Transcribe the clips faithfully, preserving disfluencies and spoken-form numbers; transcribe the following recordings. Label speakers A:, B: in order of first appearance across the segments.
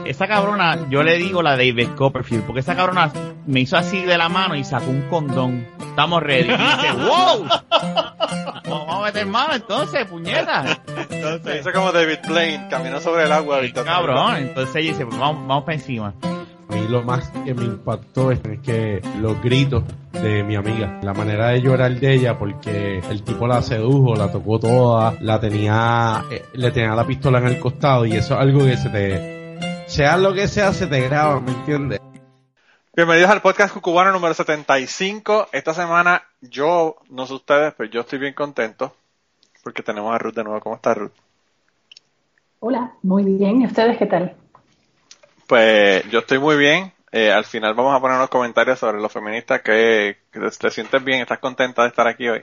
A: esa cabrona, yo le digo la David Copperfield, porque esa cabrona me hizo así de la mano y sacó un condón. Estamos ready. Y dice, wow. Vamos a meter mano entonces, puñeta.
B: Entonces, hizo como David Blaine, caminó sobre el agua.
A: Sí, cabrón, entonces ella dice, pues vamos, vamos para encima.
C: A mí lo más que me impactó es que los gritos de mi amiga, la manera de llorar de ella, porque el tipo la sedujo, la tocó toda, la tenía, eh, le tenía la pistola en el costado, y eso es algo que se te, sea lo que sea, se te graba, ¿me entiendes?
B: Bienvenidos al podcast Cucubano número setenta y cinco. Esta semana yo, no sé ustedes, pero yo estoy bien contento porque tenemos a Ruth de nuevo. ¿Cómo está Ruth?
D: Hola, muy bien. ¿Y ustedes qué tal?
B: Pues yo estoy muy bien. Eh, al final vamos a poner unos comentarios sobre los feministas que, que te, te sientes bien, estás contenta de estar aquí hoy.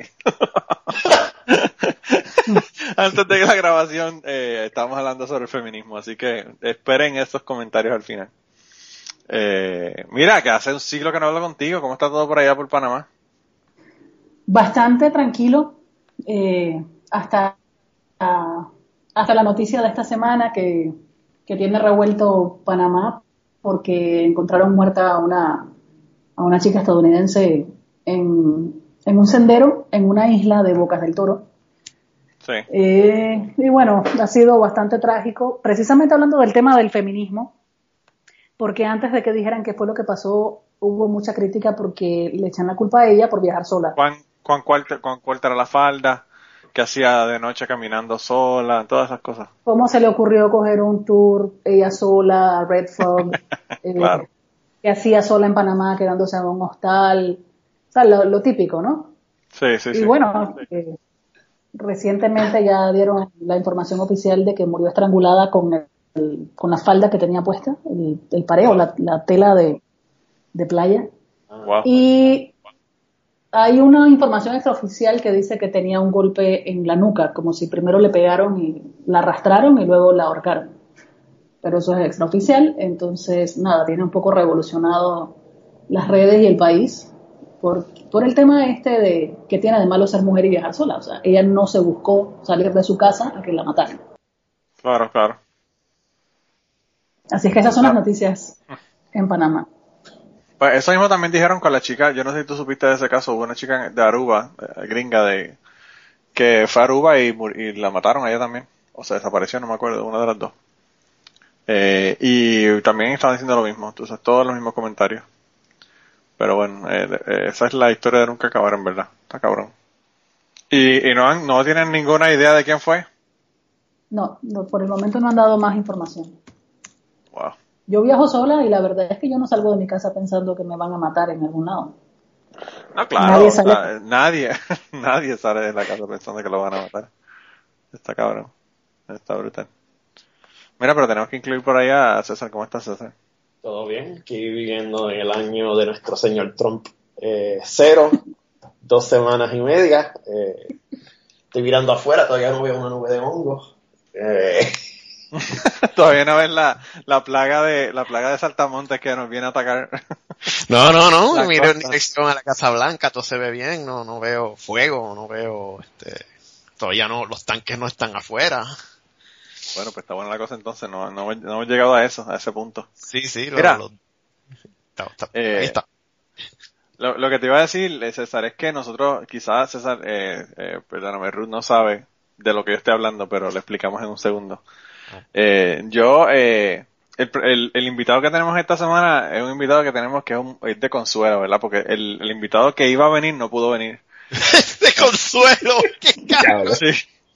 B: Antes de la grabación eh, estábamos hablando sobre el feminismo, así que esperen estos comentarios al final. Eh, mira, que hace un siglo que no hablo contigo. ¿Cómo está todo por allá por Panamá?
D: Bastante tranquilo, eh, hasta, uh, hasta la noticia de esta semana que, que tiene revuelto Panamá porque encontraron muerta a una, a una chica estadounidense en, en un sendero en una isla de Bocas del Toro.
B: Sí.
D: Eh, y bueno, ha sido bastante trágico, precisamente hablando del tema del feminismo, porque antes de que dijeran qué fue lo que pasó, hubo mucha crítica porque le echan la culpa a ella por viajar sola.
B: ¿Cuán, cuán, cuál, cuán corta era la falda? ¿Qué hacía de noche caminando sola? Todas esas cosas.
D: ¿Cómo se le ocurrió coger un tour ella sola a Red Frog?
B: Claro.
D: eh, ¿Qué hacía sola en Panamá quedándose en un hostal? O sea, lo, lo típico, ¿no?
B: Sí, sí,
D: y
B: sí.
D: Y bueno, eh, recientemente ya dieron la información oficial de que murió estrangulada con el El, con la falda que tenía puesta, el, el pareo, la, la tela de, de playa.
B: Wow.
D: Y hay una información extraoficial que dice que tenía un golpe en la nuca, como si primero le pegaron y la arrastraron y luego la ahorcaron. Pero eso es extraoficial, entonces nada, tiene un poco revolucionado las redes y el país por, por el tema este de que tiene de malo ser mujer y viajar sola. O sea, ella no se buscó salir de su casa a que la mataran.
B: Claro, claro.
D: Así es que esas son las noticias en Panamá.
B: Pues eso mismo también dijeron con la chica, yo no sé si tú supiste de ese caso, hubo una chica de Aruba, eh, gringa de, que fue a Aruba y, y la mataron a ella también, o sea, desapareció, no me acuerdo, una de las dos. Eh, y también estaban diciendo lo mismo, entonces todos los mismos comentarios. Pero bueno, eh, eh, esa es la historia de nunca acabar, en verdad, está cabrón. Y, y no, han, no tienen ninguna idea de quién fue.
D: No, no, por el momento no han dado más información.
B: Wow.
D: Yo viajo sola y la verdad es que yo no salgo de mi casa pensando que me van a matar en algún lado.
B: No, claro,
D: Nadie sale,
B: o sea, nadie, nadie sale de la casa pensando que lo van a matar. Está cabrón, está brutal. Mira, pero tenemos que incluir por ahí a César. ¿Cómo estás, César?
E: Todo bien, aquí viviendo en el año de nuestro señor Trump. Eh, cero, dos semanas y media. Eh, estoy mirando afuera, todavía no veo una nube de hongos. Eh,
B: Todavía no ves la, la plaga de la plaga de saltamontes que nos viene a atacar.
E: No, no, no,
B: La
E: miro en
B: costa.
E: dirección a la Casa Blanca, todo se ve bien, no, no veo fuego, no veo, este, todavía no, los tanques no están afuera.
B: Bueno, pues está buena la cosa entonces, no, no, no hemos llegado a eso, a ese punto.
E: Sí, sí, lo,
B: Mira,
E: lo, está, está,
B: eh,
E: ahí está.
B: Lo, lo que te iba a decir, César, es que nosotros, quizás César, eh, eh, perdóname, Ruth no sabe de lo que yo estoy hablando, pero le explicamos en un segundo. Eh, yo, eh, el, el, el invitado que tenemos esta semana es un invitado que tenemos que es, un, es de consuelo, ¿verdad? Porque el, el invitado que iba a venir no pudo venir.
E: De consuelo, qué cabrón.
B: Sí.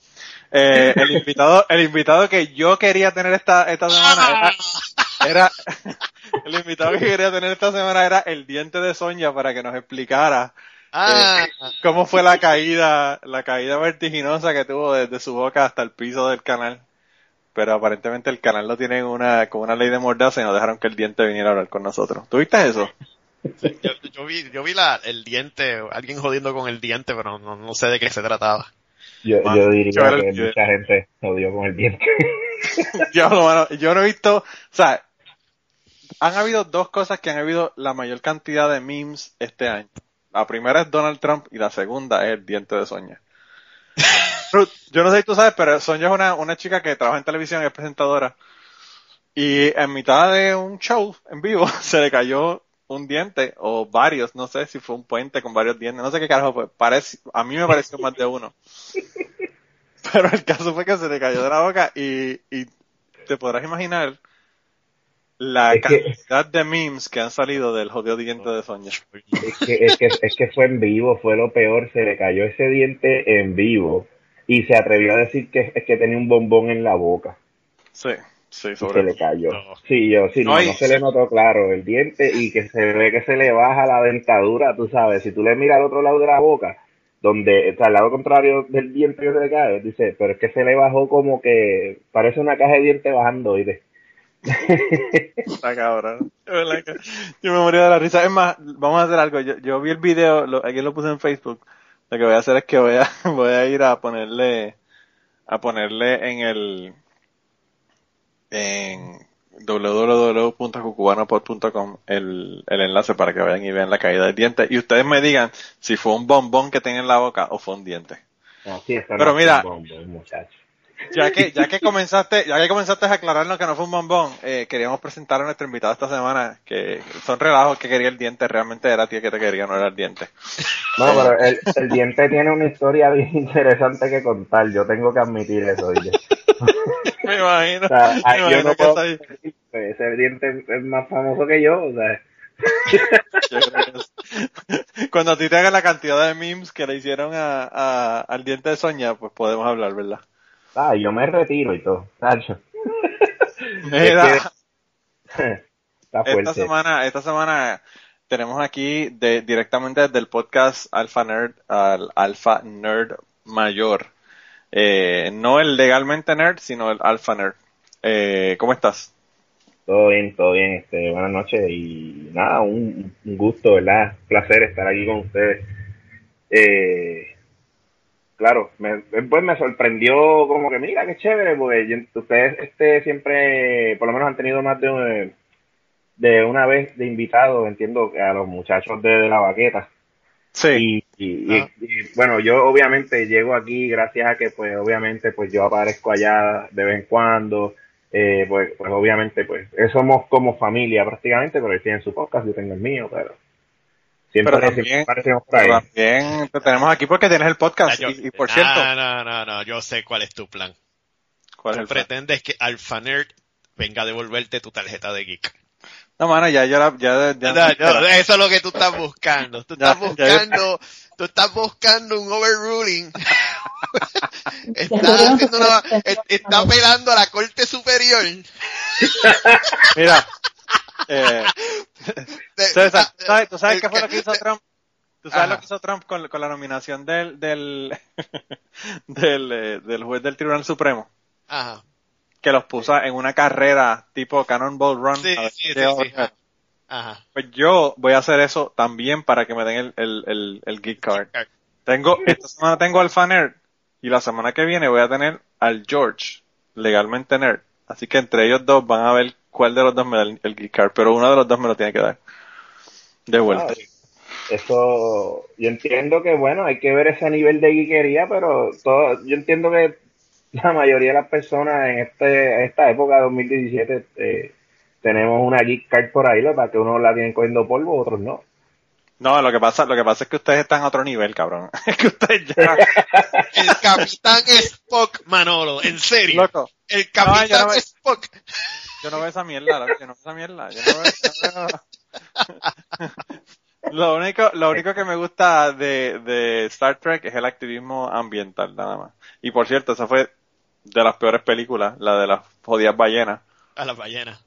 B: Eh, el invitado, el invitado que yo quería tener esta, esta semana era, era, el invitado que quería tener esta semana era el diente de Sonia para que nos explicara
E: Ah.
B: eh, cómo fue la caída, la caída vertiginosa que tuvo desde su boca hasta el piso del canal. Pero aparentemente el canal lo tiene una, con una ley de mordaza y no dejaron que el diente viniera a hablar con nosotros. ¿Tú viste eso?
E: Yo, yo vi, yo vi la, el diente, alguien jodiendo con el diente, pero no, no sé de qué se trataba.
F: Yo,
B: Man,
F: yo diría
B: yo
F: que
B: el,
F: mucha gente jodió con el diente.
B: yo, mano, yo no he visto, o sea, han habido dos cosas que han habido la mayor cantidad de memes este año. La primera es Donald Trump y la segunda es el diente de Sonia. Ruth, yo no sé si tú sabes, pero Sonia es una, una chica que trabaja en televisión y es presentadora. Y en mitad de un show en vivo se le cayó un diente o varios, no sé si fue un puente con varios dientes, no sé qué carajo fue. Parece, a mí me pareció más de uno. Pero el caso fue que se le cayó de la boca y, y te podrás imaginar la
F: Es que-
B: cantidad de memes que han salido del jodido diente de Sonia.
F: Es que, es que, es que fue en vivo, fue lo peor, se le cayó ese diente en vivo y se atrevió a decir que es que tenía un bombón en la boca
B: Sí, sí,
F: y
B: sobre
F: se le cayó.
G: No.
F: Sí, yo, sí, no,
B: No, y-
F: no se le notó claro el diente y que se ve que se le baja la dentadura, tú sabes, si tú le miras al otro lado de la boca, donde, o sea, al lado contrario del diente que se le cae, dice, pero es que se le bajó como que parece una caja de dientes bajando, ¿oíste?
B: Está cabrón. De verdad que yo me moría de la risa. Es más, vamos a hacer algo. Yo, yo vi el video, lo, aquí lo puse en Facebook. Lo que voy a hacer es que voy a, voy a ir a ponerle, a ponerle en el, en doble u doble u doble u punto cucubanopod punto com el, el enlace para que vayan y vean la caída del diente. Y ustedes me digan si fue un bombón que tenía en la boca o fue un diente.
F: Así está.
B: Pero mira,
F: muchacho.
B: Ya que, ya que comenzaste, ya que comenzaste a aclararnos que no fue un bombón, eh, queríamos presentar a nuestro invitado esta semana, que son relajos que quería el diente, realmente era a ti que te quería, no era el diente.
F: No, pero el, el diente tiene una historia bien interesante que contar, yo tengo que admitir eso, oye.
B: Me imagino,
F: O sea,
B: me
F: ay, yo
B: imagino
F: no
B: que
F: puedo
B: está ahí.
F: decir que ese diente es más famoso que yo, o sea.
B: Yo creo que es- Cuando a ti te hagan la cantidad de memes que le hicieron a, a, al diente de Sonia, pues podemos hablar, ¿verdad?
F: Ah, yo me retiro y todo, Nacho.
B: Mira,
F: Es que- está
B: esta
F: fuerte.
B: semana, esta semana tenemos aquí de, directamente desde el podcast Alpha Nerd al Alpha Nerd Mayor. Eh, no el legalmente nerd, sino el Alpha Nerd. Eh, ¿Cómo estás?
F: Todo bien, todo bien, este, buenas noches y nada, un, un gusto, ¿verdad? Un placer estar aquí con ustedes. Eh, claro, me, pues me sorprendió como que mira qué chévere, porque yo- ustedes este siempre, por lo menos han tenido más de, un- de una vez de invitados, entiendo, a los muchachos de, de la baqueta.
B: Sí.
F: Y, y,
G: Ah.
F: y- y, bueno, yo obviamente llego aquí gracias a que pues obviamente pues yo aparezco allá de vez en cuando, eh, pues, pues obviamente pues eh, somos como familia prácticamente, pero ellos tienen su podcast, yo tengo el mío, pero siempre,
B: Pero
F: siempre
B: también,
F: aparecemos por ahí.
B: pero también te tenemos aquí porque tienes el podcast.
G: Ah, yo-
B: Y, y por cierto,
G: No, no, no, no, yo sé cuál es tu plan.
B: ¿cuál es
G: Tú
B: el plan?
G: pretendes que Alpha Nerd venga a devolverte tu tarjeta de geek.
B: No, mano, ya, ya, la- ya, ya,
G: No, no, eso es lo que tú estás buscando. Tú
B: Ya,
G: estás
B: ya,
G: buscando, tú estás buscando un overruling. Estás
D: Estuvieron
G: haciendo una,
D: sus-
G: est- está apelando a la corte superior.
B: Mira, eh,
G: De-
B: César,
G: ah,
B: ¿sabes, ¿tú sabes
G: el
B: qué fue lo que hizo Trump? ¿Tú sabes
G: Ajá.
B: lo que hizo Trump con, con la nominación del, del, del, eh, del juez del Tribunal Supremo?
G: Ajá.
B: Que los puso en una carrera tipo Cannonball Run.
G: Sí,
B: a ver
G: sí,
B: qué
G: sí,
B: hora
G: sí.
B: era.
G: Ajá.
B: Pues yo voy a hacer eso también para que me den el, el, el, el Geek Card. Tengo, esta semana tengo al Fan Nerd y la semana que viene voy a tener al George, legalmente nerd. Así que entre ellos dos van a ver cuál de los dos me da el, el Geek Card, pero uno de los dos me lo tiene que dar. De vuelta.
F: Ah, eso, yo entiendo que bueno, hay que ver ese nivel de geekería, pero todo, yo entiendo que la mayoría de las personas en este, en esta época dos mil diecisiete eh, tenemos una geek card por ahí, lo para que unos la tienen cogiendo polvo, otros no.
B: No, lo que pasa, lo que pasa es que ustedes están a otro nivel, cabrón. Es que ustedes ya,
G: El Capitán Spock, Manolo, en serio.
B: loco,
G: El
B: No, yo
G: Capitán
B: no me-
G: Spock.
B: yo no veo esa mierda, loco, yo no veo esa mierda, yo no veo, yo no veo- Lo único, lo único que me gusta de, de Star Trek es el activismo ambiental, nada más. Y por cierto, esa fue de las peores películas, la de las jodidas ballenas.
G: A las ballenas.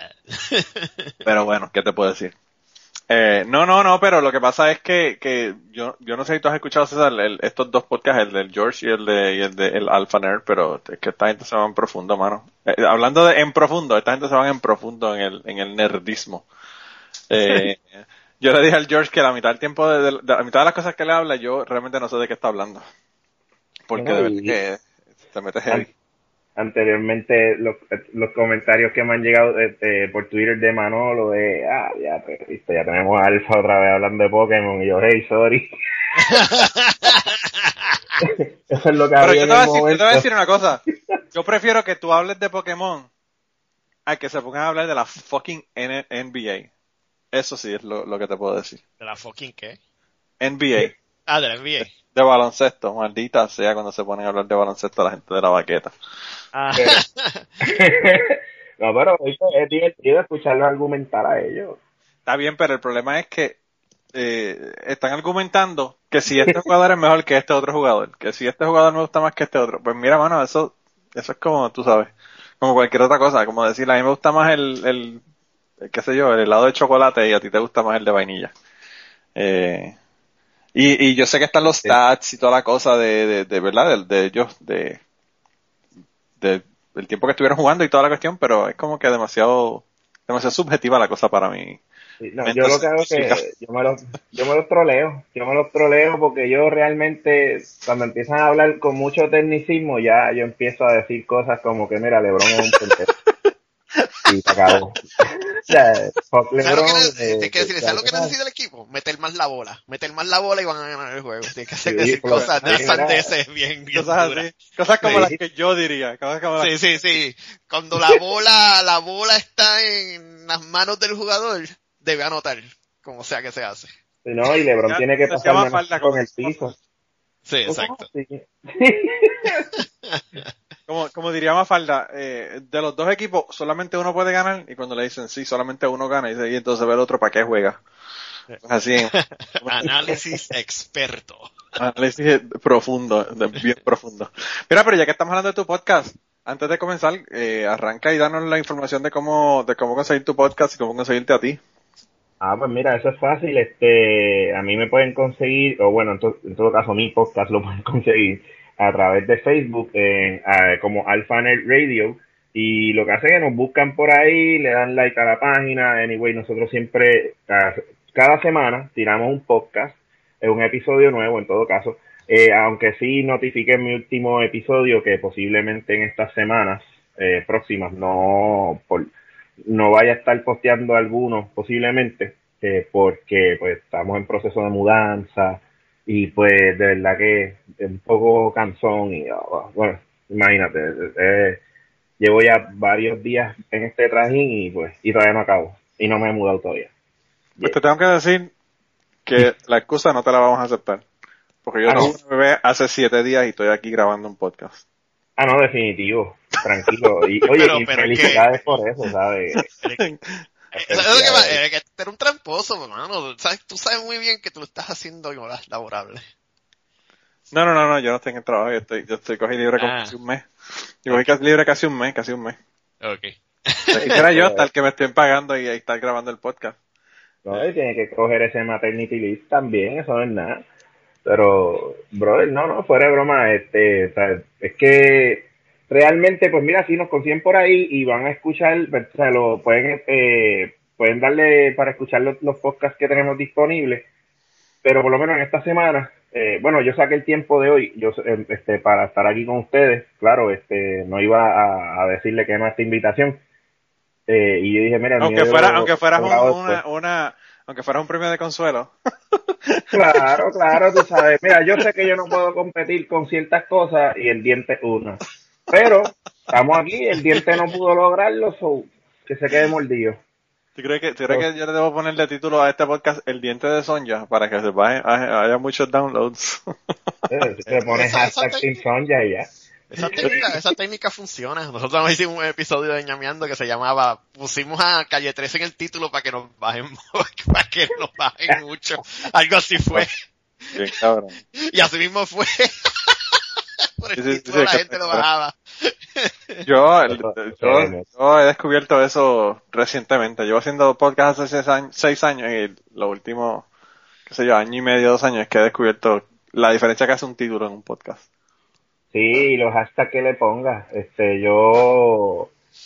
B: Pero bueno, ¿qué te puedo decir? Eh, no, no, no, pero lo que pasa es que, que yo, yo no sé si tú has escuchado, César, el- estos dos podcasts, el del George y el de, y el de el Alpha Nerd, pero es que esta gente se va en profundo, mano. Eh, hablando de en profundo, esta gente se va en profundo en el, en el nerdismo. Eh, yo le dije al George que la mitad del tiempo, de, de- de la mitad de las cosas que le habla, yo realmente no sé de qué está hablando. Porque
F: No,
B: de verdad
F: y-
B: que se mete heavy.
F: Anteriormente los, los comentarios que me han llegado eh, eh, por Twitter de Manolo de, ah, ya, pues, listo, ya tenemos a Alfa otra vez hablando de Pokémon y yo, hey, sorry. Eso es lo que
B: Pero
F: había
B: yo
F: en
B: te, voy a
F: el
B: decir, yo te voy a
F: momento.
B: decir una cosa. Yo prefiero que tú hables de Pokémon a que se pongan a hablar de la fucking N- NBA. Eso sí es lo, lo que te puedo decir.
G: ¿De la fucking qué?
B: N B A.
G: Ah, de la N B A.
B: De baloncesto, maldita sea cuando se ponen a hablar de baloncesto la gente de la baqueta.
G: Ah.
F: No, pero es, es divertido escucharlos argumentar a ellos.
B: Está bien, pero el problema es que eh, están argumentando que si este jugador es mejor que este otro jugador, que si este jugador me gusta más que este otro. Pues mira, mano, eso eso es como, tú sabes, como cualquier otra cosa, como decir, a mí me gusta más el, el, el qué sé yo, el helado de chocolate y a ti te gusta más el de vainilla. Eh, y, y yo sé que están los stats y toda la cosa de, de, de verdad, de, de ellos, de, de, del tiempo que estuvieron jugando y toda la cuestión, pero es como que demasiado, demasiado subjetiva la cosa para mí.
F: Sí, no, yo lo que hago es que yo me los yo me los troleo, yo me los troleo porque yo realmente cuando empiezan a hablar con mucho tecnicismo ya yo empiezo a decir cosas como que mira, LeBron es un pendejo. Y se acabó. O sea, fuck LeBron,
G: ¿Sabes lo que,
F: eh,
G: te quiero decir? ¿Sabes lo que
F: ya,
G: necesita el equipo? Meter más la bola. Meter más la bola y van a ganar el juego. Tienes que hacer
F: Sí,
G: decir
F: pero-
G: cosas de
F: sí,
G: sandeces bien, bien
B: Cosas
G: duras.
B: así, cosas como
F: Sí.
B: las que yo diría, cosas como las
G: Sí, sí, sí. Cuando la bola, la bola está en las manos del jugador, debe anotar, como sea que se hace.
F: no, y LeBron
B: Ya,
F: tiene que
B: se
F: pasar
B: llama
F: menos
B: falda,
F: con
B: como
F: el
B: se llama
F: piso.
G: Sí, exacto.
F: Sí.
B: Como, como diría Mafalda, eh, de los dos equipos solamente uno puede ganar y cuando le dicen sí, solamente uno gana y, dice, y entonces ve el otro para qué juega. Pues así,
G: Análisis experto.
B: análisis profundo, de- bien profundo. Mira, pero ya que estamos hablando de tu podcast, antes de comenzar, eh, arranca y danos la información de cómo, de cómo conseguir tu podcast y cómo conseguirte a ti.
F: Ah, pues mira, eso es fácil. Este, a mí me pueden conseguir, o bueno, en, to- en todo caso mi podcast lo pueden conseguir a través de Facebook en, eh, como Alphanet Radio. Y lo que hacen es que nos buscan por ahí, le dan like a la página. Anyway, nosotros siempre, cada, cada semana, tiramos un podcast, es un episodio nuevo en todo caso. Eh, aunque sí notifiqué mi último episodio que posiblemente en estas semanas eh, próximas no por no vaya a estar posteando algunos posiblemente eh, porque pues estamos en proceso de mudanza y pues de verdad que es un poco cansón y oh, bueno, imagínate, eh, llevo ya varios días en este trajín y pues y todavía no acabo y no me he mudado todavía.
B: Pues te tengo que decir que la excusa no te la vamos a aceptar. Porque yo
F: Ah, no.
B: tuve un bebé hace siete días y estoy aquí grabando un podcast.
F: Ah, no, definitivo, tranquilo. Y oye,
G: Pero-
F: y
G: pero
F: felicidades
G: que-
F: por eso, ¿sabes?
G: ¿Sabes lo que pasa? Es que tú eres un tramposo, hermano. ¿Sabes? Tú sabes muy bien que tú lo estás haciendo en horas laborables.
B: No, no, no, no, yo no estoy en el trabajo, yo estoy, yo estoy cogí libre como
G: Ah.
B: casi un mes. Yo cogí casi libre casi un mes, casi un mes.
G: Ok.
B: Quisiera yo estar que me estén pagando y estar grabando el podcast.
F: No, y tiene que coger ese maternity leave también, eso no es nada. Pero, brother, no, no, fuera de broma, este, o sea, es que realmente, pues mira, si nos consiguen por ahí y van a escuchar, o sea, lo pueden, eh, pueden darle para escuchar los, los podcasts que tenemos disponibles, pero por lo menos en esta semana, eh, bueno, yo saqué el tiempo de hoy, yo, eh, este, para estar aquí con ustedes, claro, este, no iba a, a decirle que no a esta invitación, eh, y yo dije, mira, el
B: Aunque
F: mío
B: fuera,
F: lo-
B: aunque fueras
F: lo
B: un,
F: grabo
B: una,
F: después.
B: una, aunque fuera un premio de consuelo.
F: Claro, claro, tú sabes. Mira, yo sé que yo no puedo competir con ciertas cosas y el diente es una. Pero estamos aquí, el diente no pudo lograrlo, so, que se quede mordido.
B: ¿Tú crees que, tú crees que yo le debo ponerle título a este podcast El diente de Sonja para que se baje, haya, haya muchos downloads?
F: Eh, Se pone
G: Esa- esa
F: hashtag
G: te-
F: Team Sonja y ya.
G: Esa técnica, esa técnica funciona. Nosotros también hicimos un episodio de ñameando que se llamaba, pusimos a Calle trece en el título para que nos bajen, para que nos bajen mucho. Algo así fue.
B: Bien, cabrón.
G: Y así mismo fue. Por el
B: Sí, sí, sí,
G: título
B: sí,
G: la
B: que-
G: gente lo bajaba.
B: Yo, el-
F: Eso-
B: yo,
F: eso-
B: yo he descubierto eso recientemente. Llevo haciendo podcast hace seis años, seis años y lo último, qué sé yo, año y medio, dos años es que he descubierto la diferencia que hace un título en un podcast.
F: Sí, y los hashtags que le pongas. Este, yo,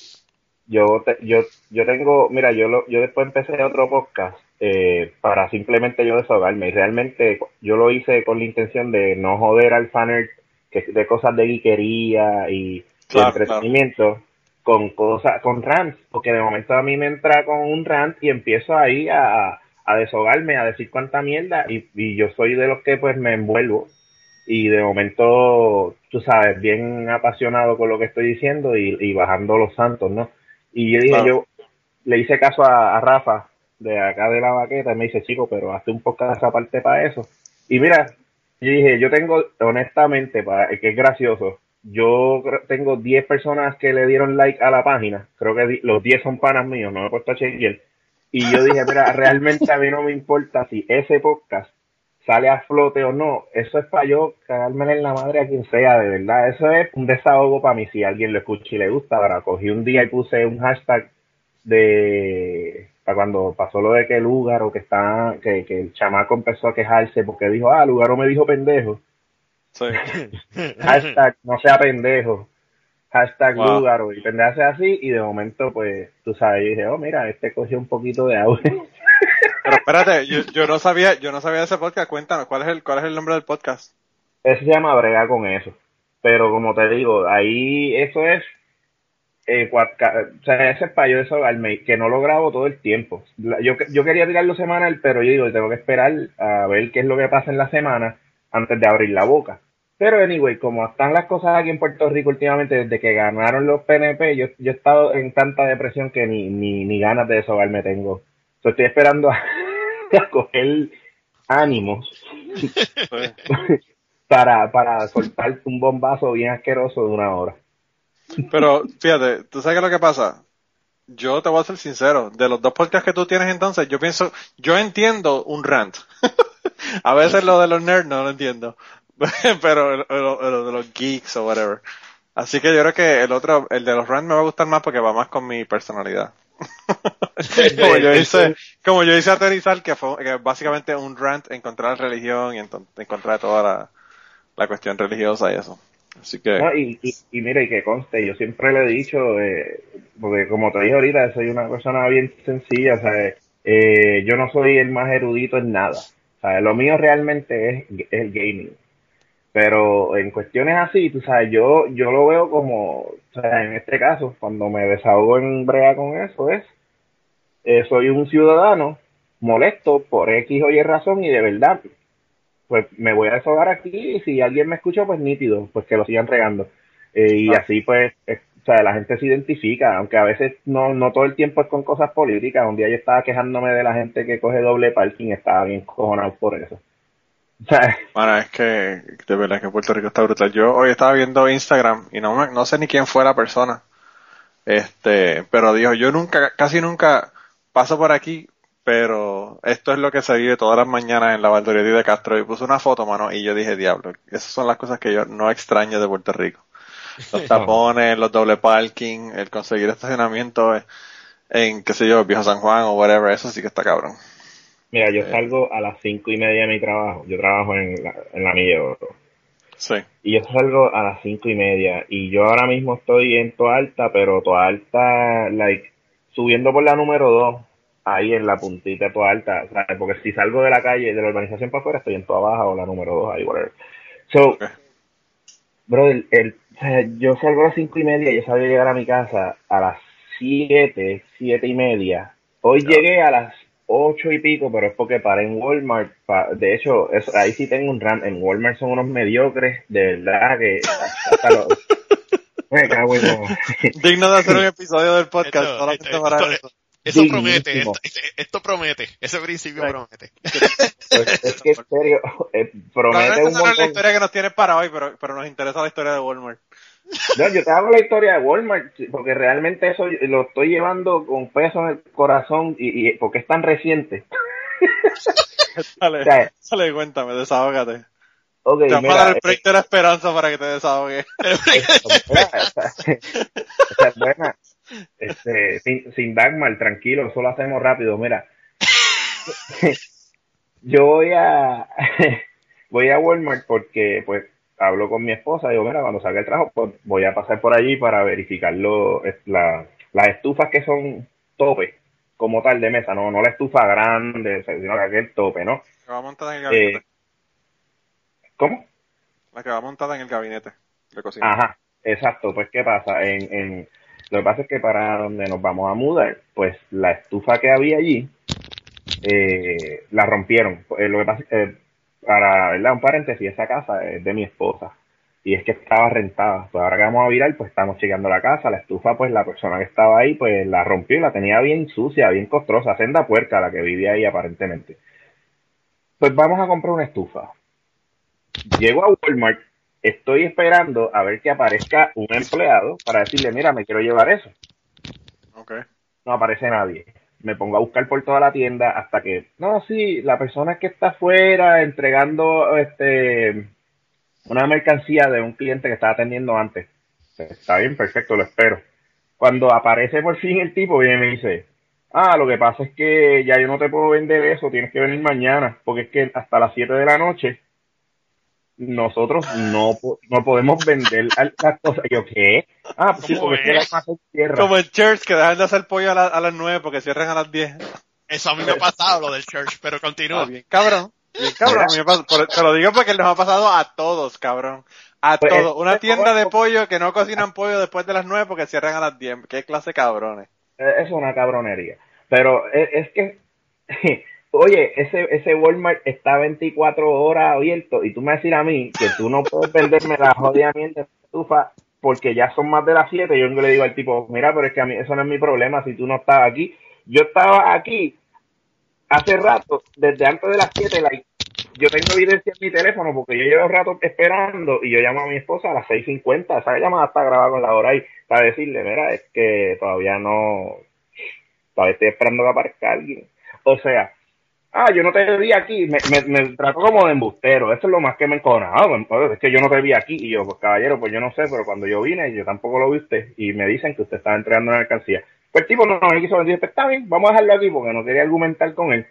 F: yo, te- yo, yo tengo, mira, yo lo, yo después empecé otro podcast eh, para simplemente yo desahogarme y realmente yo lo hice con la intención de no joder al faner que de cosas de geekería y de
B: Claro,
F: entretenimiento con cosas, con rants, porque de momento a mí me entra con un rant y empiezo ahí a, a desahogarme, a decir cuánta mierda y, y yo soy de los que pues me envuelvo y de momento, tú sabes, bien apasionado con lo que estoy diciendo y, y bajando los santos, ¿no? Y yo dije,
B: Claro.
F: yo le hice caso a, a Rafa de acá de la baqueta y me dice, chico, pero hazte un podcast esa parte para eso. Y mira, yo dije, yo tengo, honestamente, para que es gracioso, yo creo- tengo diez personas que le dieron like a la página, creo que di- los diez son panas míos, no me he puesto a chequear. Y yo dije, mira, realmente a mí no me importa si ese podcast sale a flote o no, eso es para yo cagarme en la madre a quien sea, de verdad, eso es un desahogo para mí, si alguien lo escucha y le gusta. Ahora cogí un día y puse un hashtag de, para cuando pasó lo de que Lugaro, que está, que, que el chamaco empezó a quejarse porque dijo, ah, Lugaro me dijo pendejo,
B: Sí.
F: hashtag no sea pendejo, hashtag
B: Wow.
F: Lugaro, y pendejarse así, y de momento, pues, tú sabes, yo dije, oh, mira, este cogió un poquito de auge.
B: Pero espérate, yo, yo no sabía, yo no sabía de ese podcast. Cuéntanos, ¿cuál es el, cuál es el nombre del podcast?
F: Eso se llama brega con eso. Pero como te digo, ahí eso es, eh, cua- ca- o sea, ese es para yo desahogarme, que no lo grabo todo el tiempo. La- Yo, yo quería tirarlo semanal, pero yo digo, tengo que esperar a ver qué es lo que pasa en la semana antes de abrir la boca. Pero anyway, como están las cosas aquí en Puerto Rico últimamente, desde que ganaron los P N P, yo, yo he estado en tanta depresión que ni, ni, ni ganas de desahogarme tengo. So, estoy esperando a, a coger ánimos para, para soltar un bombazo bien asqueroso de una hora.
B: Pero fíjate, ¿tú sabes qué es lo que pasa? Yo te voy a ser sincero, de los dos podcasts que tú tienes entonces, yo pienso, yo entiendo un rant. A veces lo de los nerds no lo entiendo, pero lo, lo- lo de los geeks o whatever. Así que yo creo que el otro, el de los rants me va a gustar más porque va más con mi personalidad. como yo hice, como yo hice aterrizar, que fue que básicamente un rant en contra de la religión y en, to- en contra de toda la, la cuestión religiosa y eso. Así que,
F: No, y, y, y mira, y que conste, yo siempre le he dicho, eh, porque como te dije ahorita, soy una persona bien sencilla, o sea, eh, yo no soy el más erudito en nada. O sea, lo mío realmente es, es el gaming. Pero en cuestiones así, tú sabes, yo, yo lo veo como, o sea, en este caso, cuando me desahogo en brega con eso, es, eh, soy un ciudadano molesto por X o Y razón y de verdad, pues me voy a desahogar aquí y si alguien me escucha, pues nítido, pues que lo sigan regando. Eh, y
B: Ah.
F: así pues, es- o sea, la gente se identifica, aunque a veces no, no todo el tiempo es con cosas políticas. Un día yo estaba quejándome de la gente que coge doble parking, estaba bien cojonado por eso. O sea,
B: bueno, es que de verdad que Puerto Rico está brutal. Yo hoy estaba viendo Instagram y no me, no sé ni quién fue la persona. Este, pero dijo, yo nunca, casi nunca paso por aquí, pero esto es lo que se vive todas las mañanas en la Valdoriotti de Castro. Y puso una foto, mano, y yo dije, diablo, esas son las cosas que yo no extraño de Puerto Rico. Los tapones, los doble parking, el conseguir estacionamiento en, qué sé yo, Viejo San Juan o whatever, eso sí que está cabrón.
F: mira, yo
B: Eh.
F: salgo a las cinco y media de mi trabajo. Yo trabajo en la, en la milla de oro.
B: Sí.
F: Y yo salgo a las cinco y media. Y yo ahora mismo estoy en Toa Alta, pero Toa Alta, like, subiendo por la número dos, ahí en la puntita de Toa Alta, ¿sabes? Porque si salgo de la calle, de la urbanización para afuera, estoy en Toa Baja o la número dos, ahí, whatever. So,
B: Ok.
F: bro, el, el- o sea, yo salgo a las cinco y media y yo sabía llegar a mi casa a las siete, siete y media. Hoy
B: Ya.
F: llegué a las ocho y pico, pero es porque paré en Walmart. pa- de hecho, eso, ahí sí tengo un rant. En Walmart son unos mediocres, de verdad que hasta los... Me cago en la-
B: Digno de hacer un episodio del podcast
G: Esto-
B: solamente
G: esto-
B: para
G: esto-
B: eso.
G: Eso
F: Dignísimo.
G: promete, esto, esto promete, ese principio
B: Right.
G: promete.
F: Pues, es que en serio, eh, promete
B: Probablemente
F: un
B: esa no es la
F: montón.
B: historia que nos tienes para hoy, pero, pero nos interesa la historia de Walmart.
F: No, yo te hago la historia de Walmart, porque realmente eso lo estoy llevando con peso en el corazón y, y porque es tan reciente.
B: Dale,
F: O sea,
B: dale, cuéntame, desahógate.
F: ok,
B: Te vamos a
F: mira,
B: dar el
F: eh,
B: proyecto de la esperanza para que te desahogues.
F: esto, mira, esa, esa es buena. Este, sin, sin Dagmar, tranquilo, eso lo hacemos rápido. Mira, yo voy a voy a Walmart porque pues hablo con mi esposa, digo, mira, cuando salga el trabajo, pues voy a pasar por allí para verificar lo, es- la, las estufas que son tope, como tal de mesa, no, no la estufa grande, sino que aquel tope, ¿no?
B: La que va montada en el gabinete.
F: Eh, ¿Cómo?
B: La que va montada en el gabinete de cocina.
F: Ajá, exacto. Pues, ¿qué pasa? En, en, lo que pasa es que para donde nos vamos a mudar, pues la estufa que había allí, eh, la rompieron. Eh, lo que pasa es que, para, ¿verdad? Un paréntesis, esa casa es de mi esposa. y es que estaba rentada. Pues ahora que vamos a virar, pues estamos chequeando la casa, la estufa, pues la persona que estaba ahí, pues la rompió y la tenía bien sucia, bien costrosa, senda puerca la que vivía ahí aparentemente. Pues vamos a comprar una estufa. Llego a Walmart, estoy esperando a ver que aparezca un empleado para decirle, mira, me quiero llevar eso.
B: Okay.
F: No aparece nadie. Me pongo a buscar por toda la tienda hasta que, no, sí, la persona que está afuera entregando este una mercancía de un cliente que estaba atendiendo antes. Está bien, perfecto, lo espero. Cuando aparece por fin el tipo, viene y me dice, ah, lo que pasa es que ya yo no te puedo vender eso, tienes que venir mañana, porque es que hasta las siete de la noche nosotros no, no podemos vender las cosas. Y yo, ¿qué? Ah, pues sí, porque es que la masa cierra.
B: Como el church, que dejan de hacer pollo a, la, a las nueve porque cierran a las diez.
G: Eso a mí me ha pasado, lo del church, pero continúa.
B: Ah, bien, cabrón. Bien, cabrón. A mí me pasa, por, te lo digo porque nos ha pasado a todos, cabrón. A
F: Pues,
B: todos. Una tienda de
F: es-
B: pollo que no cocinan pollo después de las nueve porque cierran a las diez. ¿Qué clase de cabrones?
F: Es una cabronería. Pero es, es que, oye, ese ese Walmart está veinticuatro horas abierto y tú me decís a mí que tú no puedes venderme la jodida mierda de estufa porque ya son más de las siete. Yo le digo al tipo, mira, pero es que a mí eso no es mi problema si tú no estás aquí. Yo estaba aquí hace rato, desde antes de las siete, like, yo tengo evidencia en mi teléfono porque yo llevo rato esperando y yo llamo a mi esposa a las seis cincuenta. Esa llamada está grabada con la hora ahí para decirle, mira, es que todavía no, todavía estoy esperando que aparezca alguien. O sea, ah, yo no te vi aquí, me, me, me trató como de embustero, eso es lo más que me encojonaba, es que yo no te vi aquí, y yo, pues caballero, pues yo no sé, pero cuando yo vine, yo tampoco lo viste, y me dicen que usted estaba entregando una mercancía. Pues el tipo no me quiso vender, pues está bien, vamos a dejarlo aquí, porque no quería argumentar con él.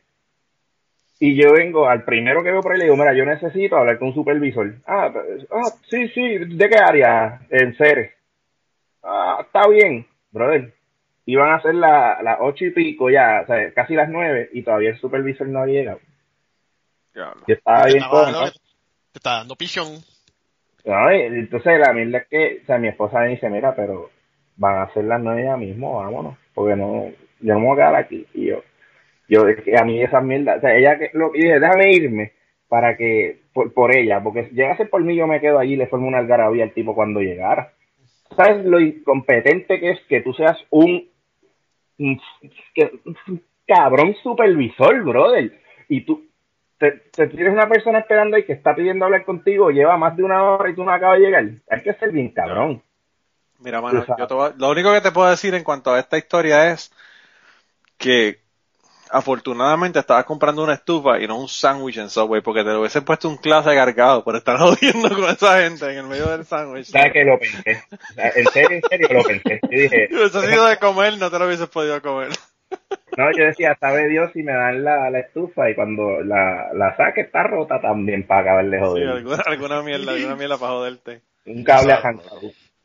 F: Y yo vengo al primero que veo por ahí y le digo, mira, yo necesito hablar con un supervisor. Ah, pues, ah, sí, sí, ¿de qué área? En Ceres. Ah, está bien, brother. Iban a ser las la ocho y pico ya, o sea, casi las nueve, y todavía el supervisor no había llegado.
B: Diablo.
F: Yo estaba
G: Te
F: bien
G: estaba
F: con,
G: dando, te está dando pichón.
F: ¿no? Y entonces la mierda es que, o sea, mi esposa me dice, mira, pero van a ser las nueve ya mismo, vámonos, porque no, yo no me voy a quedar aquí. Y yo, yo, es que a mí esas mierdas, o sea, ella que, lo, y dije, déjame irme para que, por, por ella, porque si llegase por mí yo me quedo allí y le formo una algarabía al tipo cuando llegara. ¿Sabes lo incompetente que es que tú seas un, un, un cabrón supervisor, brother? Y tú, te, te tienes una persona esperando ahí que está pidiendo hablar contigo, lleva más de una hora y tú no acabas de llegar. Hay que ser bien cabrón.
B: Mira, mano, yo te voy a- lo único que te puedo decir en cuanto a esta historia es que afortunadamente estabas comprando una estufa y no un sándwich en Subway porque te lo hubiese puesto un clase cargado por estar jodiendo con esa gente en el medio del sándwich.
F: ¿Sabes que lo pensé? O sea, en serio, en serio lo pensé. Yo dije,
B: Si hubiese sido de comer, no te lo hubieses podido comer.
F: no, yo decía, sabe Dios si me dan la, la estufa y cuando la, la saque está rota también para acabarle
B: Sí,
F: joder.
B: alguna, alguna mierda, alguna mierda para joderte.
F: Un cable
G: Exacto.
F: arrancado.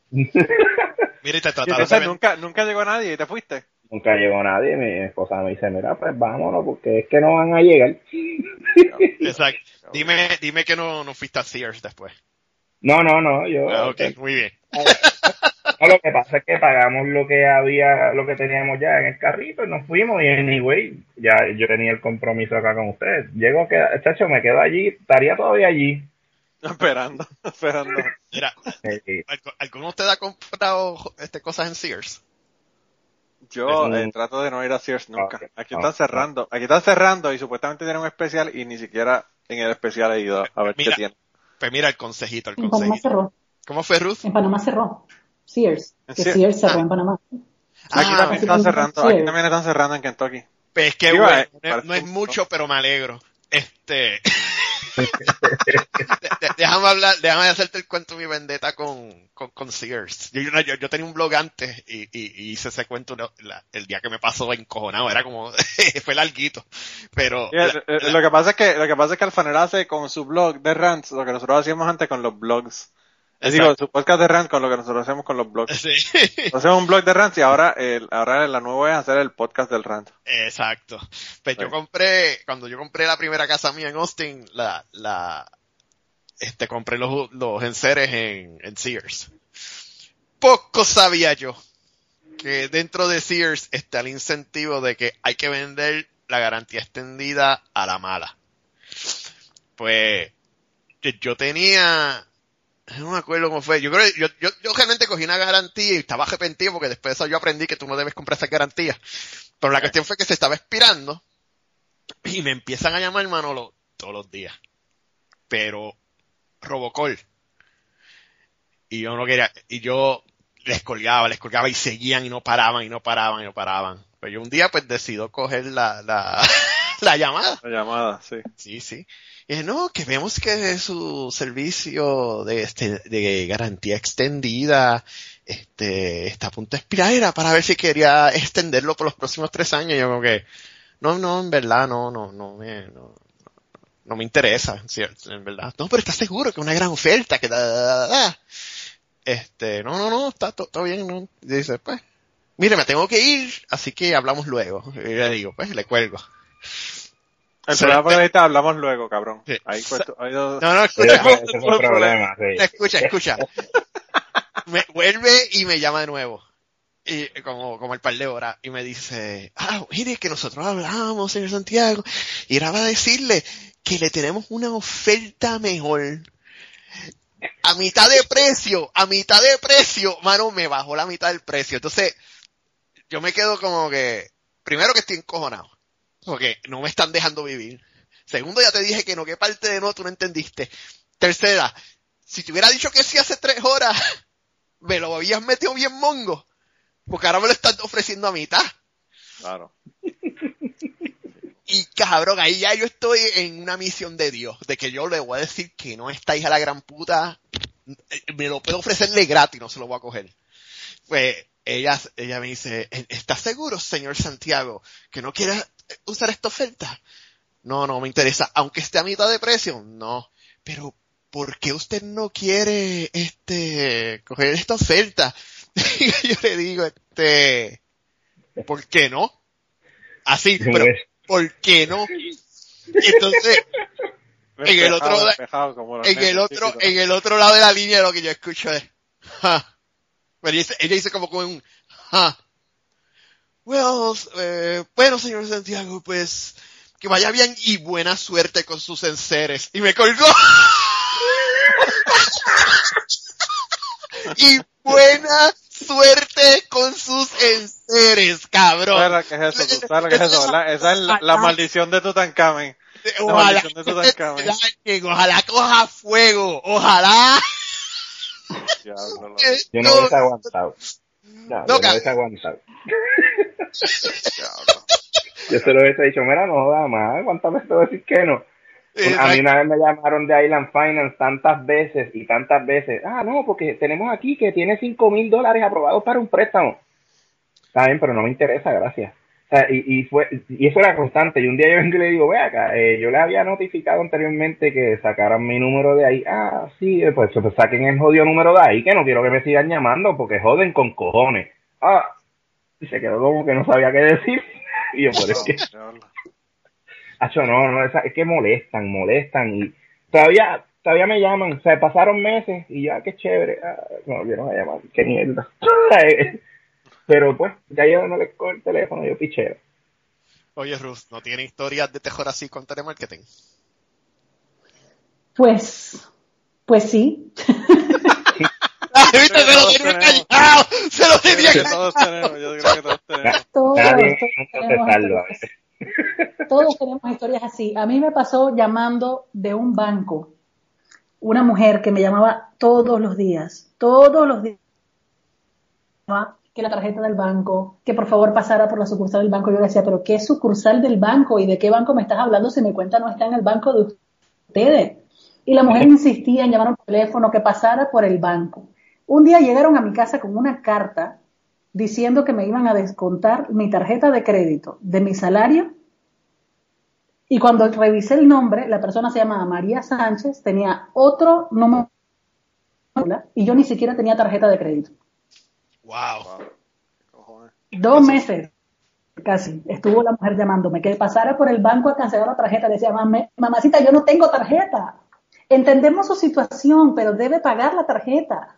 G: Mira, y te
B: Y
G: trataron de
B: entonces
G: vender.
B: nunca, nunca llegó nadie y te fuiste.
F: Nunca llegó nadie. Mi esposa me dice, mira, pues vámonos porque es que no van a llegar.
G: Exacto. Dime, dime que no, no fuiste a Sears después.
F: No, no, no, yo...
G: Ah, ok, muy bien.
F: No, lo que pasa es que pagamos lo que había, lo que teníamos ya en el carrito y nos fuimos y anyway, ya yo tenía el compromiso acá con ustedes. Llego, que, chacho, me quedo allí, estaría todavía allí.
B: Esperando, esperando.
G: Mira,
F: Eh,
G: ¿algu- ¿alguno de ustedes ha comprado este, cosas en Sears?
B: Yo
F: Mm.
B: eh, trato de no ir a Sears nunca.
F: Ok,
B: Aquí
F: no,
B: están cerrando, aquí están cerrando y supuestamente tienen un especial y ni siquiera en el especial he ido a ver
G: Mira.
B: qué tienen.
G: Pues mira, el consejito, el
D: En Panamá
G: consejito.
D: cerró.
G: ¿Cómo fue, Ruth?
D: En Panamá cerró. Sears.
B: ¿En
D: Que
B: serio?
D: Sears cerró
G: Ah.
D: en Panamá.
B: Aquí
G: Ah,
B: también
D: así
B: están
D: como
B: cerrando,
D: Sears.
B: aquí también están cerrando en Kentucky.
G: Pues qué
B: Digo,
G: bueno,
B: eh,
G: no, es-
B: parece
G: no es
B: un-
G: mucho, pero me alegro. Este, de- de- déjame hablar, déjame hacerte el cuento de mi vendetta con, con, con Sears. Yo, yo, yo tenía un blog antes y, y, y hice ese cuento la- la- el día que me pasó encojonado, era como, fue larguito, pero
B: Sí,
G: la-
B: eh, eh,
G: la-
B: lo que pasa es que lo que pasa es que Alfanera hace con su blog de rants lo que nosotros hacíamos antes con los blogs. Es digo,
G: Exacto.
B: su podcast de rants con lo que nosotros hacemos con los blogs.
G: sí.
B: Hacemos un blog de rants y ahora el, ahora la nueva es hacer el podcast del rant.
G: Exacto. Pues yo
B: Sí.
G: compré, cuando yo compré la primera casa mía en Austin, la, la, este, compré los, los enseres en, en Sears. Poco sabía yo que dentro de Sears está el incentivo de que hay que vender la garantía extendida a la mala. Pues, yo- yo tenía no me acuerdo cómo fue. Yo creo que yo, yo, yo realmente cogí una garantía y estaba arrepentido porque después de eso yo aprendí que tú no debes comprar esas garantías. Pero la cuestión fue que se estaba expirando y me empiezan a llamar Manolo todos los días. Pero Robocall. Y yo no quería, y yo les colgaba, les colgaba y seguían y no paraban y no paraban y no paraban. Pero yo un día pues decido coger la, la, la llamada.
B: La llamada, sí.
G: Sí, sí. Y dije, no, que vemos que su servicio de este, de garantía extendida, este, está a punto de expirar, era para ver si quería extenderlo por los próximos tres años. Y yo como que, no, no, en verdad, no, no, no me, no, no me interesa, ¿cierto? En verdad. No, pero ¿estás seguro que es una gran oferta? Que da, da, da, da. Este, no, no, no, está todo, todo bien, ¿no? Y dice, pues, mire, me tengo que ir, así que hablamos luego. Y le digo, pues, le cuelgo.
B: El problema es que ahorita hablamos luego, cabrón.
G: Sí.
B: Ahí, pues, ahí dos...
G: No, no,
F: Sí,
G: escucha,
F: ese ese fue el problema, sí.
G: escucha, escucha. Me vuelve y me llama de nuevo. Y como, como el par de horas. Y me dice, ah, mire, que nosotros hablamos, señor Santiago. Y era para decirle que le tenemos una oferta mejor. A mitad de precio, a mitad de precio, mano, me bajó la mitad del precio. Entonces, yo me quedo como que, primero que estoy encojonado, porque no me están dejando vivir. Segundo, ya te dije que no, qué parte de no tú no entendiste. Tercera, si te hubiera dicho que sí hace tres horas, me lo habías metido bien mongo, porque ahora me lo están ofreciendo a mitad.
B: Claro.
G: Y cabrón, ahí ya yo estoy en una misión de Dios, de que yo le voy a decir que no, esta hija de la gran puta, me lo puedo ofrecerle gratis, no se lo voy a coger. Pues ella, ella me dice, ¿estás seguro, señor Santiago, que no quiere usar esta oferta? No, no me interesa, aunque esté a mitad de precio, no. Pero, ¿por qué usted no quiere, este, coger esta oferta? Y yo le digo, este, ¿por qué no? Así, pero, ¿por qué no? Entonces, en el otro,
B: despejado, como los
G: en el
B: nenes
G: otro,
B: chiquitos.
G: en el otro lado de la línea lo que yo escucho es, ja. Pero ella dice, ella dice como con un, ja. Well, eh, bueno, señor Santiago, pues, que vaya bien y buena suerte con sus enseres. Y me colgó. Y buena suerte con sus enseres, cabrón.
B: ¿Sabes qué es eso? ¿Tú sabes lo que es eso, verdad? Esa es la, la maldición de Tutankamen. La
G: Ojalá,
B: maldición de Tutankamen.
G: ojalá coja fuego, ojalá.
B: Diablo, loco.
F: Yo no hubiese aguantado. No,
G: No,
F: yo no
G: ca-
F: hubiese aguantado.
B: Diablo.
F: Yo se lo hubiese dicho, mira, no, nada más, aguántame esto, decir que no.
G: Eh,
F: A mí una vez me llamaron de Island Finance tantas veces y tantas veces. Ah, no, porque tenemos aquí que tiene cinco mil dólares aprobados para un préstamo. Está bien, pero no me interesa, gracias. O sea, y, y fue y eso era constante. Y un día yo vengo y le digo, ve acá, eh, yo le había notificado anteriormente que sacaran mi número de ahí. Ah, sí, eh, pues, pues saquen el jodido número de ahí, que no quiero que me sigan llamando porque joden con cojones. Ah, y se quedó como que no sabía qué decir. Y yo, pero es que...
B: Diablo.
F: Acho, no, no, es que molestan, molestan y todavía, todavía me llaman, o sea, pasaron meses y ya, qué chévere, ah, me volvieron a llamar, qué mierda. Pero pues, ya yo no le cojo el teléfono, yo pichero.
G: Oye, Ruth, ¿no tiene historias de terror así con telemarketing?
D: Pues, pues sí.
G: ¿Viste? Se lo tenía callado, se lo
B: Yo
G: tenía
B: creo que
G: callado.
B: todos tenemos, yo creo que todos tenemos.
D: Todos,
F: Nadie
D: todos
F: no
D: tenemos
F: contestarlo a
D: historias
F: veces.
D: Todos tenemos historias así. A mí me pasó llamando de un banco una mujer que me llamaba todos los días, todos los días, que la tarjeta del banco, que por favor pasara por la sucursal del banco. Yo le decía, pero ¿qué sucursal del banco? ¿Y de qué banco me estás hablando si mi cuenta no está en el banco de ustedes? Y la mujer insistía en llamar por teléfono, que pasara por el banco. Un día llegaron a mi casa con una carta diciendo que me iban a descontar mi tarjeta de crédito de mi salario. Y cuando revisé el nombre, la persona se llamaba María Sánchez, tenía otro número y yo ni siquiera tenía tarjeta de crédito.
G: Wow.
B: Wow. ¿Qué cojones?
D: Dos meses casi estuvo la mujer llamándome que pasara por el banco a cancelar la tarjeta. Le decía, mamacita, yo no tengo tarjeta. Entendemos su situación, pero debe pagar la tarjeta.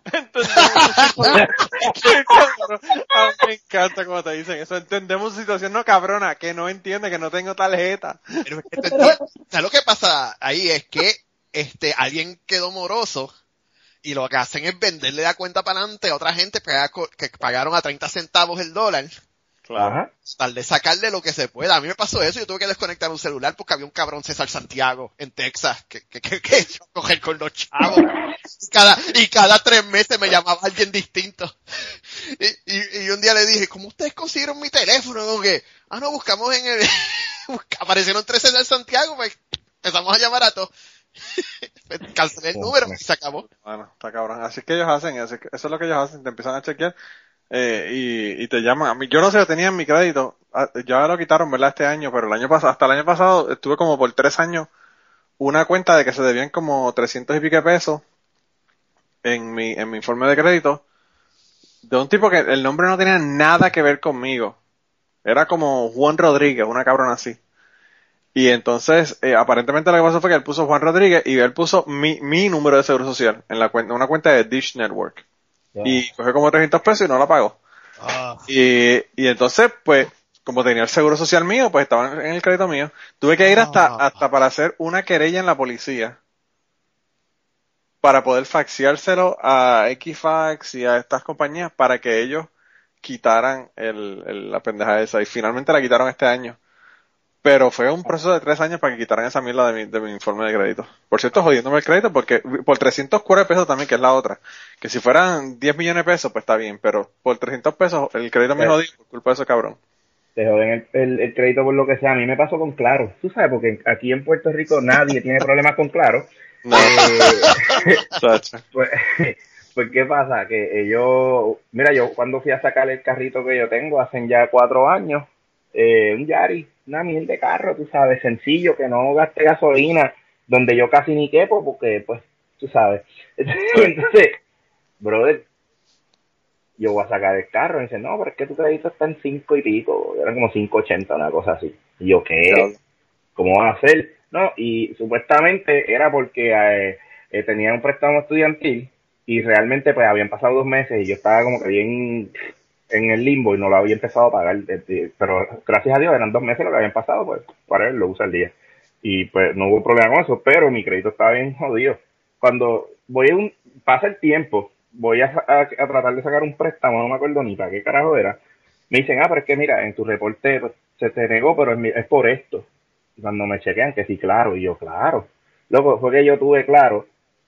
B: A mí me encanta cuando te dicen eso. Entendemos su situación, no cabrona, que no entiende que no tengo tarjeta.
G: Pero es que tú entiendes. O sea, lo que pasa ahí es que este alguien quedó moroso y lo que hacen es venderle la cuenta para adelante a otra gente que pagaron a treinta centavos el dólar.
B: Claro.
G: Tal de sacarle lo que se pueda. A mí me pasó eso, yo tuve que desconectar un celular porque había un cabrón César Santiago en Texas que, que, que, que echó a coger con los chavos. Y cada, y cada tres meses me llamaba alguien distinto. Y, y, y un día le dije, ¿cómo ustedes consiguieron mi teléfono? Como que, ah, no, buscamos en el, aparecieron tres César Santiago, pues empezamos a llamar a todos. Cancelé el número y se acabó.
B: Bueno, está cabrón. Así que ellos hacen, así que eso es lo que ellos hacen, te empiezan a chequear. Eh, y, y te llaman a mí. Yo no sé, yo tenía en mi crédito, ya lo quitaron, ¿verdad? Este año, pero el año pasado, hasta el año pasado, estuve como por tres años una cuenta de que se debían como trescientos y pico de pesos en mi, en mi informe de crédito de un tipo que el nombre no tenía nada que ver conmigo. Era como Juan Rodríguez, una cabrona así. Y entonces, eh, aparentemente lo que pasó fue que él puso Juan Rodríguez y él puso mi, mi número de seguro social en la cuenta, una cuenta de Dish Network. Yeah. Y cogió como trescientos pesos y no la pagó. Ah. Y, y entonces, pues, como tenía el seguro social mío, pues estaba en el crédito mío. Tuve que ir hasta, ah. hasta para hacer una querella en la policía para poder faxeárselo a Equifax y a estas compañías para que ellos quitaran el, el, la pendeja esa. Y finalmente la quitaron este año. Pero fue un proceso de tres años para que quitaran esa mierda de mi, de mi informe de crédito. Por cierto, jodiéndome el crédito porque por trescientos cuatro pesos también, que es la otra. Que si fueran diez millones de pesos, pues está bien. Pero por trescientos pesos el crédito me jodió por culpa de ese cabrón.
F: Te joden el, el, el crédito por lo que sea. A mí me pasó con Claro. Tú sabes, porque aquí en Puerto Rico nadie tiene problemas con Claro. No. Eh, pues, pues, ¿qué pasa? Que yo, mira, yo cuando fui a sacar el carrito que yo tengo, hacen ya cuatro años, eh, un Yaris, una mil de carro, tú sabes, sencillo, que no gaste gasolina, donde yo casi ni quepo, porque, pues, tú sabes. Entonces, brother, yo voy a sacar el carro, y dice, no, pero es que tu crédito está en cinco y pico, eran como cinco ochenta, una cosa así. Y yo, ¿qué? Claro. ¿Cómo va a ser? No, y supuestamente era porque eh, eh, tenía un préstamo estudiantil, y realmente, pues, habían pasado dos meses, y yo estaba como que bien en el limbo y no lo había empezado a pagar, pero gracias a Dios eran dos meses lo que habían pasado, pues para él lo usa el día y pues no hubo problema con eso, pero mi crédito estaba bien jodido. Cuando voy a un, pasa el tiempo, voy a, a, a tratar de sacar un préstamo, no me acuerdo ni para qué carajo era, me dicen, ah, pero es que mira, en tu reporte pues, se te negó, pero es, es por esto. Y cuando me chequean que sí, claro, y yo, claro. Luego fue que yo tuve claro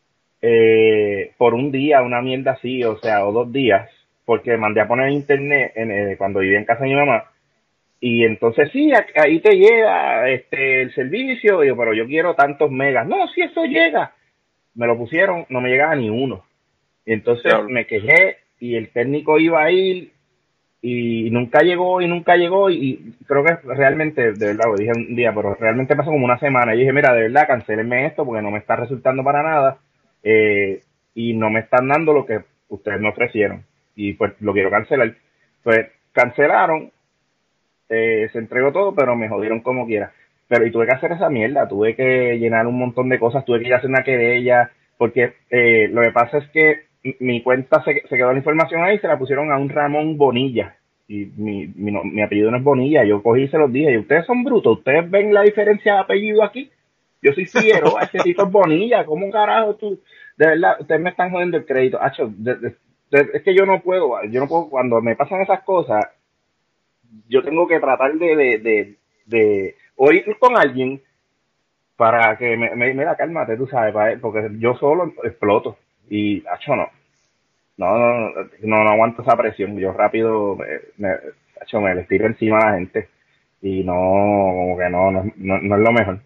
F: eh, por un día, una mierda así, o sea, o dos días, porque mandé a poner internet en, eh, cuando vivía en casa de mi mamá, y entonces sí, ahí te llega este el servicio, y yo, pero yo quiero tantos megas. No, si eso llega. Me lo pusieron, no me llegaba ni uno. Y entonces claro. me quejé, y el técnico iba a ir, y nunca llegó, y nunca llegó, y, y creo que realmente, de verdad, lo dije un día, pero realmente pasó como una semana, y dije, mira, de verdad, cancélenme esto, porque no me está resultando para nada, eh, y no me están dando lo que ustedes me ofrecieron. Y pues lo quiero cancelar. Pues cancelaron, eh, se entregó todo, pero me jodieron como quiera. Pero y tuve que hacer esa mierda, tuve que llenar un montón de cosas, tuve que ir a hacer una querella, porque eh, lo que pasa es que mi cuenta se, se quedó la información ahí, se la pusieron a un Ramón Bonilla, y mi, mi, no, mi apellido no es Bonilla. Yo cogí y se los dije, y ustedes son brutos, ustedes ven la diferencia de apellido aquí. Yo soy Figueroa, ese tipo es Bonilla, ¿cómo carajo tú? De verdad, ustedes me están jodiendo el crédito. Acho, de, de, es que yo no puedo, yo no puedo, cuando me pasan esas cosas, yo tengo que tratar de, de, de, de o ir con alguien para que me, me, me da cálmate, tú sabes, para, porque yo solo exploto, y, acho, no, no, no, no, no aguanto esa presión, yo rápido, me, me, acho, me les tiro encima a la gente, y no, como que no, no, no, no es lo mejor.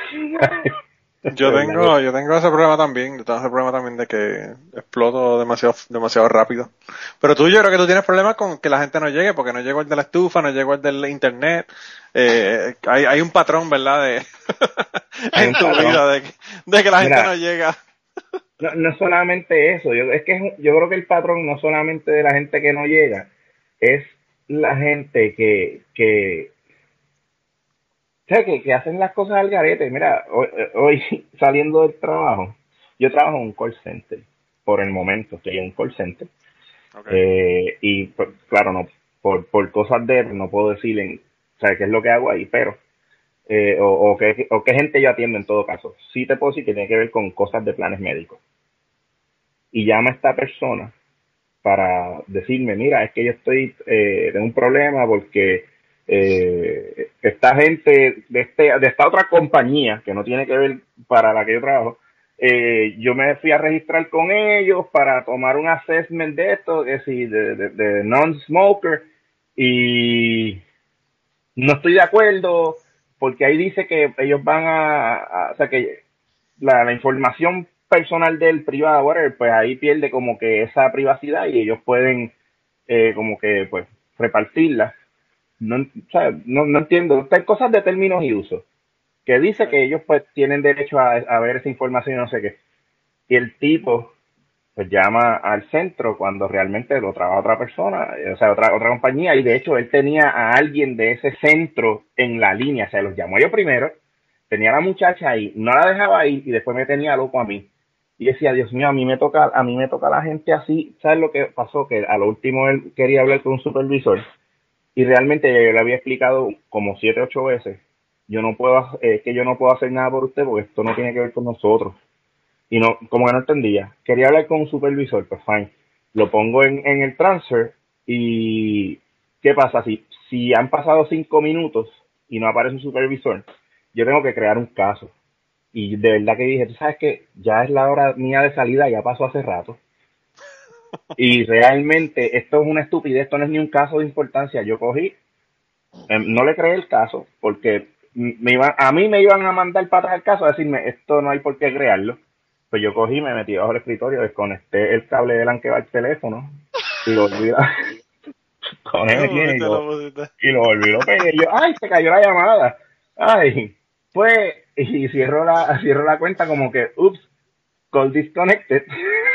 B: Yo tengo, yo tengo ese problema también, yo tengo ese problema también de que exploto demasiado, demasiado rápido. Pero tú, yo creo que tú tienes problemas con que la gente no llegue, porque no llegó el de la estufa, no llegó el del internet, eh, hay, hay un patrón, ¿verdad? De, en tu vida, de, de que la gente Mira, no llega.
F: No, no solamente eso, yo, es que yo creo que el patrón no solamente de la gente que no llega, es la gente que, que, o sea, que, que hacen las cosas al garete. Mira, hoy, hoy saliendo del trabajo, yo trabajo en un call center, por el momento estoy en un call center, okay. eh, y pues, claro, no por por cosas de no puedo decir en, o sea, qué es lo que hago ahí, pero eh, o, o, qué, o qué gente yo atiendo en todo caso. Sí te puedo decir que tiene que ver con cosas de planes médicos. y llama a esta persona para decirme, mira, es que yo estoy eh, de un problema porque eh, esta gente de este de esta otra compañía que no tiene que ver para la que yo trabajo, eh, yo me fui a registrar con ellos para tomar un assessment de esto, que si de, de, de non-smoker, y no estoy de acuerdo porque ahí dice que ellos van a, a o sea que la, la información personal del privado, whatever, pues ahí pierde como que esa privacidad y ellos pueden eh, como que pues repartirla. No, o sea, no, no entiendo, hay cosas de términos y usos que dice que ellos pues tienen derecho a, a ver esa información y no sé qué, y el tipo pues llama al centro cuando realmente lo trabaja otra persona, o sea, otra otra compañía, y de hecho él tenía a alguien de ese centro en la línea, o sea, los llamó yo primero, tenía a la muchacha ahí, no la dejaba ir y después me tenía loco a mí. Y decía, Dios mío, a mí me toca a mí me toca la gente así. ¿Sabes lo que pasó? Que a lo último él quería hablar con un supervisor y realmente yo le había explicado como siete, ocho veces, yo no puedo, eh, que yo no puedo hacer nada por usted porque esto no tiene que ver con nosotros. Y no, como que no entendía. Quería hablar con un supervisor, pues fine. Lo pongo en, en el transfer y ¿qué pasa? Si, si han pasado cinco minutos y no aparece un supervisor, yo tengo que crear un caso. Y de verdad que dije, tú sabes que ya es la hora mía de salida, ya pasó hace rato. Y realmente esto es una estupidez, esto no es ni un caso de importancia. Yo cogí, eh, no le creé el caso, porque me iban, a mí me iban a mandar para atrás el caso a decirme, esto no hay por qué crearlo. Pues yo cogí, me metí bajo el escritorio, desconecté el cable del ancla al teléfono y lo volví a... con él y lo, y lo volví, lo pegué. Y yo, ay, se cayó la llamada. Ay, pues, y cierro la, cierro la cuenta como que, ups, call disconnected.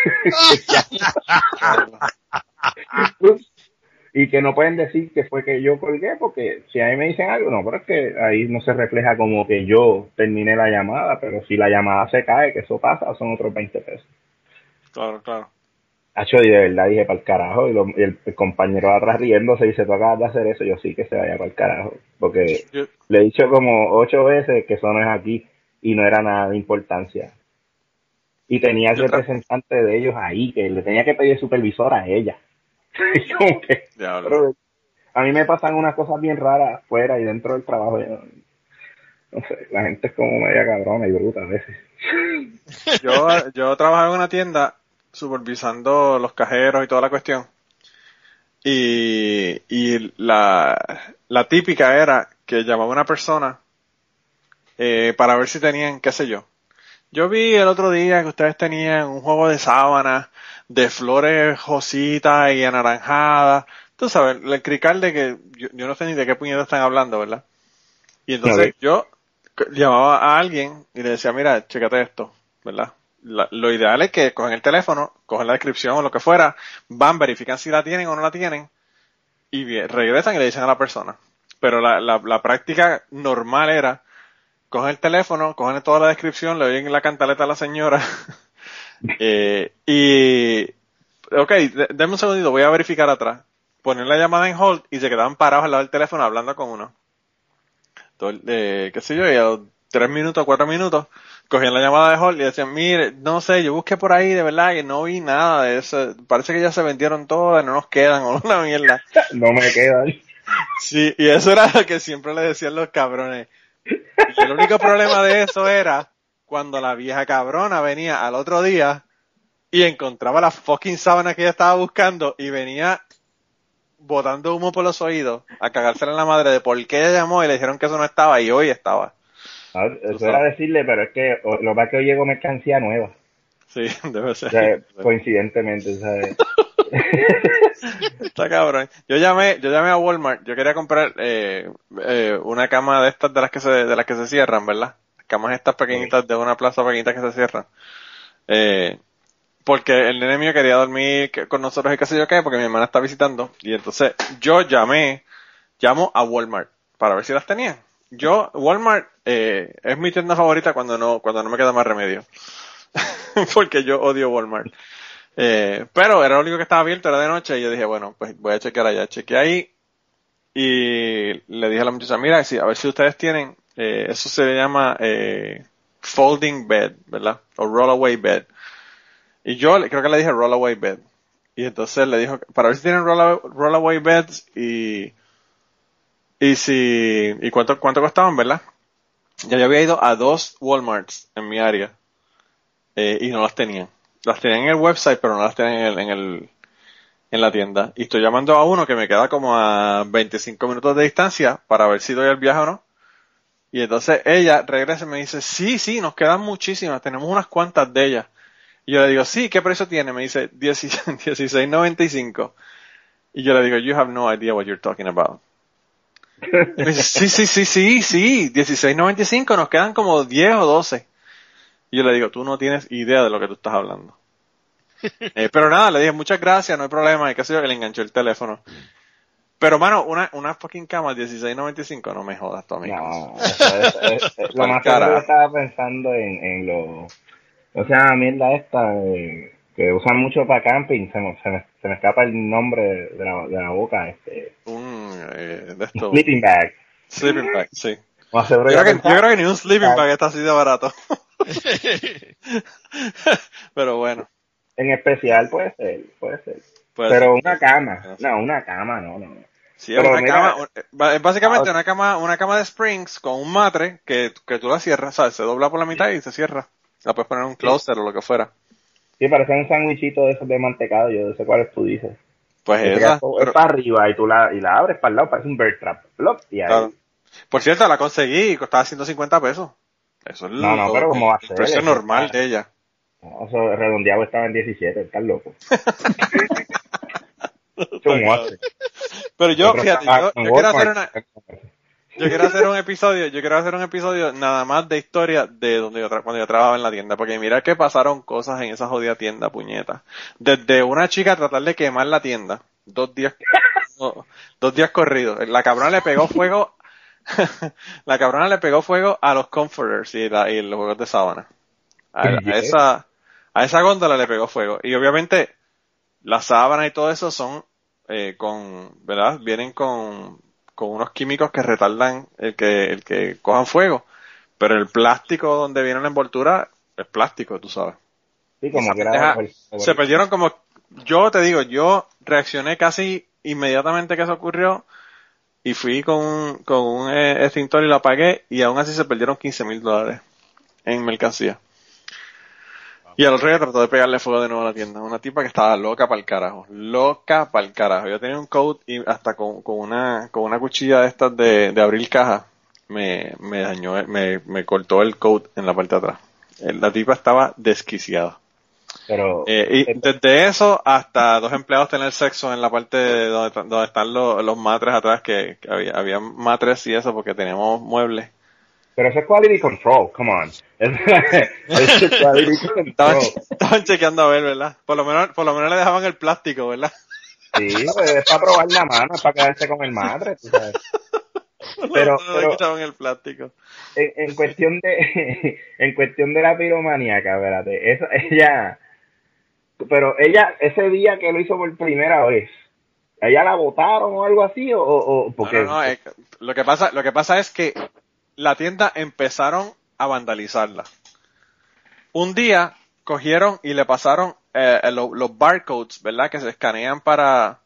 F: Ups. Y que no pueden decir que fue que yo colgué, porque si a mí me dicen algo, no, pero es que ahí no se refleja como que yo terminé la llamada, pero si la llamada se cae, que eso pasa, son otros veinte pesos.
B: Claro, claro.
F: Hacho, y de verdad dije para el carajo, y, lo, y el, el compañero de atrás riéndose dice, tú acabas de hacer eso, yo sí que se vaya para el carajo, porque yo, le he dicho como ocho veces que eso no es aquí, y no era nada de importancia. Y tenía el representante de ellos ahí, que le tenía que pedir supervisor a ella. Como que, pero, a mí me pasan unas cosas bien raras fuera y dentro del trabajo. Yo, no sé, la gente es como media cabrona y bruta a veces.
B: Yo, yo trabajaba en una tienda supervisando los cajeros y toda la cuestión. Y, y la, la típica era que llamaba a una persona eh, para ver si tenían, qué sé yo. Yo vi el otro día que ustedes tenían un juego de sábanas de flores rositas y anaranjadas. Tú sabes, el crical de que yo, yo no sé ni de qué puñetas están hablando, ¿verdad? Y entonces yo llamaba a alguien y le decía, mira, chécate esto, ¿verdad? La, lo ideal es que cogen el teléfono, cogen la descripción o lo que fuera, van, verifican si la tienen o no la tienen y bien, regresan y le dicen a la persona. Pero la, la, la práctica normal era, cogen el teléfono, cogen toda la descripción, le oyen la cantaleta a la señora eh, y, ok, denme un segundito, voy a verificar atrás. Ponen la llamada en hold y se quedaban parados al lado del teléfono hablando con uno. Todo, eh, qué sé yo, y a los tres minutos, cuatro minutos, cogían la llamada de hold y decían, mire, no sé, yo busqué por ahí de verdad y no vi nada de eso. Parece que ya se vendieron todas, no nos quedan, o una mierda.
F: No me quedan.
B: Sí, y eso era lo que siempre le decían los cabrones. Y el único problema de eso era cuando la vieja cabrona venía al otro día y encontraba la fucking sábana que ella estaba buscando y venía botando humo por los oídos a cagársela en la madre de por qué ella llamó y le dijeron que eso no estaba y hoy estaba.
F: Ah, eso era decirle, pero es que lo más que hoy llegó mercancía nueva.
B: Sí, debe ser.
F: O sea, coincidentemente, ¿sabes?
B: Está cabrón. Yo llamé, yo llamé a Walmart. Yo quería comprar eh, eh, una cama de estas de las que se, de las que se cierran, ¿verdad? Las camas estas pequeñitas de una plaza pequeñita que se cierran. Eh, porque el nene mío quería dormir con nosotros y qué sé yo qué, porque mi hermana está visitando. Y entonces yo llamé, llamo a Walmart para ver si las tenían. Yo, Walmart eh, es mi tienda favorita cuando no, cuando no me queda más remedio. Porque yo odio Walmart. Eh, pero era lo único que estaba abierto, era de noche, y yo dije, bueno, pues voy a chequear allá. Chequeé ahí y le dije a la muchacha, mira, sí, a ver si ustedes tienen, eh, eso se llama eh, folding bed, ¿verdad? O rollaway bed. Y yo le- creo que le dije rollaway bed. Y entonces le dijo, para ver si tienen rolla- rollaway beds y, y si, y cuánto, cuánto costaban, ¿verdad? Ya yo había ido a dos Walmarts en mi área, eh, y no las tenían. Las tenían en el website, pero no las tenían en el, en el, en la tienda. Y estoy llamando a uno que me queda como a veinticinco minutos de distancia para ver si doy el viaje o no. Y entonces ella regresa y me dice, sí, sí, nos quedan muchísimas, tenemos unas cuantas de ellas. Y yo le digo, sí, ¿qué precio tiene? Me dice dieciséis noventa y cinco. Y yo le digo, you have no idea what you're talking about. Y me dice, sí, sí, sí, sí, sí, dieciséis noventa y cinco, nos quedan como diez o doce. Y yo le digo, tú no tienes idea de lo que tú estás hablando. Eh, pero nada, le dije, muchas gracias, no hay problema, y qué sé yo, que le enganchó el teléfono. Pero, mano, una, una fucking cama dieciséis noventa y cinco, no me jodas, tú, amigo.
F: No, eso es, es- es- lo
B: Pa'l
F: más seguro
B: carajo.
F: yo estaba pensando en, en lo, o sea, mierda esta eh, que usan mucho para camping, se me, se me, se me escapa el nombre de la, de la boca, este,
B: Un, eh, de esto.
F: sleeping bag.
B: Sleeping bag, sí.
F: Lo más seguro
B: Yo
F: yo
B: creo, que, yo
F: pensaba-
B: creo que ni un sleeping bag está así de barato. Pero bueno.
F: En especial puede ser, puede ser.
B: Puede
F: Pero
B: ser.
F: una cama,
B: No sé.
F: no, una cama, no, no.
B: Sí, es
F: Pero
B: una
F: mira-
B: cama, un- es básicamente
F: Ah,
B: una cama, una cama de springs con un matre que, que tú la cierras, ¿sabes? Se dobla por la mitad y se cierra. La puedes poner en un closet o lo que fuera.
F: Sí, parece un sándwichito de esos de mantecado, yo no sé cuáles tú dices.
B: Pues
F: Que te
B: esa.
F: quedas todo-
B: pero-
F: es para arriba y tú la, y la abres para el lado, parece un bear trap. Plop, y ahí.
B: claro. Por cierto, la conseguí y costaba ciento cincuenta pesos. Eso es
F: No, no,
B: lo-
F: pero ¿cómo va a
B: el
F: ser?
B: precio
F: Eso
B: normal
F: está-
B: de ella.
F: No, eso redondeado estaba en diecisiete, estás loco. ¿Cómo hace?
B: Pero yo,
F: Otro
B: fíjate,
F: estaba
B: yo,
F: con
B: yo quiero hacer
F: Walmart.
B: una, yo quiero hacer un episodio, yo quiero hacer un episodio nada más de historia de donde yo tra- cuando yo trabajaba en la tienda, porque mira que pasaron cosas en esa jodida tienda, puñeta. Desde una chica tratar de quemar la tienda, dos días, no, dos días corridos. La cabrona le pegó fuego, la cabrona le pegó fuego a los comforters y, la- y los juegos de sábana. A, a esa, a esa góndola le pegó fuego. Y obviamente, las sábanas y todo eso son, eh, con, ¿verdad? Vienen con, con unos químicos que retardan el que, el que cojan fuego. Pero el plástico donde viene la envoltura es plástico, tú sabes.
F: Sí, como
B: Esa
F: que era
B: pendeja-
F: por-
B: Se perdieron como, yo te digo, yo reaccioné casi inmediatamente que eso ocurrió y fui con un, con un eh, extintor y lo apagué y aún así se perdieron quince mil dólares en mercancía. Y al otro día trató de pegarle fuego de nuevo a la tienda. Una tipa que estaba loca para el carajo. Loca para el carajo. Yo tenía un coat y hasta con, con una con una cuchilla de estas de, de abrir caja me, me dañó, me, me cortó el coat en la parte de atrás. Eh, La tipa estaba desquiciada.
F: Pero,
B: Eh, y desde eso hasta dos empleados tener sexo en la parte de donde, donde están los, los matres atrás, que, que había, había matres y eso porque teníamos muebles.
F: pero eso es quality control, come on. Eso es quality
B: Estaban,
F: control.
B: estaban chequeando a ver, ¿verdad? Por lo menos, por lo menos le dejaban el plástico, ¿verdad?
F: Sí, pues, es para probar la mano, es para quedarse con el madre, tú sabes. Pero,
B: No le
F: pero
B: quitaban el plástico.
F: en, en cuestión de en cuestión de la piromaníaca, espérate, eso, ella, pero ella, ese día que lo hizo por primera vez, ¿ella la votaron o algo así? O, o porque
B: No, no, no, eh, lo que pasa, lo que pasa es que la tienda empezaron a vandalizarla. Un día cogieron y le pasaron eh, lo- los barcodes, ¿verdad? Que se escanean para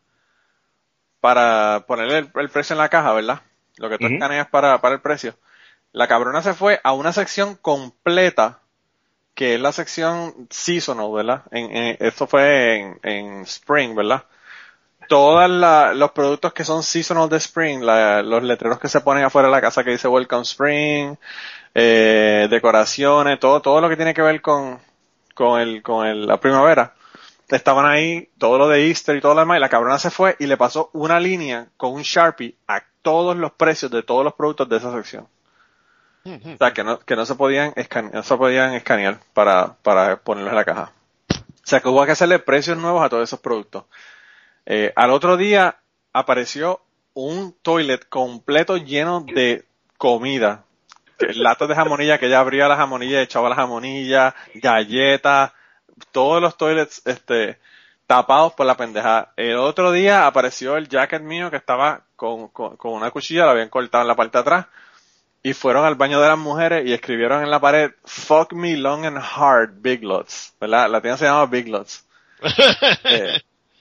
B: para ponerle el, el precio en la caja, ¿verdad? Lo que tú
F: Ujú.
B: escaneas para, para el precio. La cabrona se fue a una sección completa, que es la sección seasonal, ¿verdad? En, en- esto fue en, en Spring, ¿verdad? Todos los productos que son seasonal de Spring, la- los letreros que se ponen afuera de la casa que dice Welcome Spring, eh, decoraciones, todo, todo lo que tiene que ver con, con el, con el, la primavera, estaban ahí, todo lo de Easter y todo lo demás, y la cabrona se fue y le pasó una línea con un Sharpie a todos los precios de todos los productos de esa sección. O sea, que no, que no se podían escanear, no se podían escanear para, para ponerlos en la caja. O sea, que hubo que hacerle precios nuevos a todos esos productos. Eh, al otro día apareció un toilet completo lleno de comida. Latas de jamonilla, que ella abría la jamonilla y echaba la jamonilla, galletas, todos los toilets, este, tapados por la pendejada. El otro día apareció el jacket mío que estaba con, con, con una cuchilla, lo habían cortado en la parte de atrás. y fueron al baño de las mujeres y escribieron en la pared "Fuck me long and hard, Big Lots", ¿verdad? La tienda se llama Big Lots. eh,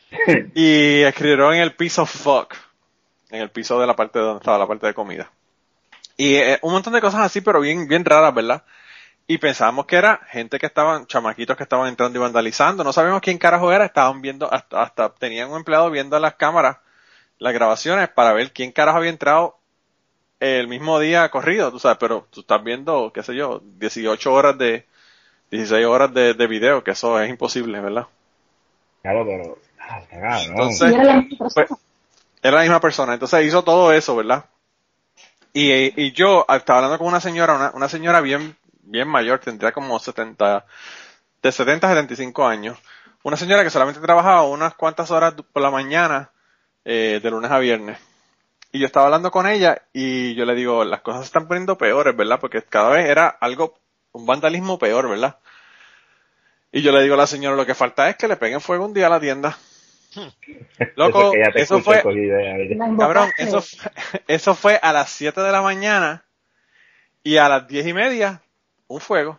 B: y escribieron en el piso "fuck", en el piso de la parte donde estaba la parte de comida. Y eh, un montón de cosas así, pero bien, bien raras, ¿verdad? Y pensábamos que era gente que estaban, chamaquitos que estaban entrando y vandalizando. No sabíamos quién carajo era. Estaban viendo, hasta, hasta tenían un empleado viendo las cámaras, las grabaciones, para ver quién carajo había entrado el mismo día corrido, tú sabes. Pero tú estás viendo, qué sé yo, dieciocho horas de, dieciséis horas de, de video, que eso es imposible, ¿verdad?
F: Claro, pero... Ah, cagado, ¿no?
B: Entonces,
D: ¿Y era la misma
B: pues,
D: persona?
B: era la misma persona. Entonces hizo todo eso, ¿verdad? Y, y yo estaba hablando con una señora, una, una señora bien, bien mayor, tendría como setenta, de setenta a setenta y cinco años. Una señora que solamente trabajaba unas cuantas horas por la mañana, eh, de lunes a viernes. Y yo estaba hablando con ella y yo le digo, las cosas se están poniendo peores, ¿verdad? Porque cada vez era algo, un vandalismo peor, ¿verdad? Y yo le digo a la señora, lo que falta es que le peguen fuego un día a la tienda. Loco,
F: Eso, que ya te
B: eso
F: escuché,
B: fue,
F: cogí idea, ¿viste?
D: La
B: cabrón,
D: invocaste.
B: eso fue, eso fue a las siete de la mañana y a las diez y media, un fuego.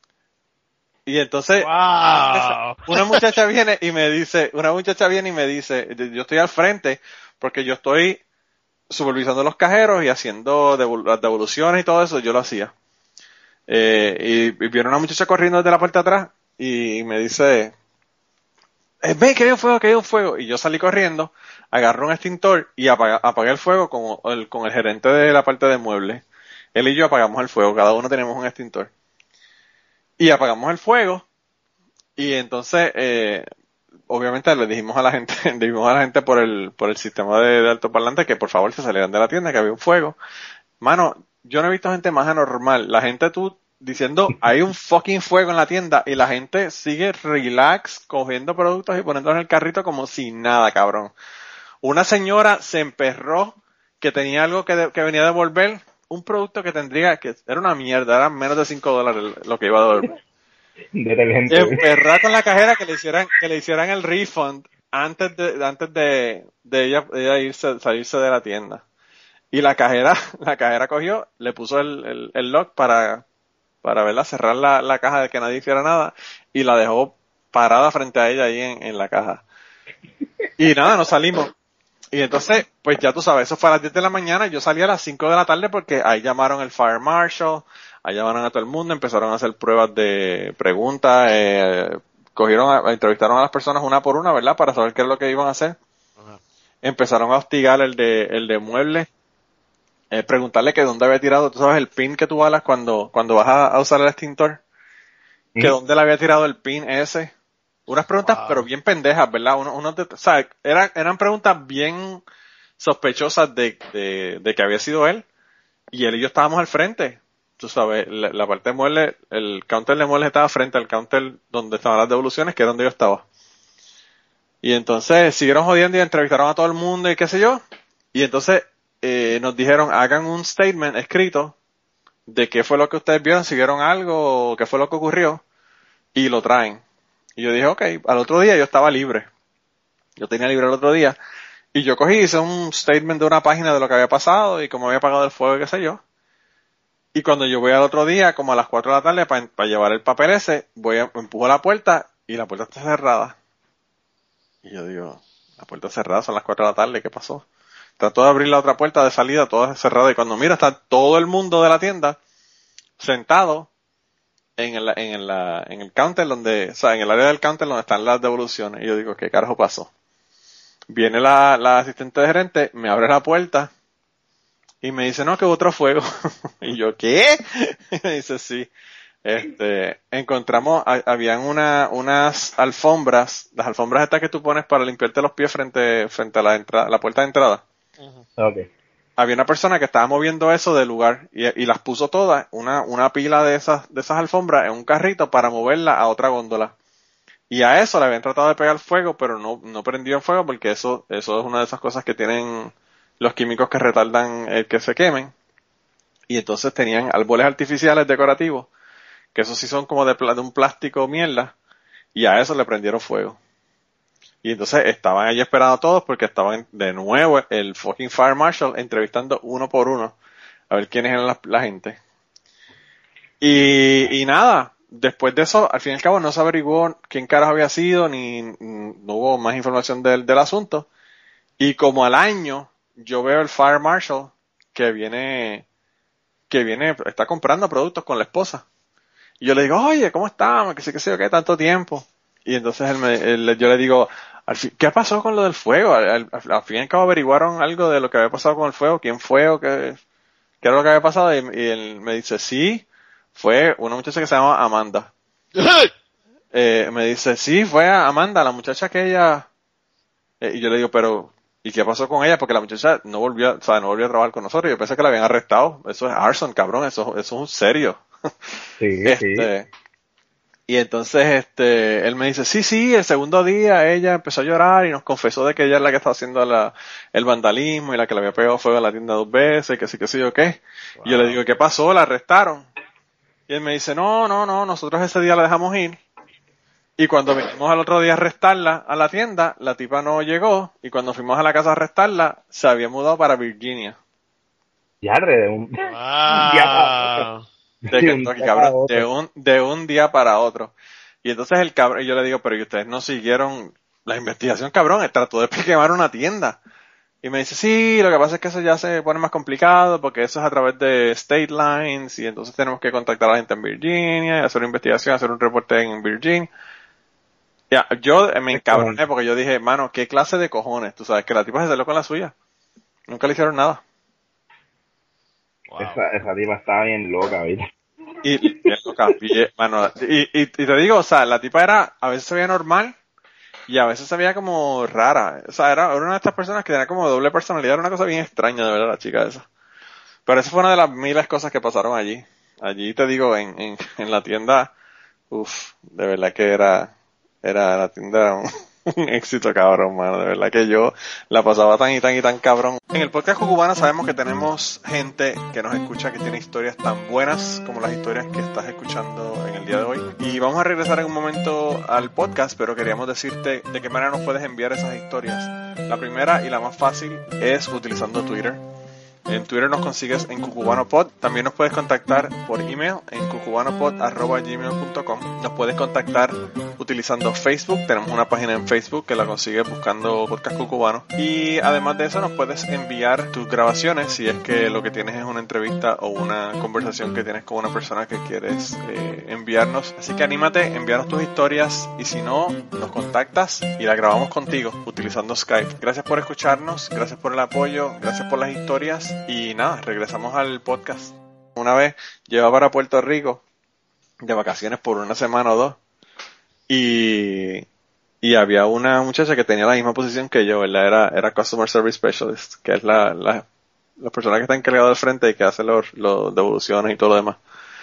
B: Y entonces,
A: Wow.
B: una muchacha viene y me dice, una muchacha viene y me dice, yo estoy al frente porque yo estoy supervisando los cajeros y haciendo devol- las devoluciones y todo eso, yo lo hacía. Eh, y, y viene una muchacha corriendo desde la parte de atrás y me dice, eh, ven que hay un fuego, que hay un fuego. Y yo salí corriendo, agarré un extintor y apaga- apagué el fuego con el, con el gerente de la parte de muebles. Él y yo apagamos el fuego, cada uno tenemos un extintor. Y apagamos el fuego y entonces, eh, obviamente le dijimos a la gente, le dijimos a la gente por el, por el sistema de, de altoparlante que por favor se salieran de la tienda, que había un fuego. Mano, yo no he visto gente más anormal. La gente tú diciendo, hay un fucking fuego en la tienda y la gente sigue relax cogiendo productos y poniéndolos en el carrito como si nada, cabrón. Una señora se emperró que tenía algo que, de- que venía a devolver, un producto que tendría, que era una mierda, era menos de cinco dólares lo que iba a devolver.
F: Detergente.
B: Emperrada con la cajera que le hicieran, que le hicieran el refund antes de, antes de, de ella, ella irse, salirse de la tienda. Y la cajera, la cajera cogió, le puso el, el, el lock para, para verla, cerrar la, la caja de que nadie hiciera nada, y la dejó parada frente a ella ahí en, en la caja. Y nada, nos salimos. Y entonces, pues ya tú sabes, eso fue a las diez de la mañana, yo salí a las cinco de la tarde porque ahí llamaron el Fire Marshal, ahí llamaron a todo el mundo, empezaron a hacer pruebas de preguntas, eh, cogieron, a, entrevistaron a las personas una por una, ¿verdad? Para saber qué es lo que iban a hacer.
G: Ajá.
B: Empezaron a hostigar el de, el de muebles, eh, preguntarle que dónde había tirado, tú sabes, el pin que tú balas cuando, cuando vas a, a usar el extintor, que
F: Mm.
B: dónde le había tirado el pin ese. Unas preguntas,
G: Wow.
B: pero bien pendejas, ¿verdad? Uno, uno te- o sea, eran, eran preguntas bien sospechosas de, de, de que había sido él, y él y yo estábamos al frente. Tú sabes, la, la parte de muebles, el counter de muebles estaba frente al counter donde estaban las devoluciones, que era donde yo estaba. Y entonces siguieron jodiendo y entrevistaron a todo el mundo y qué sé yo. Y entonces eh, nos dijeron, hagan un statement escrito de qué fue lo que ustedes vieron, si vieron algo, o qué fue lo que ocurrió, y lo traen. Y yo dije, ok, al otro día yo estaba libre. Yo tenía libre el otro día. Y yo cogí, hice un statement de una página de lo que había pasado y cómo había apagado el fuego y qué sé yo. Y cuando yo voy al otro día, como a las cuatro de la tarde, para llevar el papel ese, voy a, empujo la puerta y la puerta está cerrada. Y yo digo, la puerta cerrada, son las cuatro de la tarde, ¿qué pasó? Trato de abrir la otra puerta de salida, toda cerrada, y cuando miro está todo el mundo de la tienda sentado en el, en la, en el counter donde, o sea, en el área del counter donde están las devoluciones. Y yo digo, ¿qué carajo pasó? Viene la, la asistente de gerente, me abre la puerta y me dice, no, que hubo otro fuego. Y yo, ¿qué? Y me dice, sí. Este, encontramos, ha- habían una, unas alfombras, las alfombras estas que tú pones para limpiarte los pies frente, frente a la entrada, la puerta de entrada.
F: Ok.
B: Había una persona que estaba moviendo eso del lugar y, y las puso todas, una, una pila de esas, de esas alfombras en un carrito para moverla a otra góndola. Y a eso le habían tratado de pegar fuego, pero no, no prendió el fuego porque eso, eso es una de esas cosas que tienen los químicos que retardan el que se quemen. Y entonces tenían árboles artificiales decorativos, que esos sí son como de, pla- de un plástico mierda, y a eso le prendieron fuego. Y entonces estaban allí esperando a todos porque estaban de nuevo el fucking Fire Marshal entrevistando uno por uno a ver quiénes eran la, la gente. Y, y nada, después de eso, al fin y al cabo no se averiguó quién carajo había sido, ni no hubo más información del, del asunto. Y como al año, yo veo el Fire Marshal que viene, que viene, está comprando productos con la esposa. Y yo le digo, oye, ¿cómo estamos? Que sé que sé, ¿qué? Tanto tiempo. Y entonces él me, él, yo le digo, al fin, ¿qué pasó con lo del fuego? Al, al, al fin y al cabo averiguaron algo de lo que había pasado con el fuego, quién fue o qué, qué era lo que había pasado. Y, y él me dice, sí, fue una muchacha que se llama Amanda. eh, me dice, sí, fue Amanda, la muchacha que ella, eh, y yo le digo, pero, ¿y qué pasó con ella? Porque la muchacha no volvió, o sea, no volvió a trabajar con nosotros. Yo pensé que la habían arrestado. Eso es arson, cabrón, eso, eso es un serio.
F: Sí,
B: este,
F: sí.
B: Y entonces este él me dice, sí, sí, el segundo día ella empezó a llorar y nos confesó de que ella es la que estaba haciendo la, el vandalismo y la que le había pegado fuego a la tienda dos veces, que sí, que sí, o qué. Wow. Y yo le digo, ¿qué pasó? ¿La arrestaron? Y él me dice, no, no, no, nosotros ese día la dejamos ir. Y cuando vinimos al otro día a arrestarla a la tienda, la tipa no llegó. Y cuando fuimos a la casa a arrestarla, se había mudado para Virginia.
F: Ya, de un,
G: wow.
F: un día para otro.
B: De, que, un día cabrón, de, un, de un día para otro. Y entonces el cabrón, y yo le digo, pero ¿y ustedes no siguieron la investigación, cabrón? Él trató de quemar una tienda. Y me dice, sí, lo que pasa es que eso ya se pone más complicado porque eso es a través de state lines y entonces tenemos que contactar a la gente en Virginia, hacer una investigación, hacer un reporte en Virginia. Ya, yo me encabroné porque yo dije, mano, ¿qué clase de cojones? Tú sabes que la tipa se salió con la suya. Nunca le hicieron nada.
F: Wow. Esa, esa tipa estaba bien loca, ¿viste?
B: Y, y, loca, y, mano, y, y, y te digo, o sea, la tipa era, a veces se veía normal y a veces se veía como rara. O sea, era, era una de estas personas que tenía como doble personalidad, era una cosa bien extraña, de verdad, la chica esa. Pero esa fue una de las miles cosas que pasaron allí. Allí te digo, en, en, en la tienda, uff, de verdad que era, era la tienda, era un, un éxito cabrón, mano, de verdad que yo la pasaba tan y tan y tan cabrón. En el podcast Cucubana sabemos que tenemos gente que nos escucha que tiene historias tan buenas como las historias que estás escuchando en el día de hoy. Y vamos a regresar en un momento al podcast, pero queríamos decirte de qué manera nos puedes enviar esas historias. La primera y la más fácil es utilizando Twitter. En Twitter nos consigues en cucubanopod. También nos puedes contactar por email en cucubanopod arroba gmail punto com. Nos puedes contactar utilizando Facebook. Tenemos una página en Facebook que la consigues buscando Podcast Cucubano. Y además de eso nos puedes enviar tus grabaciones si es que lo que tienes es una entrevista o una conversación que tienes con una persona que quieres eh, enviarnos. Así que anímate, envíanos tus historias y si no, nos contactas y la grabamos contigo utilizando Skype. Gracias por escucharnos, gracias por el apoyo, gracias por las historias. Y nada, regresamos al podcast. Una vez llevaba para Puerto Rico de vacaciones por una semana o dos y, y había una muchacha que tenía la misma posición que yo, ¿verdad? Era, era Customer Service Specialist, que es la, la, la persona que está encargada del frente y que hace los, los devoluciones y todo lo demás.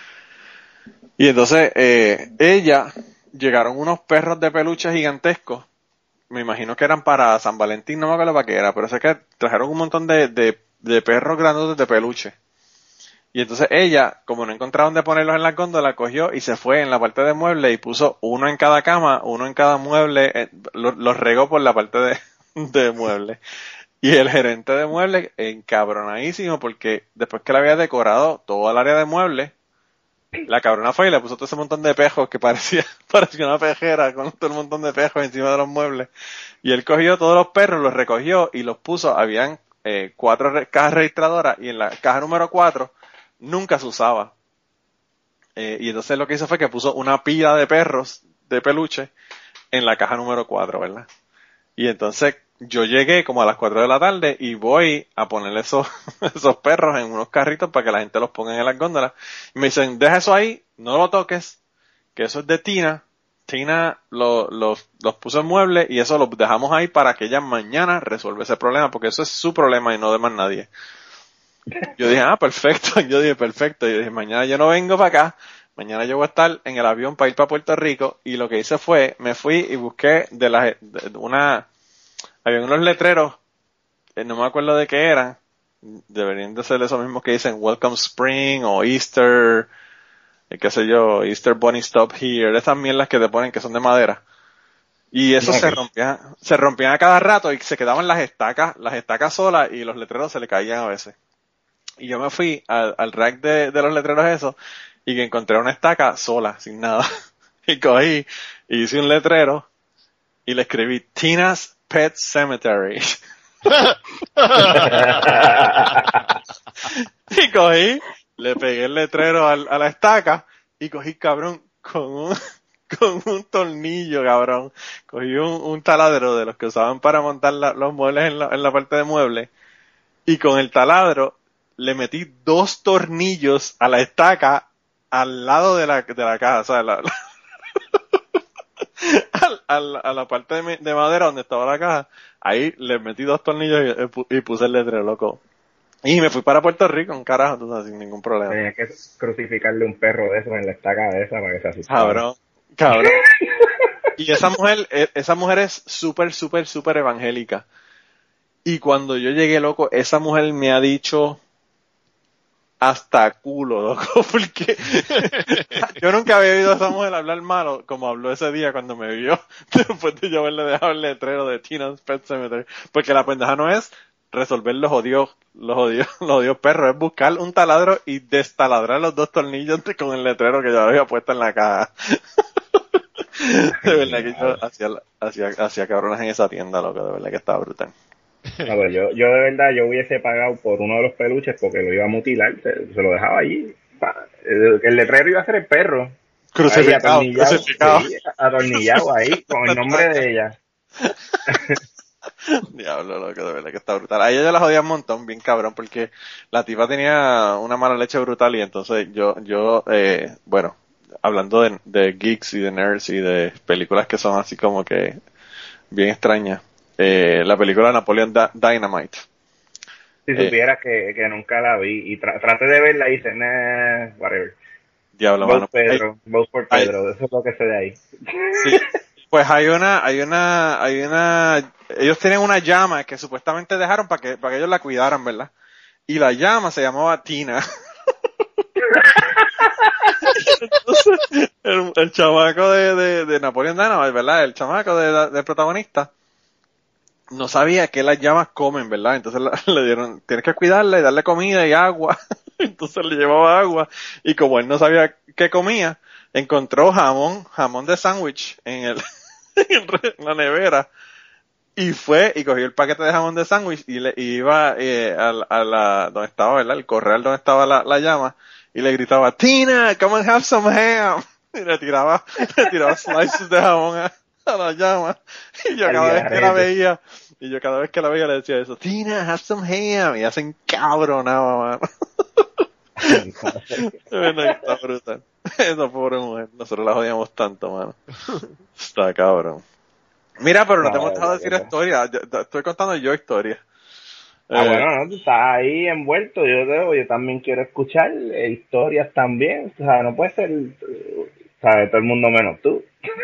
B: Y entonces eh, ella, llegaron unos perros de peluche gigantescos, me imagino que eran para San Valentín, no me acuerdo para qué era, pero sé que trajeron un montón de, de de perros grandes de peluche. Y entonces ella, como no encontraba dónde ponerlos en la góndola, cogió y se fue en la parte de muebles y puso uno en cada cama, uno en cada mueble, eh, los lo regó por la parte de, de muebles. Y el gerente de muebles, encabronadísimo, porque después que le había decorado todo el área de muebles, la cabrona fue y le puso todo ese montón de pejos que parecía, parecía una pejera con todo el montón de pejos encima de los muebles. Y él cogió todos los perros, los recogió y los puso, habían Eh, cuatro re- cajas registradoras y en la caja número cuatro nunca se usaba. Eh, y entonces lo que hizo fue que puso una pila de perros de peluche en la caja número cuatro, ¿verdad? Y entonces yo llegué como a las cuatro de la tarde y voy a ponerle esos, esos perros en unos carritos para que la gente los ponga en las góndolas. Y me dicen, deja eso ahí, no lo toques, que eso es de Tina. Tina los lo, lo puso en muebles y eso lo dejamos ahí para que ella mañana resuelva ese problema, porque eso es su problema y no de más nadie. Yo dije, ah, perfecto. Yo dije, perfecto. Yo dije, mañana yo no vengo para acá. Mañana yo voy a estar en el avión para ir para Puerto Rico. Y lo que hice fue, me fui y busqué de las, de una, había unos letreros, no me acuerdo de qué eran. Deberían de ser esos mismos que dicen Welcome Spring o Easter, qué sé yo, Easter Bunny Stop Here, esas mierdas que te ponen que son de madera. Y eso okay. se rompía, se rompían a cada rato y se quedaban las estacas, las estacas solas y los letreros se le caían a veces. Y yo me fui al, al rack de, de los letreros esos y que encontré una estaca sola, sin nada. Y cogí y hice un letrero y le escribí Tina's Pet Cemetery. Y cogí, le pegué el letrero al, a la estaca y cogí, cabrón, con un, con un tornillo, cabrón. Cogí un, un taladro de los que usaban para montar la, los muebles en la, en la parte de muebles y con el taladro le metí dos tornillos a la estaca al lado de la, de la caja, o sea, la, la al, al, a la parte de, de madera donde estaba la caja, ahí le metí dos tornillos y, y puse el letrero, loco. Y me fui para Puerto Rico, un carajo, tú sabes, sin ningún problema.
F: Tenías que crucificarle un perro de esos en la estaca de esa para que se asustara.
B: Cabrón, cabrón. Y esa mujer, esa mujer es súper, súper, súper evangélica. Y cuando yo llegué, loco, esa mujer me ha dicho hasta culo, loco, porque yo nunca había oído a esa mujer hablar malo como habló ese día cuando me vio, después de yo haberle dejado el letrero de Tina's Pet Cemetery, porque la pendeja no es resolver los odios, los odios, los odios perros, es buscar un taladro y destaladrar los dos tornillos con el letrero que yo había puesto en la caja. De verdad que yo hacía, hacía, hacía cabronas en esa tienda, loco, de verdad que estaba brutal.
F: No, pero yo, yo de verdad, yo hubiese pagado por uno de los peluches porque lo iba a mutilar, se, se lo dejaba allí. El, el letrero iba a ser el perro.
B: Crucificado,
F: Ahí, atornillado,
B: crucificado.
F: sí, atornillado ahí, con el nombre de ella.
B: Diablo, loco, de verdad que está brutal. A ella yo la jodía un montón, bien cabrón, porque la tipa tenía una mala leche brutal y entonces yo, yo, eh, bueno, hablando de, de geeks y de nerds y de películas que son así como que bien extrañas, eh, la película Napoleon da- Dynamite.
F: Si
B: Eh,
F: supieras que, que nunca la vi y tra- traté de verla y hice, nah, whatever.
B: Diablo,
F: Vote
B: mano.
F: Pedro,
B: Ay,
F: vote por
B: ay.
F: Pedro, eso es lo que sé de ahí.
B: Sí. Pues hay una, hay una, hay una, ellos tienen una llama que supuestamente dejaron para que, para que ellos la cuidaran, ¿verdad? Y la llama se llamaba Tina. Entonces, el, el chamaco de, de, de Napoleon Dynamite, ¿verdad? El chamaco de, del protagonista no sabía que las llamas comen, ¿verdad? Entonces la- le dieron, tienes que cuidarla y darle comida y agua. Entonces le llevaba agua y como él no sabía qué comía, encontró jamón, jamón de sándwich en el, en el re- en la nevera y fue y cogió el paquete de jamón de sándwich y le y iba eh, a, la- a la donde estaba, ¿verdad? El corral donde estaba la, la llama y le gritaba, Tina, come and have some ham. Y le tiraba, le tiraba slices de jamón a, a la llama. Y yo
F: Al
B: cada vez que la
F: garete.
B: veía, y yo cada vez que la veía le decía eso, Tina, have some ham. Y hacen cabronaba, mano. De verdad que está brutal. Esa pobre mujer, nosotros la jodíamos tanto, mano. Está cabrón. Mira, pero no
F: No,
B: te hemos
F: de
B: dejado
F: verdad
B: decir
F: que no.
B: historia. Yo- yo- Estoy contando yo historia.
F: Ah,
B: Eh,
F: bueno, no, tú estás ahí envuelto, yo debo, yo también quiero escuchar eh, historias también, o sea, no puede ser, eh, ¿sabes? Todo el mundo menos tú.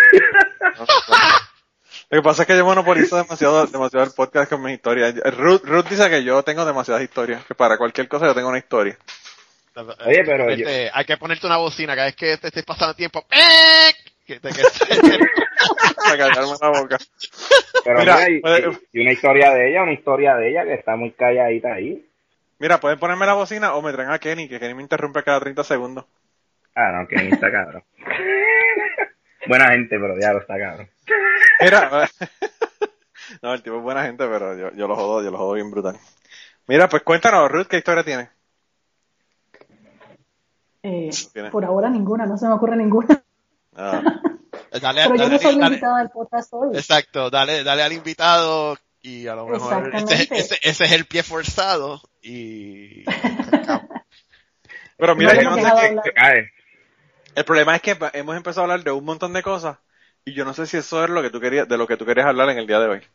B: Lo que pasa es que yo monopolizo demasiado, demasiado el podcast con mis historias. Ruth, Ruth dice que yo tengo demasiadas historias, que para cualquier cosa yo tengo una historia.
F: Oye, pero yo-
G: Ponerte- hay que ponerte una bocina cada vez que te estés pasando tiempo. ¡Eh! Que te, que te-
B: Para callarme la boca.
F: Pero
B: Mira,
F: mira, y,
B: puede-
F: y una historia de ella, una historia de ella que está muy calladita ahí.
B: Mira, pueden ponerme la bocina o me traen a Kenny, que Kenny me interrumpe cada treinta segundos.
F: Ah, no, que ni está cabrón. Buena gente, pero ya lo está cabrón.
B: Mira, no, el tipo es buena gente, pero yo, yo lo jodo, yo lo jodo bien brutal. Mira, pues cuéntanos, Ruth, ¿qué historia tienes?
D: Eh,
B: Tiene.
D: por ahora ninguna, no se me ocurre ninguna.
B: Ah,
G: dale,
D: Pero yo
G: dale,
D: no soy la
G: dale-
D: invitada del podcast hoy.
G: exacto, dale, dale al invitado y a lo mejor ese,
D: Exactamente.
G: ese, ese es el pie forzado y
B: pero mira,
D: No
B: yo no
D: hemos
B: sé
D: dejado
B: qué.
D: hablar.
F: A ver,
B: El problema es que hemos empezado a hablar de un montón de cosas y yo no sé si eso es lo que tú querías, de lo que tú querías hablar en el día de hoy.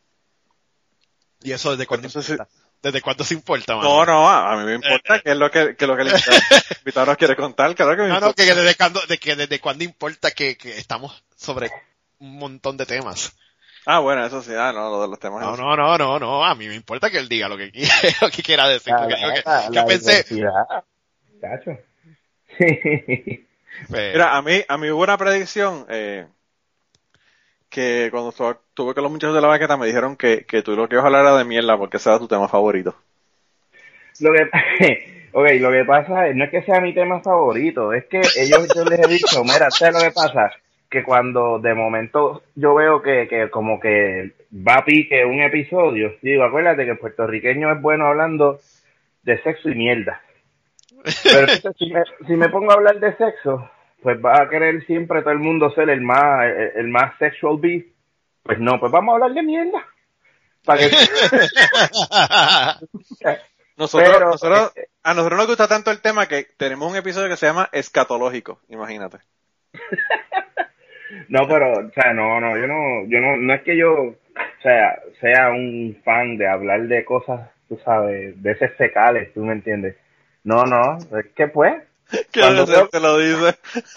G: y eso desde cuándo
B: Entonces,
G: importa? ¿Desde cuándo se importa, mano?
B: No, no, a, a mí me importa qué es lo que, que lo que el invitado nos quiere contar, claro que me
G: No,
B: importa.
G: no, que desde cuándo, de que desde cuándo importa que, que estamos sobre un montón de temas.
B: Ah, bueno, eso sí, ah, no, lo de los temas.
G: No, no, no, no, no, a mí me importa que él diga lo que, quiera- lo que quiera decir.
F: la,
G: porque yo, que-
F: la-
G: yo
F: la
G: pensé,
F: diversidad, chacho.
G: pues,
B: Mira, a mí, a mí hubo una predicción, eh, que cuando estuve, estuve con los muchachos de la baqueta me dijeron que, que tú lo que ibas a hablar era de mierda porque ese era tu tema favorito.
F: Lo que, okay, lo que pasa es, no es que sea mi tema favorito, es que ellos, yo les he dicho, mira, ¿sabes lo que pasa? Que cuando de momento yo veo que, que como que va a pique un episodio, digo, acuérdate que el puertorriqueño es bueno hablando de sexo y mierda. Pero entonces, si me, si me pongo a hablar de sexo, pues va a querer siempre todo el mundo ser el más, el, el más sexual beef. Pues no, pues vamos a hablar de mierda. Para que...
B: Nosotros,
F: Pero,
B: nosotros,
F: eh,
B: a nosotros nos gusta tanto el tema que tenemos un episodio que se llama Escatológico, imagínate.
F: No, pero, o sea, no, no, yo no, yo no, no es que yo, o sea, sea un fan de hablar de cosas, tú sabes, de esos fecales, tú me entiendes. No, no, es que pues,
B: Que
F: cuando veo
B: te lo dice.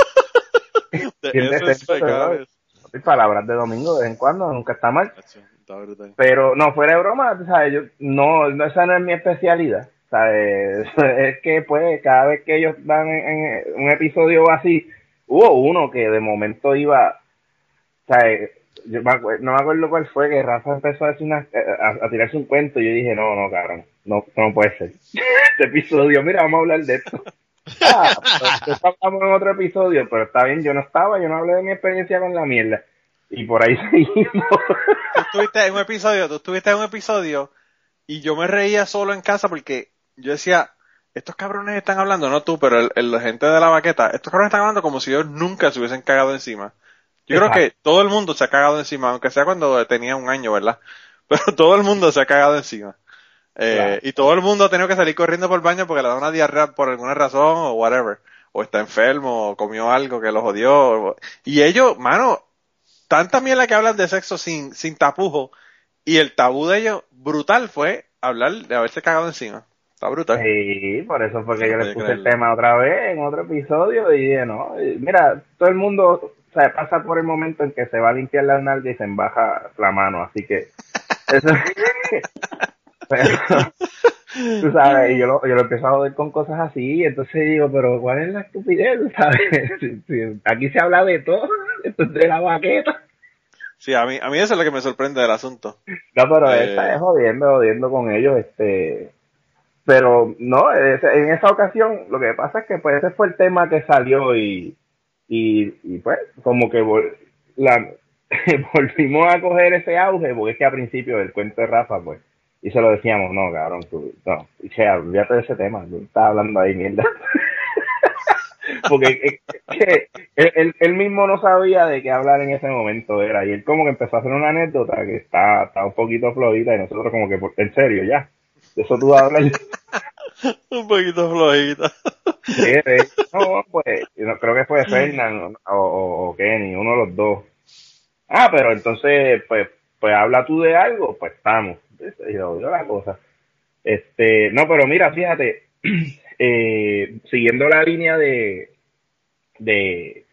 B: De
F: bien
B: esos
F: decente,
B: fecales.
F: ¿verdad? Palabras de domingo de vez en cuando, nunca está mal.
B: Está brutal.
F: Pero no, fuera de broma, tú sabes, yo, no, no, esa no es mi especialidad, ¿sabes? Es que pues, cada vez que ellos dan en, en un episodio así, hubo uno que de momento iba, ¿sabes? Yo me acuer- no me acuerdo cuál fue, que Rafa empezó a, decir una, a, a tirarse un cuento y yo dije, no, no, cabrón, no, no puede ser. Este episodio, mira, vamos a hablar de esto. Ah, pues, esto hablamos en otro episodio, pero está bien, yo no estaba, yo no hablé de mi experiencia con la mierda. Y por ahí seguimos.
B: Tú estuviste en un episodio, tú estuviste en un episodio y yo me reía solo en casa porque yo decía, estos cabrones están hablando, no tú, pero el, el- la gente de la baqueta, estos cabrones están hablando como si ellos nunca se hubiesen cagado encima. Yo creo que todo el mundo se ha cagado encima, aunque sea cuando tenía un año, ¿verdad? Pero todo el mundo se ha cagado encima. Eh,
F: Claro.
B: Y todo el mundo ha tenido que salir corriendo por el baño porque le da una diarrea por alguna razón o whatever. O está enfermo, o comió algo que lo jodió. o- Y ellos, mano, tanta mierda que hablan de sexo sin, sin tapujo. Y el tabú de ellos, brutal, fue hablar de haberse cagado encima. Está brutal.
F: Sí, por eso fue que yo
B: No
F: les
B: podía
F: puse el
B: creerlo.
F: tema otra vez en otro episodio y dije, no, y mira, todo el mundo, o sea, pasa por el momento en que se va a limpiar la nalga y se embaja la mano, así que eso pero, tú sabes, y yo lo, yo lo empiezo a joder con cosas así, y entonces digo, pero ¿cuál es la estupidez? ¿Sabes? Si- si aquí se habla de todo, esto es de la baqueta.
B: Sí, a mí, a mí eso es lo que me sorprende del asunto.
F: No, pero
B: Eh,
F: esta es jodiendo, jodiendo con ellos, este, pero no, ese- en esa ocasión lo que pasa es que pues ese fue el tema que salió y, y, y pues como que vol- la, volvimos a coger ese auge, porque es que a principio del cuento de Rafa, pues, y se lo decíamos, no, cabrón, tú, no, y sea, olvídate de ese tema, tú estás hablando ahí mierda. Porque es que él, él- él mismo no sabía de qué hablar en ese momento era, y él como que empezó a hacer una anécdota que está, está un poquito flojita, y nosotros como que, por- en serio, ya, de eso tú vas a hablar.
B: un poquito flojita.
F: Sí, de- no, pues, yo no- creo que fue Fernan o, o, o Kenny, uno de los dos. Ah, pero entonces, pues, pues habla tú de algo, pues estamos. Y yo, yo la cosa. Este, no, pero mira, fíjate, eh, siguiendo la línea de, de,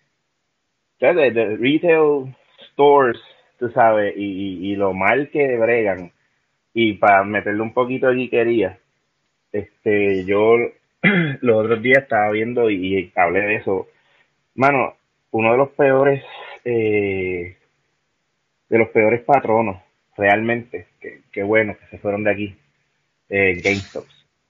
F: de, de, de retail stores, tú sabes, y, y, y lo mal que bregan, y para meterle un poquito de guiquería, este, yo los otros días estaba viendo y, y hablé de eso. Mano, uno de los peores, eh, de los peores patronos, realmente, que, que bueno que se fueron de aquí, eh, GameStop.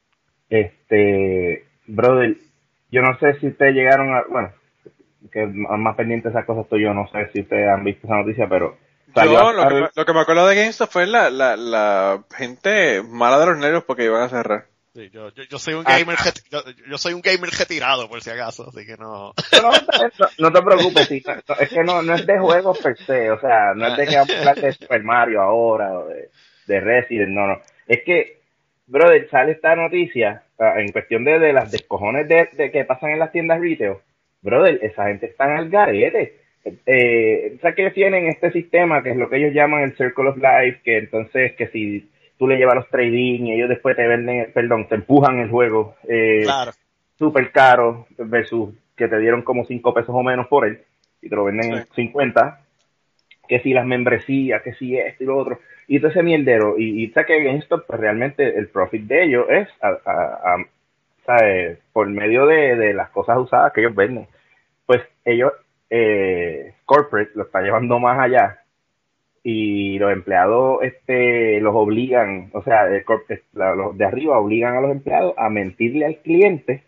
F: Este, brother, yo no sé si ustedes llegaron a, bueno, que más más pendiente de esas cosas estoy yo, no sé si ustedes han visto esa noticia, pero salió
B: Yo,
F: a-
B: lo que, me, lo que me acuerdo de GameStop fue la, la, la gente mala de los nervios porque iban a cerrar.
G: Sí, yo, yo, yo soy un
F: Ah,
G: gamer reti- yo, yo soy un gamer retirado por si acaso, así que no.
F: No, no, no, no te preocupes, sí, no, no, es que no, no es de juegos per se, o sea, no es de que vamos a hablar de Super Mario ahora o de, de Resident, no, no. Es que, brother, sale esta noticia uh, en cuestión de, de las descojones de, de que pasan en las tiendas retail. Brother, esa gente está al garete. Eh, ¿sabes que tienen este sistema que es lo que ellos llaman el Circle of Life? Que entonces, que si tú le llevas los trading y ellos después te venden, perdón, te empujan el juego. Eh,
G: Claro.
F: súper caro versus que te dieron como cinco pesos o menos por él y te lo venden en
B: Sí.
F: cincuenta, que si las membresías, que si esto y lo otro, y todo ese mierdero, y, y sabes que GameStop pues realmente el profit de ellos es a, a, a, ¿sabes? Por medio de, de las cosas usadas que ellos venden, pues ellos eh, corporate lo está llevando más allá y los empleados este los obligan, o sea, el corp- la- los de arriba obligan a los empleados a mentirle al cliente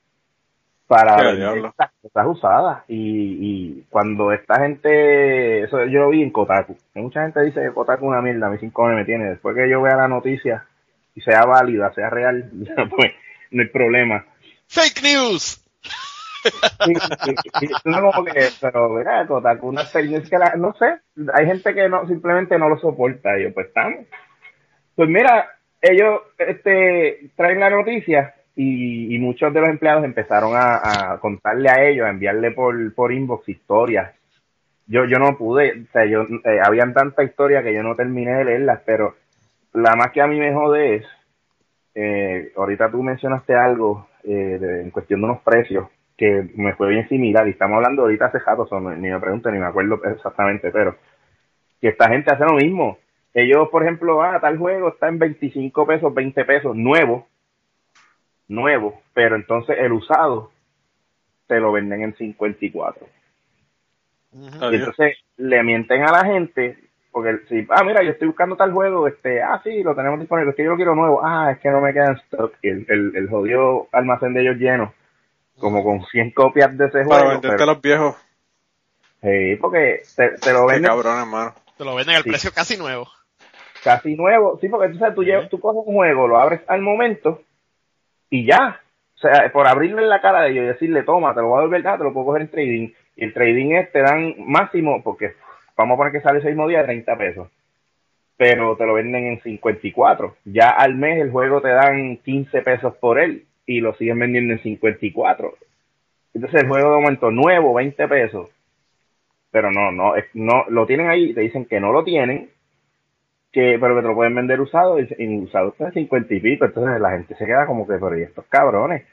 F: para
B: Qué
F: vender
B: diablo.
F: estas cosas usadas. Y, y cuando esta gente, eso yo lo vi en Kotaku, que mucha gente dice que Kotaku es una mierda, a mí cinco me tiene, después que yo vea la noticia y sea válida, sea real, pues no hay problema.
G: Fake news.
F: Sí, sí, sí, no como que, pero mira, Kotaku no sé, es que la- no sé, hay gente que no simplemente no lo soporta, y yo pues estamos. Pues mira, ellos este traen la noticia y, y muchos de los empleados empezaron a, a contarle a ellos, a enviarle por, por inbox historias. Yo yo no pude, o sea, yo eh, habían tanta historia que yo no terminé de leerlas, pero la más que a mí me jode es, eh, ahorita tú mencionaste algo eh, de- en cuestión de unos precios que me fue bien similar, y estamos hablando ahorita hace rato, so, ni me pregunto ni me acuerdo exactamente, pero que esta gente hace lo mismo. Ellos, por ejemplo, ah, tal juego está en veinticinco pesos, veinte pesos, nuevo, nuevo, pero entonces el usado te lo venden en cincuenta y cuatro.
G: Ujú.
F: Y
B: Adiós.
F: entonces le mienten a la gente, porque si, ah, mira, yo estoy buscando tal juego, este, ah, sí, lo tenemos disponible, es que yo lo quiero nuevo, ah, es que no me queda en stock, y el, el, el jodido almacén de ellos lleno, como con cien copias de ese
B: Para
F: juego,
B: venderte
F: pero,
B: a los viejos.
F: sí, porque te, te lo
B: Qué
F: venden
B: cabrón, hermano.
G: Te lo venden al
F: Sí.
G: precio casi nuevo.
F: casi nuevo, sí, porque tú sabes, tú, llevas, tú coges un juego, lo abres al momento y ya, o sea, por abrirle en la cara de ellos y decirle, toma, te lo voy a devolver, ah, te lo puedo coger en trading, y el trading es, te dan máximo, porque vamos a poner que sale ese mismo día, treinta pesos, pero te lo venden en cincuenta y cuatro, ya al mes el juego te dan quince pesos por él, y lo siguen vendiendo en cincuenta y cuatro, entonces el juego de momento nuevo, veinte pesos, pero no, no, es, no, lo tienen ahí y te dicen que no lo tienen, que pero que te lo pueden vender usado, y, y usado está en cincuenta y pico, entonces la gente se queda como que, pero ¿y estos cabrones?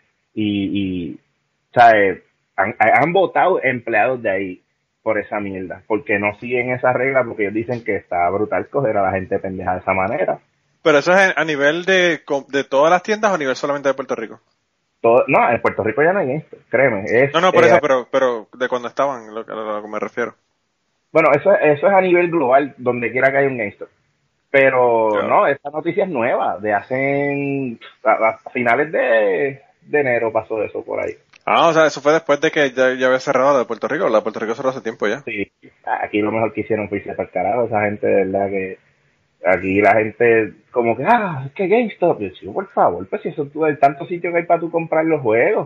F: Y, y o sea, eh, han, han votado empleados de ahí por esa mierda, porque no siguen esa regla, porque ellos dicen que está brutal coger a la gente pendeja de esa manera.
B: Pero eso es a nivel de, de todas las tiendas o a nivel solamente de Puerto Rico.
F: Todo, no, en Puerto Rico ya no hay esto, créeme. Es,
B: No, no, por
F: eh,
B: eso, pero, pero de cuando estaban, lo, que- a lo que me refiero.
F: bueno, eso, eso es a nivel global, donde quiera que haya un GameStop. Pero
B: Claro.
F: no, esta noticia es nueva, de hace a, a finales de, de enero pasó eso por ahí.
B: Ah, o sea, eso fue después de que ya, ya había cerrado la de Puerto Rico. La de Puerto Rico cerró hace tiempo ya.
F: Sí, aquí lo mejor que hicieron fue irse para el carajo, esa gente, de verdad que aquí la gente como que, ah, es que GameStop, yo digo, por favor, pues si eso tú, hay tantos sitios que hay para tú comprar los juegos.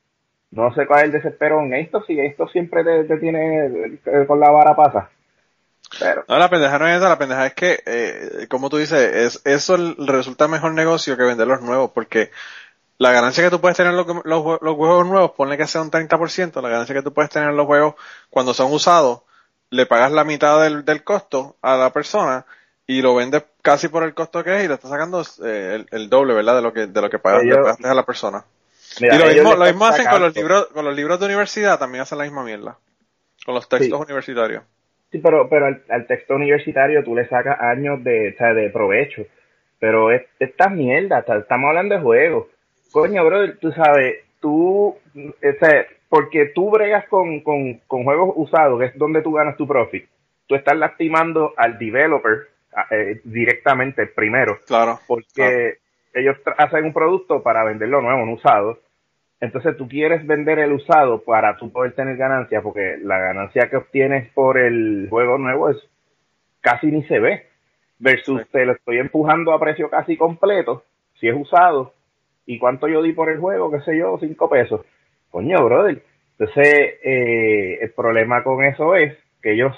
F: No sé cuál es el desespero en GameStop, si GameStop siempre te, te tiene eh, con la vara pasa. Pero,
B: No, la pendeja no es esa, la pendeja es que, eh, como tú dices, es, eso el- resulta mejor negocio que vender los nuevos, porque la ganancia que tú puedes tener en los, los, jue- los juegos nuevos, ponle que sea un treinta por ciento, la ganancia que tú puedes tener en los juegos cuando son usados, le pagas la mitad del, del costo a la persona y lo vendes casi por el costo que es y le estás sacando eh, el, el doble, ¿verdad? De lo que, de lo que pagas, le
F: ellos,
B: pagaste a la persona.
F: mira,
B: Y lo
F: ellos
B: mismo,
F: le
B: lo
F: están
B: mismo hacen con los
F: sacando.
B: libros, con los libros de universidad, también hacen la misma mierda. Con los textos
F: Sí.
B: universitarios.
F: Sí, pero, pero al, al texto universitario tú le sacas años de, o sea, de provecho. Pero es, esta mierda, está- estamos hablando de juegos. Coño, bro, tú sabes, tú, o sea, porque tú bregas con, con, con juegos usados, que es donde tú ganas tu profit, tú estás lastimando al developer eh, directamente primero,
B: Claro.
F: porque
B: claro.
F: ellos tra- hacen un producto para venderlo nuevo, un usado. Entonces tú quieres vender el usado para tú poder tener ganancia, porque la ganancia que obtienes por el juego nuevo es casi ni se ve, versus
B: Sí.
F: te lo estoy empujando a precio casi completo, si es usado, y cuánto yo di por el juego, qué sé yo, cinco pesos. Coño, brother. Entonces, eh, el problema con eso es que ellos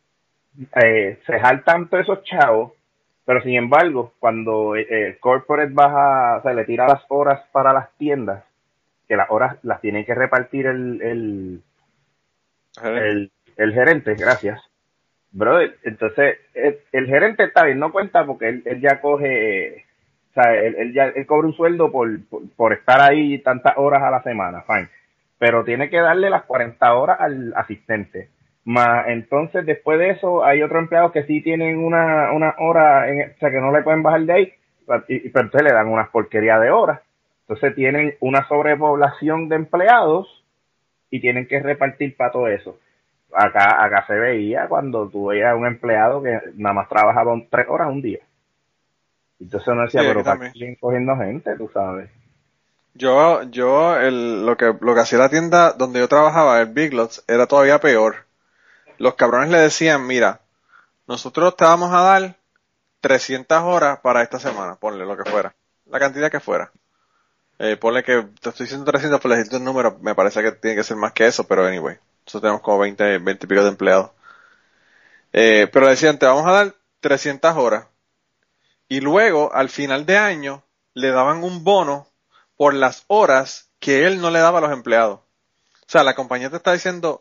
F: eh, se jaltan todos esos chavos, pero sin embargo, cuando eh, el corporate baja, o sea, le tira las horas para las tiendas, que las horas las tiene que repartir el, el, el, el gerente, gracias. Brother, entonces el, el gerente está bien, no cuenta porque él, él ya coge, o sea, él, él ya él cobra un sueldo por, por, por estar ahí tantas horas a la semana, fine. Pero tiene que darle las cuarenta horas al asistente. Más entonces después de eso hay otros empleados que sí tienen una, una hora, en, o sea, que no le pueden bajar de ahí, y, pero entonces le dan unas porquerías de horas. Entonces tienen una sobrepoblación de empleados y tienen que repartir para todo eso. acá acá se veía cuando tú veías a un empleado que nada más trabajaba un- tres horas un día. Entonces uno decía,
B: Sí, aquí
F: pero ¿para
B: también.
F: qué siguen cogiendo gente? Tú sabes.
B: Yo, yo, el, lo que, lo que hacía la tienda donde yo trabajaba, el Big Lots, era todavía peor. Los cabrones le decían, mira, nosotros te vamos a dar trescientas horas para esta semana, ponle lo que fuera, la cantidad que fuera. Eh, ponle que, te estoy diciendo trescientos, por decirte un número, me parece que tiene que ser más que eso, pero anyway, nosotros tenemos como veinte, veinte y pico de empleados. Eh, pero le decían, te vamos a dar trescientas horas. Y luego, al final de año, le daban un bono por las horas que él no le daba a los empleados. O sea, la compañía te está diciendo,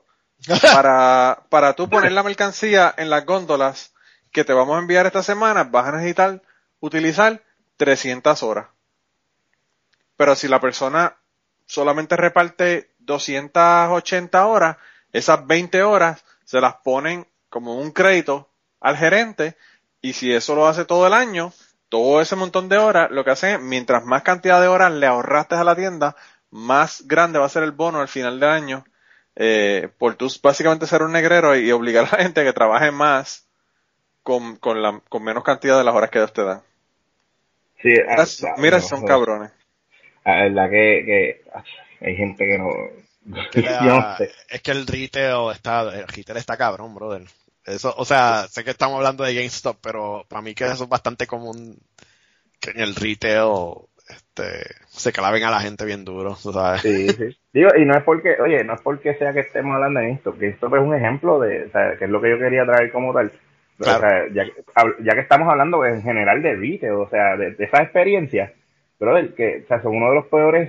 B: para, para tú poner la mercancía en las góndolas que te vamos a enviar esta semana, vas a necesitar utilizar trescientas horas. Pero si la persona solamente reparte doscientas ochenta horas, esas veinte horas se las ponen como un crédito al gerente, y si eso lo hace todo el año, todo ese montón de horas, lo que hacen es, mientras más cantidad de horas le ahorraste a la tienda, más grande va a ser el bono al final del año, eh, por tú básicamente ser un negrero y, y obligar a la gente a que trabaje más con, con, la, con menos cantidad de las horas que ellos te dan.
F: Sí,
B: Mira,
F: ah, ah,
B: mira,
F: no,
B: son
F: no.
B: cabrones.
F: La verdad que, que ah, hay gente que no...
G: Que le
F: yo no
G: da-
F: sé.
G: es que el retail está, el retail está cabrón, brother. Eso, o sea, sé que estamos hablando de GameStop, pero para mí que eso es bastante común que en el retail, este, se claven a la gente bien duro, tú sabes.
F: Sí, sí. Digo, y no es porque, oye, no es porque sea que estemos hablando de esto, que esto es un ejemplo de, o sea, que es lo que yo quería traer como tal.
G: Claro.
F: O sea, ya, que- hab- ya que estamos hablando en general de retail, o sea, de, de esa experiencia, brother, que, o sea, son uno de los peores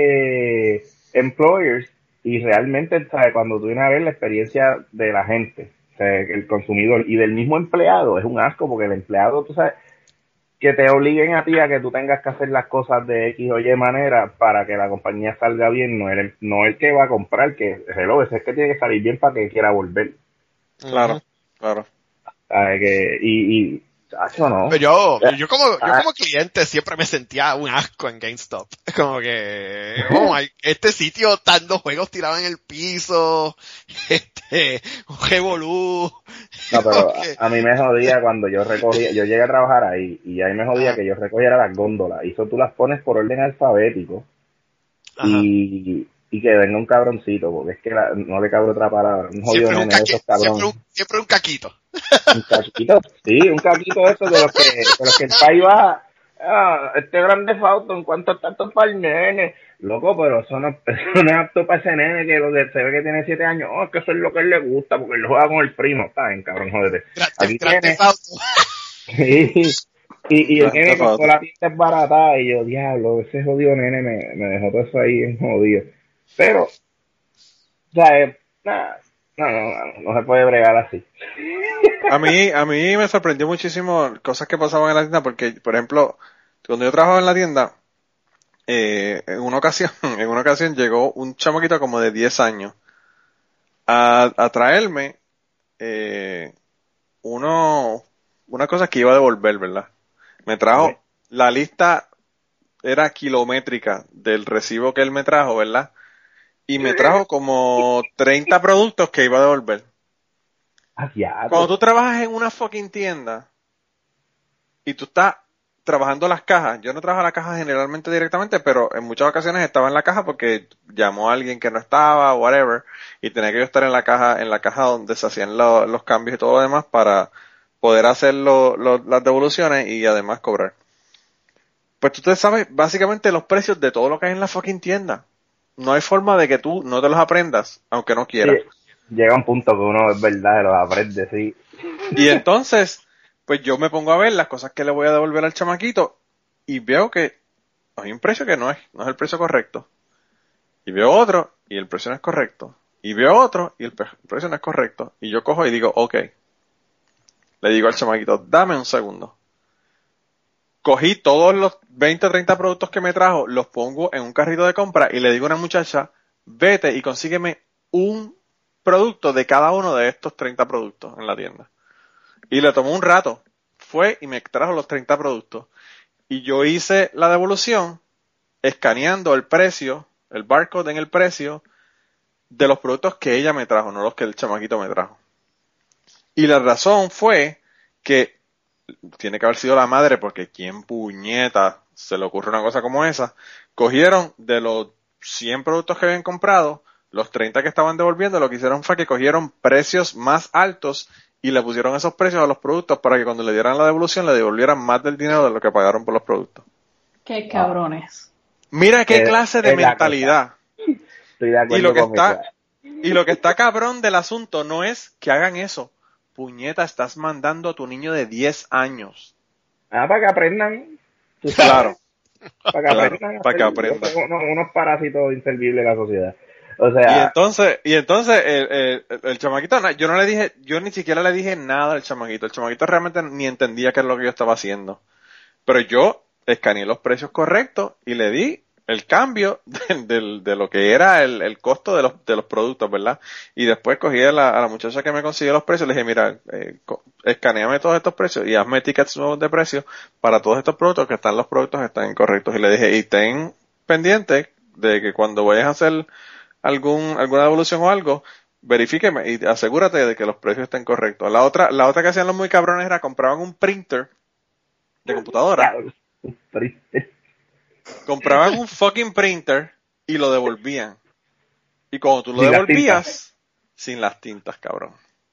F: eh, employers, y realmente, ¿sabes? Cuando tú vienes a ver la experiencia de la gente, o sea, el consumidor y del mismo empleado, es un asco, porque el empleado, tú sabes, que te obliguen a ti a que tú tengas que hacer las cosas de X o Y manera para que la compañía salga bien, no el, no el que va a comprar, que hello, ese es que tiene que salir bien para que quiera volver.
B: Claro,
G: Ujú.
B: claro.
F: ¿Sabes? Que, y, y, chacho, no.
G: Pero yo, yo como, yo
F: Ah,
G: como cliente siempre me sentía un asco en GameStop. Como que, oh my, este sitio, tantos juegos tirados en el piso, este, un revolú.
F: no, pero
G: Como
F: a,
G: que,
F: a mí me jodía cuando yo recogía, yo llegué a trabajar ahí, y ahí me jodía
G: ajá,
F: que yo recogiera las góndolas, y eso tú las pones por orden alfabético,
G: ajá.
F: y, y que venga un cabroncito, porque es que la- no le cabe otra palabra, un jodido
G: Siempre un
F: nene de
G: caqui,
F: esos
G: siempre
F: cabrones.
G: un, siempre un caquito.
F: Un caquito, sí, un caquito de estos de los que, de los que el país baja. Ah, este grande Fausto, ¿en cuánto está esto para el nene? Loco, pero eso no, eso no es apto para ese nene que lo que se ve que tiene siete años. Oh, es que eso es lo que a él le gusta, porque él juega con el primo. Está bien, cabrón, jódete.
G: Grande,
F: Aquí
G: grande
F: tiene,
G: Fausto.
F: y, y, y el
B: Grande
F: nene con
B: Fauto.
F: toda la tienda es barata, y yo, diablo, ese jodido nene me, me dejó todo eso ahí en jodido. Pero, o sea, eh, nada, no, no, no, no se puede bregar así.
B: A mí, a mí me sorprendió muchísimo cosas que pasaban en la tienda porque, por ejemplo, cuando yo trabajaba en la tienda, eh, en una ocasión, en una ocasión llegó un chamaquito como de diez años a, a traerme, eh, uno, una cosa que iba a devolver, ¿verdad? Me trajo, la lista era kilométrica del recibo que él me trajo, ¿verdad? Y me trajo como treinta productos que iba a devolver.
F: Ah, ya,
B: Cuando tú trabajas en una fucking tienda y tú estás trabajando las cajas, yo no trabajo las cajas generalmente directamente, pero en muchas ocasiones estaba en la caja porque llamó a alguien que no estaba, whatever, y tenía que yo estar en la caja, en la caja donde se hacían lo- los cambios y todo lo demás para poder hacer lo- lo- las devoluciones y además cobrar. Pues tú te sabes básicamente los precios de todo lo que hay en la fucking tienda. No hay forma de que tú no te los aprendas, aunque no quieras.
F: sí, llega un punto que uno es verdad, los aprende, sí.
B: Y entonces, pues yo me pongo a ver las cosas que le voy a devolver al chamaquito y veo que hay un precio que no es, no es el precio correcto. Y veo otro y el precio no es correcto. Y veo otro y el, pre- el precio no es correcto. Y yo cojo y digo, ok. Le digo al chamaquito, dame un segundo. Cogí todos los veinte o treinta productos que me trajo, los pongo en un carrito de compra y le digo a una muchacha, vete y consígueme un producto de cada uno de estos treinta productos en la tienda. Y le tomó un rato. Fue y me trajo los treinta productos. Y yo hice la devolución escaneando el precio, el barcode en el precio, de los productos que ella me trajo, no los que el chamaquito me trajo. Y la razón fue que tiene que haber sido la madre, porque quién puñeta se le ocurre una cosa como esa. Cogieron de los cien productos que habían comprado, los treinta que estaban devolviendo, lo que hicieron fue que cogieron precios más altos y le pusieron esos precios a los productos para que cuando le dieran la devolución le devolvieran más del dinero de lo que pagaron por los productos.
D: Qué cabrones.
B: Mira qué
F: Es-
B: clase de
F: es la
B: mentalidad.
F: Estoy de acuerdo
B: Y lo que
F: con
B: está,
F: eso.
B: y lo que está cabrón del asunto no es que hagan eso. Puñeta, estás mandando a tu niño de diez años.
F: Ah, para que aprendan. Tú sabes,
B: Claro.
F: Para que
B: claro,
F: aprendan. a
B: para que
F: ser
B: aprendan.
F: Unos, unos parásitos inservibles de la sociedad. O
B: Y
F: sea,
B: entonces, y entonces el, el, el chamaquito, no, yo no le dije, yo ni siquiera le dije nada al chamaquito. El chamaquito realmente ni entendía qué es lo que yo estaba haciendo. Pero yo escaneé los precios correctos y le di el cambio de, de, de lo que era el, el costo de los, de los productos, ¿verdad? Y después cogí a la, a la muchacha que me consiguió los precios y le dije, mira, eh, co- escaneame todos estos precios y hazme tickets nuevos de precios para todos estos productos que están los productos que están incorrectos. Y le dije, y ten pendiente de que cuando vayas a hacer algún, alguna devolución o algo, verifíqueme y asegúrate de que los precios estén correctos. La otra, la otra que hacían los muy cabrones era compraban un printer de computadora, compraban un fucking printer y lo devolvían. Y cuando tú lo
F: Sin las
B: devolvías, sin las tintas, cabrón.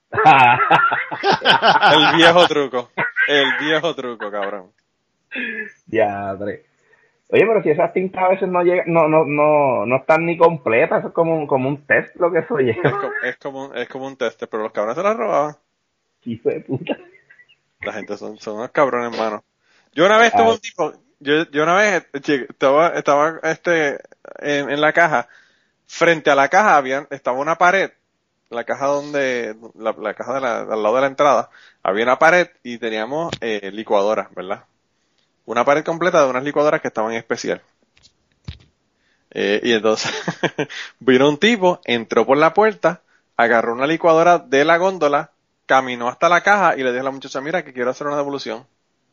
B: El viejo truco. El viejo truco, cabrón.
F: ya, André. Oye, pero si esas tintas a veces no llegan, no, no, no, no están ni completas, eso es como un, como un test lo que eso
B: Es
F: lleva.
B: como, es como, un- es como un teste, pero los cabrones se las robaban.
F: Hijo de puta.
B: La gente son, son unos cabrones, hermano. Yo una vez tuve un tipo, yo, yo una vez che, estaba, estaba este, en, en la caja, frente a la caja había, estaba una pared, la caja donde, la, la caja de la, al lado de la entrada, había una pared y teníamos eh, licuadoras, ¿verdad? Una pared completa de unas licuadoras que estaban en especial. Eh, y entonces vino un tipo, entró por la puerta, agarró una licuadora de la góndola, caminó hasta la caja y le dijo a la muchacha, mira que quiero hacer una devolución.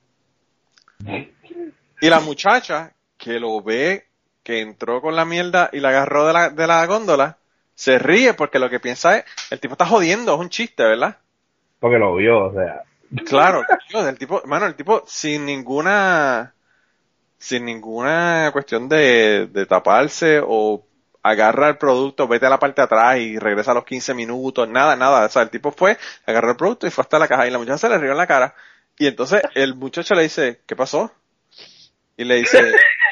B: Y la muchacha, que lo ve, que entró con la mierda y la agarró de la, de la góndola, se ríe porque lo que piensa es, el tipo está jodiendo, es un chiste, ¿verdad?
F: Porque lo vio, o sea.
B: Claro, tío, el tipo, mano, el tipo sin ninguna, sin ninguna cuestión de, de taparse o agarra el producto, vete a la parte de atrás y regresa a los quince minutos, nada, nada. O sea, el tipo fue, agarró el producto y fue hasta la caja y la muchacha se le rió en la cara. Y entonces el muchacho le dice, ¿qué pasó? Y le dice,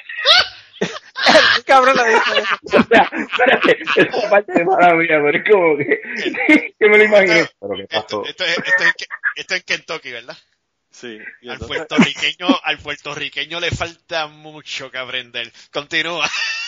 B: el cabrón le dice eso.
F: O sea, espérate, esa parte es maravilla, pero es como que, que me lo imaginé. Pero ¿qué
G: Esto,
F: pasó?
G: esto, es, esto, es en, Ke- esto es en Kentucky, ¿verdad?
B: Sí, y
G: Al
B: entonces,
G: puertorriqueño, al puertorriqueño le falta mucho que aprender. Continúa.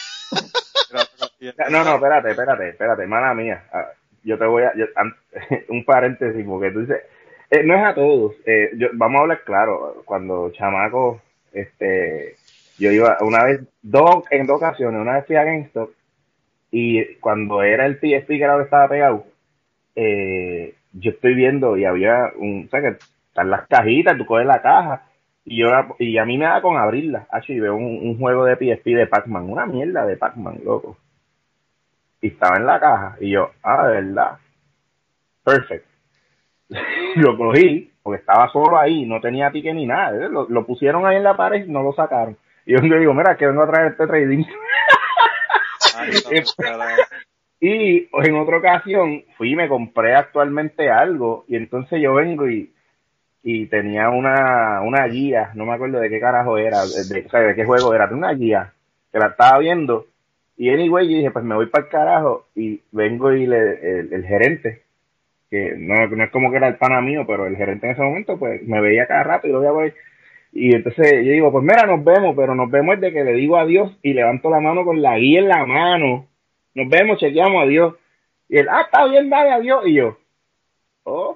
B: y entonces-
F: No, no, espérate, espérate, espérate, mala mía. Ah, Yo te voy a, yo- an- un paréntesis, porque tú dices, eh, no es a todos, eh, yo, vamos a hablar claro, cuando chamaco, este, yo iba una vez, dos, en dos ocasiones, una vez fui a GameStop, y cuando era el P S P que era lo que estaba pegado, eh, yo estoy viendo y había un, o sea que están las cajitas, tú coges la caja, y yo la- y a mí me da con abrirla, ah, y veo un, un juego de P S P de Pac-Man, una mierda de Pac-Man, loco. Y estaba en la caja, y yo, ah, de verdad, perfect. Lo cogí, porque estaba solo ahí, no tenía ticket ni nada, ¿eh? lo, lo pusieron ahí en la pared y no lo sacaron. Y yo le digo, mira, que vengo a traer este trading.
B: Ay, no, cara.
F: Y en otra ocasión fui y me compré actualmente algo, y entonces yo vengo y, y tenía una, una guía, no me acuerdo de qué carajo era, de, de, o sea, de qué juego era, una guía, que la estaba viendo, y anyway, yo dije, pues me voy para el carajo, y vengo y le, el, el gerente, que no, no es como que era el pana mío, pero el gerente en ese momento, pues me veía cada rato y lo veía por ahí. Y entonces yo digo, pues mira, nos vemos, pero nos vemos de que le digo adiós y levanto la mano con la guía en la mano. Nos vemos, chequeamos, adiós. Y él, ah, está bien, dale, adiós. Y yo, ok.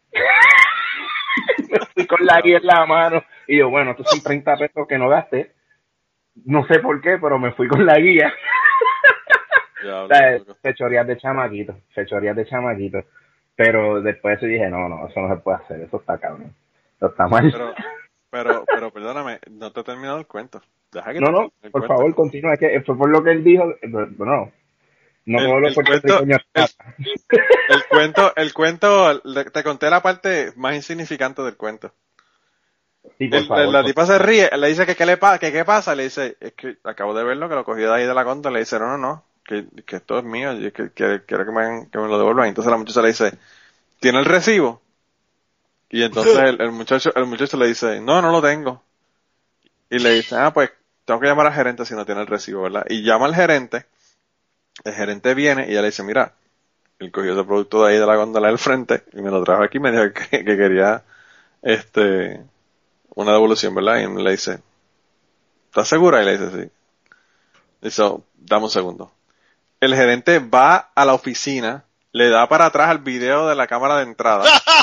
F: Me fui con la guía en la mano. Y yo, bueno, estos son treinta pesos que no gasté. No sé por qué, pero me fui con la guía.
B: Diablo,
F: O sea,
B: loco.
F: fechorías de chamaquito, fechorías de chamaquito. Pero después sí dije, no, no, eso no se puede hacer, eso está cabrón. Eso está mal.
B: Pero, pero, pero perdóname, no te he terminado el cuento. Deja que
F: No,
B: te
F: no,
B: termine el
F: por
B: cuento.
F: favor, continúa. Es que fue por lo que él dijo. eh, Bueno, No
B: El-
F: todos los
B: el cuento-
F: puertorriqueños.
B: El cuento, el cuento, le- te conté la parte más insignificante del cuento.
F: Sí, por
B: El-
F: favor,
B: la
F: por
B: tipa se ríe, le dice que qué le pasa, que qué pasa, le dice, es que acabo de verlo, que lo cogí de ahí de la conta, le dice, no, no, no, que, que esto es mío, y que, que quiero que me, hagan- que me lo devuelvan. Entonces la muchacha le dice, ¿tiene el recibo? Y entonces el, el muchacho, el muchacho le dice, no, no lo tengo. Y le dice, ah, pues tengo que llamar al gerente si no tiene el recibo, ¿verdad? Y llama al gerente, el gerente viene y ella le dice, mira, él cogió ese producto de ahí de la góndola del frente y me lo trajo aquí y me dijo que, que quería este una devolución, ¿verdad? Y le dice, ¿estás segura? Y le dice, sí. Dice, "Oh, dame un segundo". El gerente va a la oficina, le da para atrás al video de la cámara de entrada.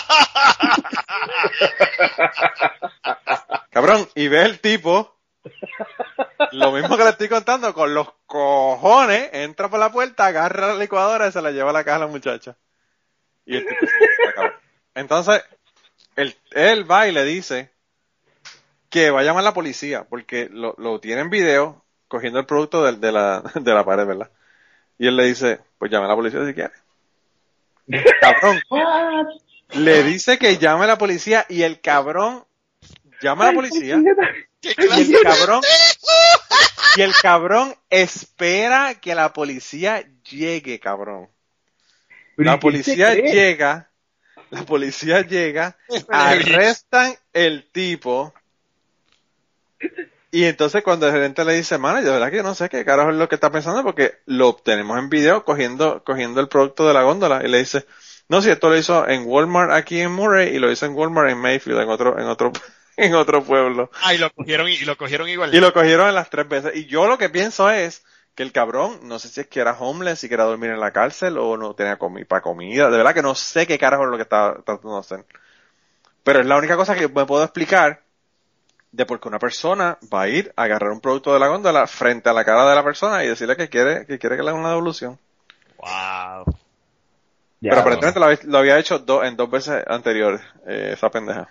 B: Cabrón, y ve el tipo, lo mismo que le estoy contando, con los cojones, entra por la puerta, agarra la licuadora y se la lleva a la caja a la muchacha. Y el tipo se está cabrón. Entonces, él, él va y le dice que va a llamar a la policía, porque lo, lo tiene en video, cogiendo el producto de, de, la, de la pared, ¿verdad? Y él le dice, pues llame a la policía si quiere. Cabrón,
D: What?
B: le dice que llame a la policía y el cabrón llama a la policía
G: ¿Qué
B: y
G: clase
B: el
G: de
B: cabrón y el cabrón espera que la policía llegue, cabrón. La policía llega, la policía llega, arrestan el tipo y entonces cuando el gerente le dice, mano, de verdad que yo no sé qué carajo es lo que está pensando porque lo obtenemos en video cogiendo, cogiendo el producto de la góndola y le dice, no, si esto lo hizo en Walmart aquí en Murray y lo hizo en Walmart en Mayfield, en otro, en otro, en otro pueblo.
G: Ah, y lo cogieron, y lo cogieron igual.
B: Y lo cogieron en las tres veces. Y yo lo que pienso es que el cabrón, no sé si es que era homeless, si quería dormir en la cárcel o no tenía comi para comida. De verdad que no sé qué carajo es lo que estaba tratando de hacer. Pero es la única cosa que me puedo explicar de por qué una persona va a ir a agarrar un producto de la góndola frente a la cara de la persona y decirle que quiere que quiere que le haga una devolución.
G: Wow.
F: Ya,
B: Pero
F: no.
B: aparentemente lo, había- lo había hecho do- en dos veces anteriores, eh, esa pendeja.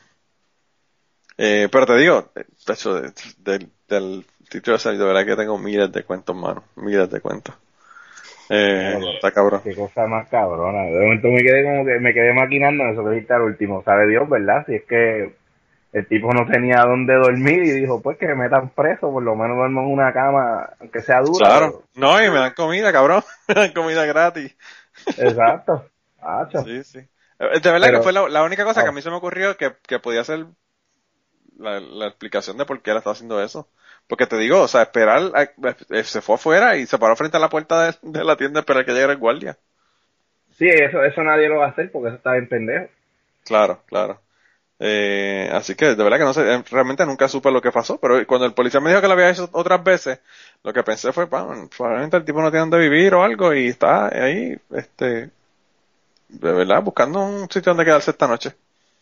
B: Eh, pero te digo, eh, de hecho, de- de- del sitio ese, de verdad que tengo miles de cuentos, mano. Miles de cuentos. Eh,
F: Bueno,
B: está cabrón.
F: Qué cosa más cabrona. De momento me quedé como que me quedé maquinando en eso que dijiste al último. Sabe Dios, ¿verdad? Si es que el tipo no tenía dónde dormir y dijo, pues que me metan preso, por lo menos duermo en una cama, aunque sea dura.
B: Claro. No, y me dan comida, cabrón. Me dan comida gratis.
F: Pero... Exacto. Hacho.
B: Sí, sí. Eh, De verdad
F: Pero-
B: que fue la, la única cosa que a
F: oh.
B: mí se me ocurrió que, que podía ser la, la explicación de por qué él estaba haciendo eso. Porque te digo, o sea, esperar, a- eh, se fue afuera y se paró frente a la puerta de, de la tienda a esperar que llegara el guardia.
F: Sí, eso, eso nadie lo va a hacer porque eso está bien pendejo.
B: Claro, claro. Eh, así que de verdad que no sé, eh, realmente nunca supe lo que pasó, pero cuando el policía me dijo que lo había hecho otras veces, lo que pensé fue, "Pa, probablemente el tipo no tiene dónde vivir o algo y está ahí, este, de verdad, buscando un sitio donde quedarse esta noche".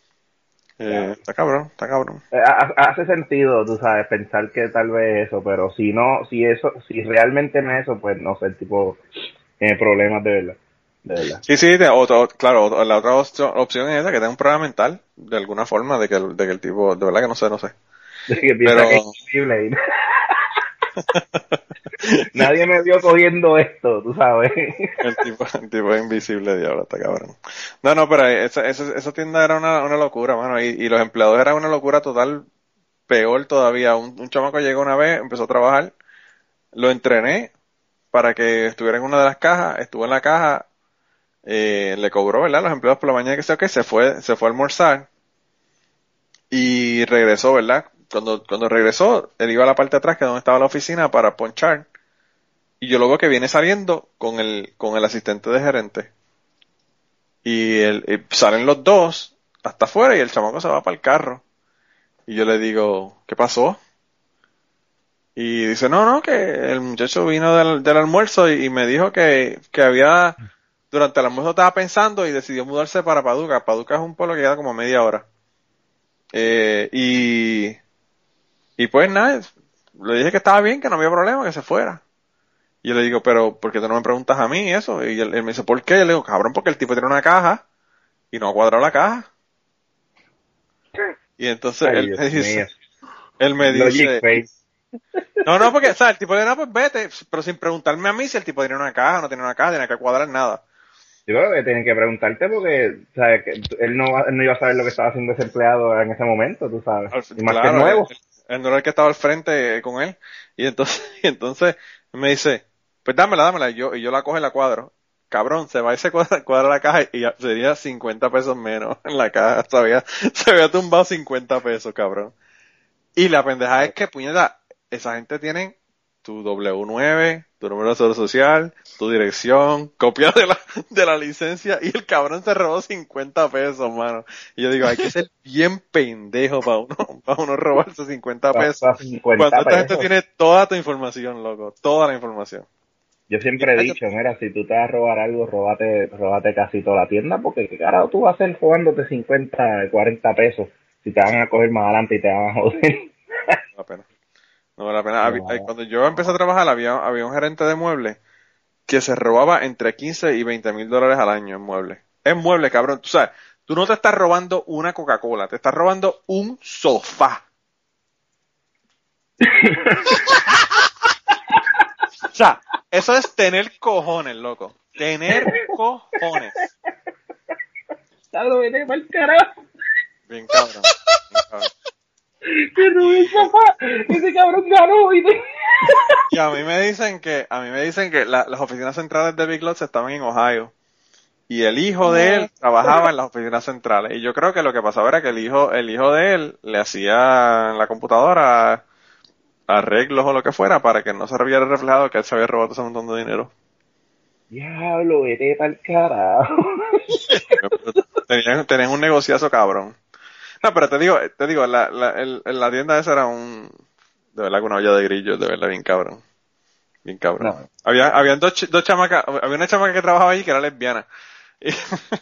B: Eh, está cabrón, está cabrón.
F: Eh, ha- Hace sentido, tú sabes, pensar que tal vez eso, pero si no, si eso, si realmente no es eso, pues no sé, el tipo tiene problemas de verdad, de verdad.
B: Sí, sí, de, otro, claro, otro- la otra opción, opción es esa, que tenga un problema mental, de alguna forma, de que, el- de que el tipo, de verdad que no sé, no sé.
F: De que piensa
B: Pero-
F: que es imposible y- Nadie me vio cogiendo esto, tú sabes.
B: El tipo, el tipo es invisible, diablo, está cabrón. No, no, pero esa, esa, esa tienda era una, una locura, mano, y, y los empleados eran una locura total, peor todavía. Un, un chamaco llegó una vez, empezó a trabajar, lo entrené para que estuviera en una de las cajas, estuvo en la caja, eh, le cobró, ¿verdad? Los empleados por la mañana, que sé o qué, se fue, se fue a almorzar y regresó, ¿verdad? Cuando, cuando regresó, él iba a la parte de atrás, que es donde estaba la oficina, para ponchar. Y yo lo veo que viene saliendo con el, con el asistente de gerente. Y, el, y salen los dos hasta afuera y el chamaco se va para el carro. Y yo le digo, ¿qué pasó? Y dice, no, no, que el muchacho vino del, del almuerzo y, y me dijo que, que había, durante el almuerzo estaba pensando y decidió mudarse para Paducah. Paducah es un pueblo que queda como media hora. Eh, y, y pues nada, le dije que estaba bien, que no había problema, que se fuera. Y yo le digo, pero ¿por qué tú no me preguntas a mí eso? Y él, él me dice, ¿por qué? Yo le digo, cabrón, porque el tipo tiene una caja y no ha cuadrado la caja. Y entonces
F: Ay,
B: él
F: Dios
B: me dice,
F: mío.
B: él me
F: Logic
B: dice,
F: face.
B: No, no, porque, o sea, el tipo de no, pues vete, pero sin preguntarme a mí si el tipo tenía una caja, no tenía una caja, tenía que cuadrar nada.
F: Yo creo que tienen que preguntarte porque, ¿sabes? Que él no, va- él no iba a saber lo que estaba haciendo ese empleado en ese momento, tú sabes. Y más que es
B: Claro,
F: nuevo.
B: el, el no era el que estaba al frente eh, con él. Y entonces, y entonces me dice, pues dámela, dámela. Y yo, y yo la cojo y la cuadro. Cabrón, se va y se cuadra, cuadra la caja y ya sería cincuenta pesos menos en la caja. Se había, se había tumbado cincuenta pesos, cabrón. Y la pendejada es que, puñeta, esa gente tiene tu doble u nueve, tu número de seguro social, tu dirección, copia de la, de la licencia, y el cabrón se robó cincuenta pesos, mano. Y yo digo, hay que ser bien pendejo para uno, para uno robarse cincuenta pesos.
F: Hasta cincuenta
B: Cuando esta gente
F: pesos.
B: tiene toda tu información, loco, toda la información.
F: Yo siempre he dicho, mira, si tú te vas a robar algo, róbate, róbate casi toda la tienda, porque qué carajo tú vas a hacer jugándote cincuenta, cuarenta pesos si te van a coger más adelante y te van a joder.
B: No vale la pena. No vale la pena. Había- eh, Cuando yo empecé a trabajar, había, había un gerente de muebles que se robaba entre quince y veinte mil dólares al año en muebles. En muebles, cabrón. Tú sabes, tú no te estás robando una Coca-Cola, te estás robando un sofá. O sea, eso es tener cojones, loco. Tener cojones.
F: Salud, vete pa'l carajo.
B: Bien cabrón. Bien cabrón.
F: Que robé el sofá. Ese cabrón ganó y te...
B: Y a mí me dicen que, a mí me dicen que la- las oficinas centrales de Big Lots estaban en Ohio. Y el hijo de él trabajaba en las oficinas centrales. Y yo creo que lo que pasaba era que el hijo, el hijo de él le hacía en la computadora arreglos o lo que fuera para que no se viera reflejado que él se había robado ese montón de dinero.
F: Diablo, vete pa'l carajo.
B: Tenían, tenían un negociazo cabrón. No, pero te digo, te digo, la, la, el, la tienda esa era un, de verdad que una olla de grillos, de verdad, bien cabrón. Bien cabrón.
F: No.
B: Había, habían dos, ch- dos chamacas, había una chamaca que trabajaba allí que era lesbiana. Y,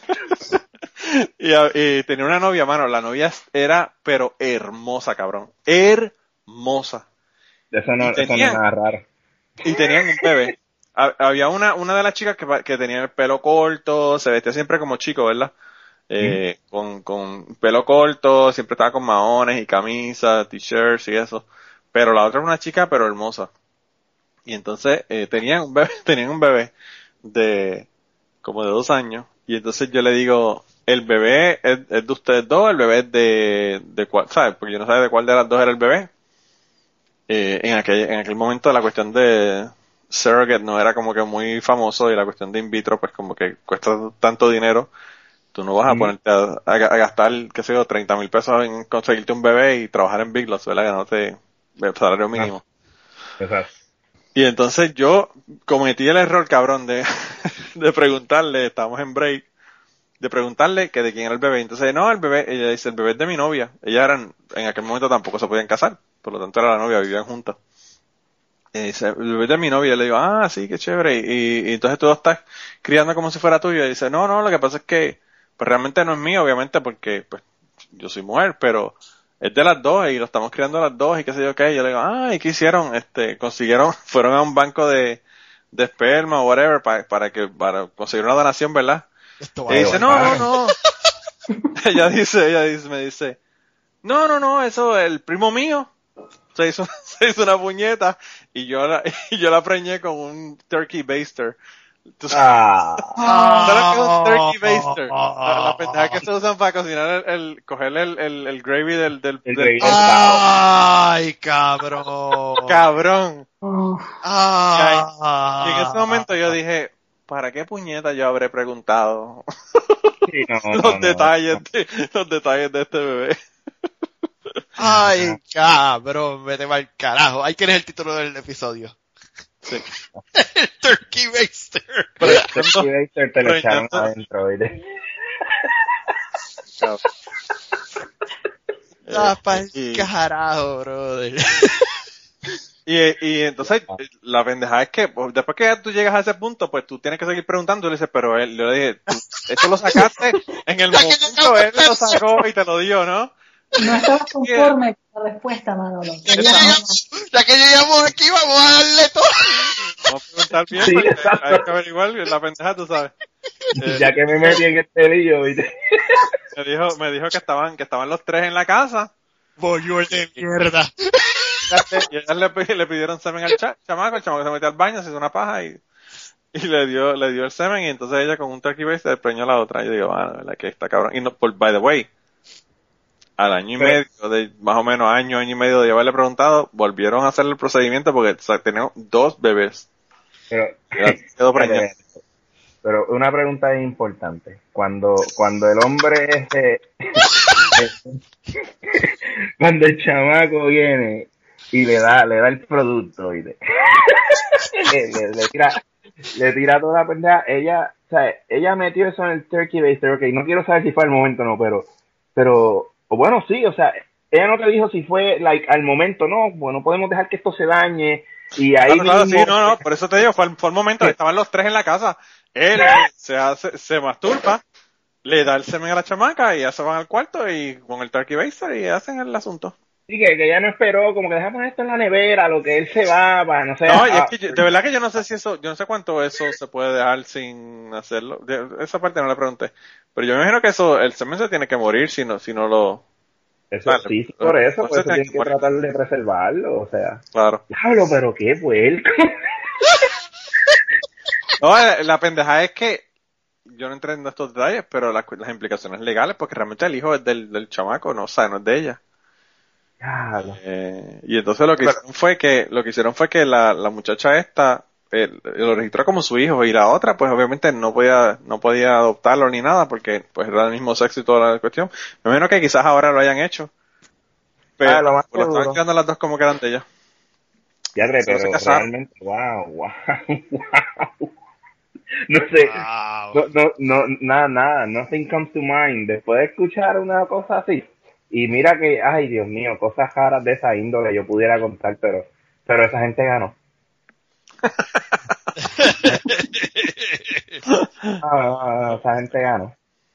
B: y, y tenía una novia, mano, la novia era, pero hermosa, cabrón. Hermosa.
F: Eso no,
B: Y
F: eso no
B: tenían-
F: es nada raro.
B: Y tenían un bebé. Ha- Había una, una de las chicas que, pa- que tenía el pelo corto, se vestía siempre como chico, ¿verdad? Eh, con, con pelo corto, siempre estaba con maones y camisas, t-shirts y eso. Pero la otra era una chica, pero hermosa. Y entonces, eh, tenían un bebé, tenían un bebé de, como de dos años. Y entonces yo le digo, el bebé es, es de ustedes dos, el bebé es de, de cuál, ¿sabes? Porque yo no sabía de cuál de las dos era el bebé. Eh, en aquel, en aquel momento la cuestión de surrogate no era como que muy famoso y la cuestión de in vitro pues como que cuesta tanto dinero, tú no vas a
F: Mm.
B: ponerte a, a- a gastar, qué sé yo, treinta mil pesos en conseguirte un bebé y trabajar en Big Lots, ¿verdad? Ganándote el salario mínimo.
F: Exacto.
B: Y entonces yo cometí el error, cabrón, de, de preguntarle, estábamos en break, de preguntarle que de quién era el bebé. Entonces, no, el bebé, ella dice, el bebé es de mi novia. Ellas eran, en aquel momento tampoco se podían casar, por lo tanto era la novia, vivían juntas. Y dice, el bebé es de mi novia. Y le digo, ah, sí, qué chévere. Y, y entonces tú lo estás criando como si fuera tuyo. Y dice, no, no, lo que pasa es que, pues realmente no es mío, obviamente, porque, pues, yo soy mujer, pero es de las dos y lo estamos criando las dos y qué sé yo qué. Y yo le digo, ah, ¿y qué hicieron? Este, consiguieron, fueron a un banco de, de esperma o whatever para, para que, para conseguir una donación, ¿verdad?
G: Esto
B: Y
G: va a
B: dice,
G: levantar.
B: no, no, no. ella dice, ella dice, me dice, no, no, no, eso, el primo mío se hizo, se hizo una puñeta y yo la, y yo la preñé con un turkey baster. ¿Tú sabes,
F: Ah,
B: ¿sabes qué es un turkey baster? La, la pendeja que se usan para cocinar el, el coger el, el, el gravy del, del,
F: El
B: del
F: gravy.
G: Ay, cabrón.
B: cabrón.
D: Oh,
G: Ah.
B: Y en ese momento yo dije, ¿para qué puñeta yo habré preguntado
F: sí, no, no,
B: los
F: no,
B: detalles
F: no.
B: de, los detalles de este bebé?
G: Ay, cabrón, vete mal carajo. Ahí tienes el título del episodio.
B: Sí.
G: El Turkey Baster.
F: Turkey Baster te lo echaron
B: Preñando-
F: adentro, ¿viste?
G: Ah, pa'l
B: y,
G: carajo, brother.
B: y, y entonces la pendejada es que pues, después que tú llegas a ese punto, pues tú tienes que seguir preguntando. Y le dices, pero él, yo le dije, tú, esto lo sacaste en el
G: Ya que
B: momento, él lo sacó y te lo dio, ¿no?
D: no estabas conforme con la respuesta, Manolo.
G: Ya que,
D: Querías más.
G: llegamos, ya que llegamos aquí, vamos a darle todo.
B: Vamos a preguntar bien,
F: Sí,
B: porque
F: exacto.
B: hay que averiguar la pendeja, tú sabes. Eh,
F: Ya que me metí en el pelillo, ¿viste?
B: me dijo, me dijo que estaban, que estaban los tres en la casa.
G: Bolívar de mierda.
B: y ellas le, le pidieron semen al cha, chamaco, el chamaco se metió al baño, se hizo una paja y, y le dio, le dio el semen y entonces ella con un turkey base se despreñó a la otra. Y yo digo, ah, verdad que está cabrón. Y no, por, by the way, al año y medio, de más o menos año, año y medio de haberle preguntado, volvieron a hacer el procedimiento porque o sea, tenían dos bebés.
F: Pero,
B: quedó preñada.
F: pero una pregunta importante. Cuando, cuando el hombre este, cuando el chamaco viene y le da, le da el producto y le, le, le, le tira, le tira toda la pendeja, ella, o sea, ella metió eso en el turkey baster, ok, no quiero saber si fue al momento o no, pero, pero, o bueno, sí, o sea, ella no te dijo si fue, like, al momento, no, bueno, podemos dejar que esto se dañe, y ahí
B: claro, claro,
F: mismo...
B: sí, no, no, por eso te digo, fue, fue el momento,
F: Sí.
B: estaban los tres en la casa, él se hace, se masturba, le da el semen a la chamaca y ya se van al cuarto y con el turkey baster y hacen el asunto.
F: Sí, que, que ella no esperó, como que dejamos esto en la nevera, lo que él se va, para, no sé...
B: No, y
F: ah,
B: es que yo- de verdad que yo no sé si eso, yo no sé cuánto eso se puede dejar sin hacerlo, de- esa parte no le pregunté, pero yo me imagino que eso, el semen se tiene que morir si no, si no lo,
F: Eso
B: Vale,
F: sí, sí, por eso,
B: entonces
F: por eso
B: tiene
F: tienen
B: que
F: que
B: morir.
F: tratar de preservarlo, o sea...
B: claro.
F: Diablo, pero qué puerco.
B: No, la, la pendeja es que yo no entré en estos detalles, pero las, las implicaciones legales, porque realmente el hijo es del, del chamaco, no, o sea, no es de ella.
F: Diablo.
B: Eh, y entonces lo que hicieron fue que, lo que hicieron fue que la, la muchacha esta, eh, lo registró como su hijo, y la otra, pues obviamente no podía, no podía adoptarlo ni nada, porque pues era el mismo sexo y toda la cuestión. Me imagino que quizás ahora lo hayan hecho. Pero
F: Ah, lo más
B: pues, lo estaban
F: seguro.
B: quedando las dos como que eran de ella.
F: Ya,
B: no se
F: pero
B: casaron.
F: realmente, wow, wow, wow. No sé,
G: Wow.
F: no, no, no, nada, nada, nothing comes to mind. Después de escuchar una cosa así, y mira que, ay Dios mío, cosas raras de esa índole yo pudiera contar, pero, pero esa gente ganó. Ah, esa gente ganó.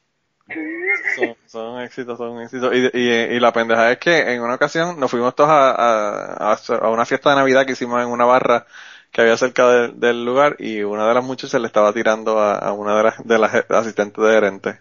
B: Son, son éxitos, son éxitos. Y, y, y la pendeja es que en una ocasión nos fuimos todos a, a, a una fiesta de Navidad que hicimos en una barra que había cerca de- del lugar y una de las muchachas le estaba tirando a, a una de las, de las asistentes de gerente.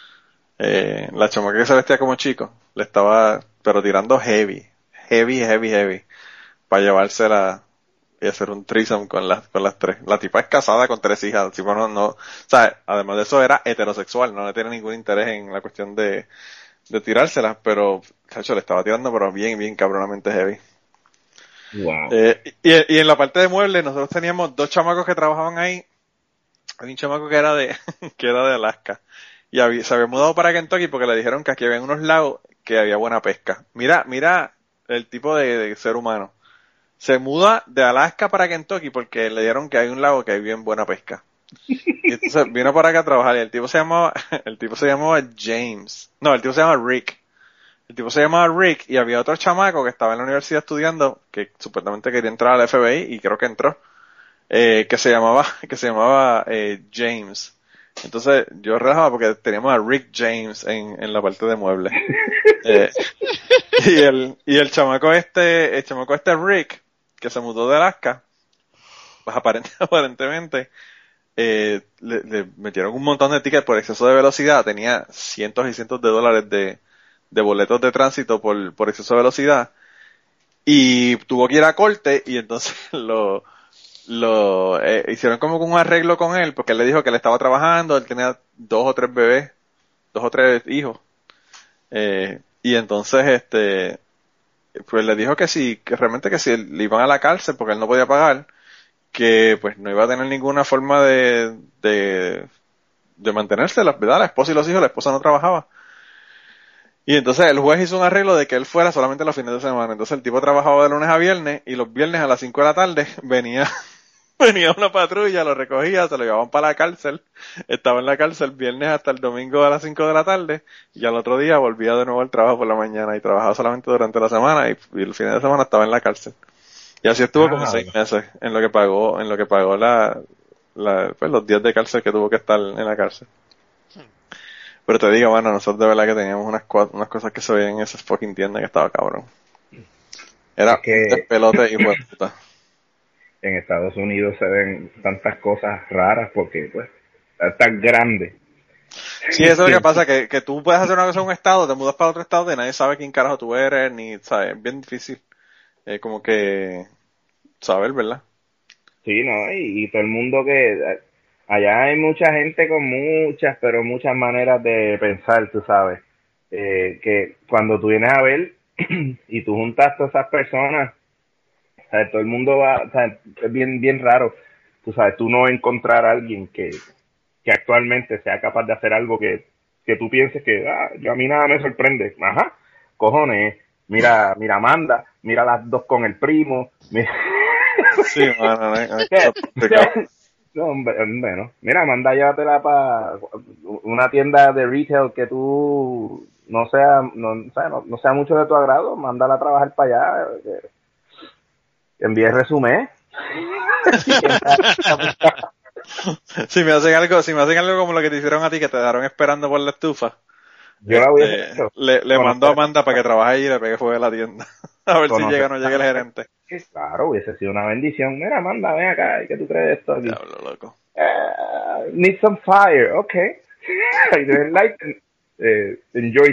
B: Eh, la chamaca que se vestía como chico, le estaba, pero tirando heavy, heavy, heavy, heavy, para llevársela y hacer un threesome con las, con las tres. La tipa es casada con tres hijas, el tipo no, no, o sea, además de eso era heterosexual, no le tiene ningún interés en la cuestión de, de tirárselas, pero, cacho, le estaba tirando, pero bien, bien cabronamente heavy.
F: Wow.
B: Eh, y, y en la parte de muebles, nosotros teníamos dos chamacos que trabajaban ahí. Había un chamaco que era de, que era de Alaska. Y había- se había mudado para Kentucky porque le dijeron que aquí había unos lagos que había buena pesca. Mira, mira el tipo de, de ser humano. Se muda de Alaska para Kentucky porque le dieron que hay un lago que hay bien buena pesca. Y entonces vino para acá a trabajar y el tipo se llamaba, el tipo se llamaba James. No, el tipo se llama Rick. El tipo se llamaba Rick y había otro chamaco que estaba en la universidad estudiando que supuestamente quería entrar al F B I y creo que entró. Eh, que se llamaba, que se llamaba eh, James. Entonces yo relajaba porque teníamos a Rick James en, en la parte de muebles. Eh, y el, y el chamaco este, el chamaco este Rick, que se mudó de Alaska, pues aparente- aparentemente, eh, le, le metieron un montón de tickets por exceso de velocidad, tenía cientos y cientos de dólares de, de boletos de tránsito por, por exceso de velocidad, y tuvo que ir a corte, y entonces lo, lo eh, hicieron como un arreglo con él, porque él le dijo que él estaba trabajando, él tenía dos o tres bebés, dos o tres hijos, eh, y entonces este pues le dijo que sí, que realmente que si le iban a la cárcel porque él no podía pagar, que pues no iba a tener ninguna forma de de, de mantenerse, la verdad, la esposa y los hijos, la esposa no trabajaba. Y entonces el juez hizo un arreglo de que él fuera solamente los fines de semana. Entonces el tipo trabajaba de lunes a viernes y los viernes a las cinco de la tarde venía venía una patrulla, lo recogía, se lo llevaban para la cárcel, estaba en la cárcel viernes hasta el domingo a las cinco de la tarde y al otro día volvía de nuevo al trabajo por la mañana y trabajaba solamente durante la semana y, y el fin de semana estaba en la cárcel. Y así estuvo como
F: Ah,
B: seis meses en lo que pagó, en lo que pagó la, la pues los días de cárcel que tuvo que estar en la cárcel. Pero te digo, mano, nosotros de verdad que teníamos unas, cua- unas cosas que se veían en esa fucking tienda que estaba cabrón. Era
F: Es que-
B: un despelote hijo de puta.
F: En Estados Unidos se ven tantas cosas raras porque, pues, es tan grande.
B: Sí, eso es lo que pasa, que, que tú puedes hacer una cosa en un estado, te mudas para otro estado y nadie sabe quién carajo tú eres, ni, sabes, es bien difícil. eh, como que saber, ¿verdad?
F: Sí, ¿no? Y, y todo el mundo que... Allá hay mucha gente con muchas, pero muchas maneras de pensar, tú sabes. Eh, que cuando tú vienes a ver y tú juntas todas esas personas, o sea, todo el mundo va... O sea, es bien, bien raro, tú sabes, tú no encontrar a alguien que, que actualmente sea capaz de hacer algo que, que tú pienses que, ah, yo a mí nada me sorprende. Ajá, cojones, mira, mira Amanda, mira las dos con el primo, mira...
B: Sí, mano, no, no,
F: ¿Qué?
B: no,
F: No, hombre, hombre, no. Mira, manda llévatela para una tienda de retail que tú no sea, no, o sea, no, no sea mucho de tu agrado, mándala a trabajar para allá, que, que envíe resumen.
B: si me hacen algo, si me hacen algo como lo que te hicieron a ti, que te dejaron esperando por la estufa,
F: Yo la hubiese
B: este,
F: hecho.
B: le, le
F: Bueno,
B: mandó a Amanda para que trabaje ahí y le pegue fuego a la tienda. A ver si
F: conocer-
B: llega o no llega el gerente.
F: Claro, hubiese sido una bendición. Mira, Amanda, ven acá, ¿qué tú crees de esto aquí?
B: Diablo, loco.
F: Uh, need some fire, okay. I didn't like it. Eh, enjoy.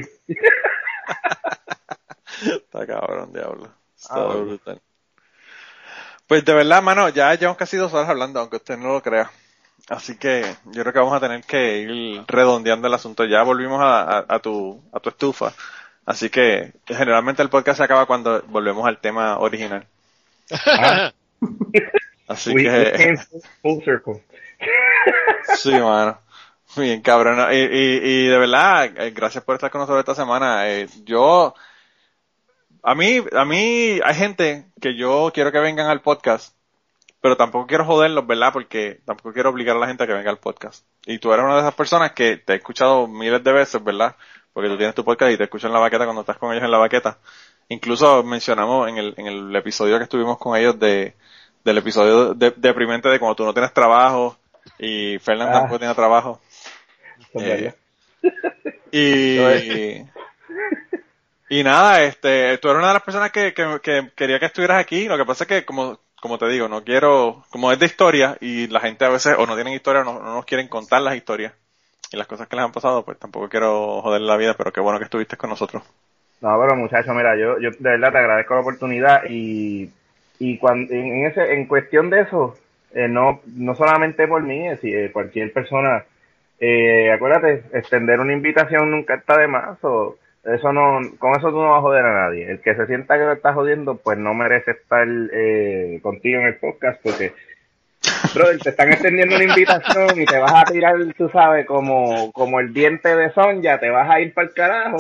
B: Está cabrón, diablo. Está
F: Ah, bueno.
B: brutal. Pues de verdad, mano, ya llevamos casi dos horas hablando, aunque usted no lo crea. Así que yo creo que vamos a tener que ir redondeando el asunto. Ya volvimos a, a, a tu a tu estufa. Así que generalmente el podcast se acaba cuando volvemos al tema original.
F: Ah,
B: Así
F: we, we
B: que
F: came full circle.
B: sí, mano. Bien, cabrón. Y, y, y de verdad, eh, gracias por estar con nosotros esta semana. Eh, yo, a mí, a mí hay gente que yo quiero que vengan al podcast, pero tampoco quiero joderlos, ¿verdad? Porque tampoco quiero obligar a la gente a que venga al podcast. Y tú eres una de esas personas que te he escuchado miles de veces, ¿verdad? Porque tú tienes tu podcast y te escucho en la baqueta cuando estás con ellos en la baqueta. Incluso mencionamos en el, en el episodio que estuvimos con ellos de, del episodio de, deprimente de cuando tú no tienes trabajo y Fernando
F: Ah.
B: tampoco tiene trabajo.
F: Eso es
B: Eh,
F: verdad.
B: y, y nada, este, tú eres una de las personas que, que, que quería que estuvieras aquí. Lo que pasa es que, como, como te digo, no quiero, como es de historia y la gente a veces o no tienen historia o no, no nos quieren contar las historias y las cosas que les han pasado, pues tampoco quiero joder la vida, pero qué bueno que estuviste con nosotros.
F: No, pero muchacho, mira, yo, yo de verdad te agradezco la oportunidad y, y cuando, en ese, en cuestión de eso, eh, no, no solamente por mí, es decir, eh, cualquier persona, eh, acuérdate, extender una invitación nunca está de más, o eso no, con eso tú no vas a joder a nadie. El que se sienta que lo estás jodiendo, pues no merece estar eh, contigo en el podcast, porque brother, te están extendiendo una invitación y te vas a tirar, tú sabes, como, como el diente de Sonja, te vas a ir para el carajo.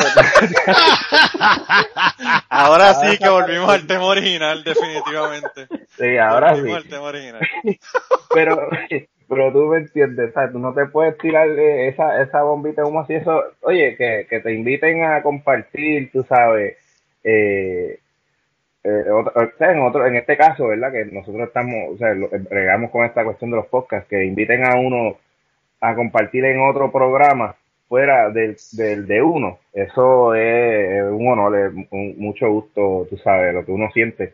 B: Ahora sí que volvimos al tema original, definitivamente.
F: Sí, ahora sí.
B: Volvimos al tema original.
F: Pero, pero tú me entiendes, ¿sabes? Tú no te puedes tirar eh, esa, esa bombita de humo así, eso, oye, que, que te inviten a compartir, tú sabes, eh, Eh, otro, o sea, en otro, en este caso, ¿verdad? Que nosotros estamos, o sea, lo, bregamos con esta cuestión de los podcasts, que inviten a uno a compartir en otro programa fuera del, del de uno. Eso es un honor, es un, mucho gusto, tú sabes, lo que uno siente.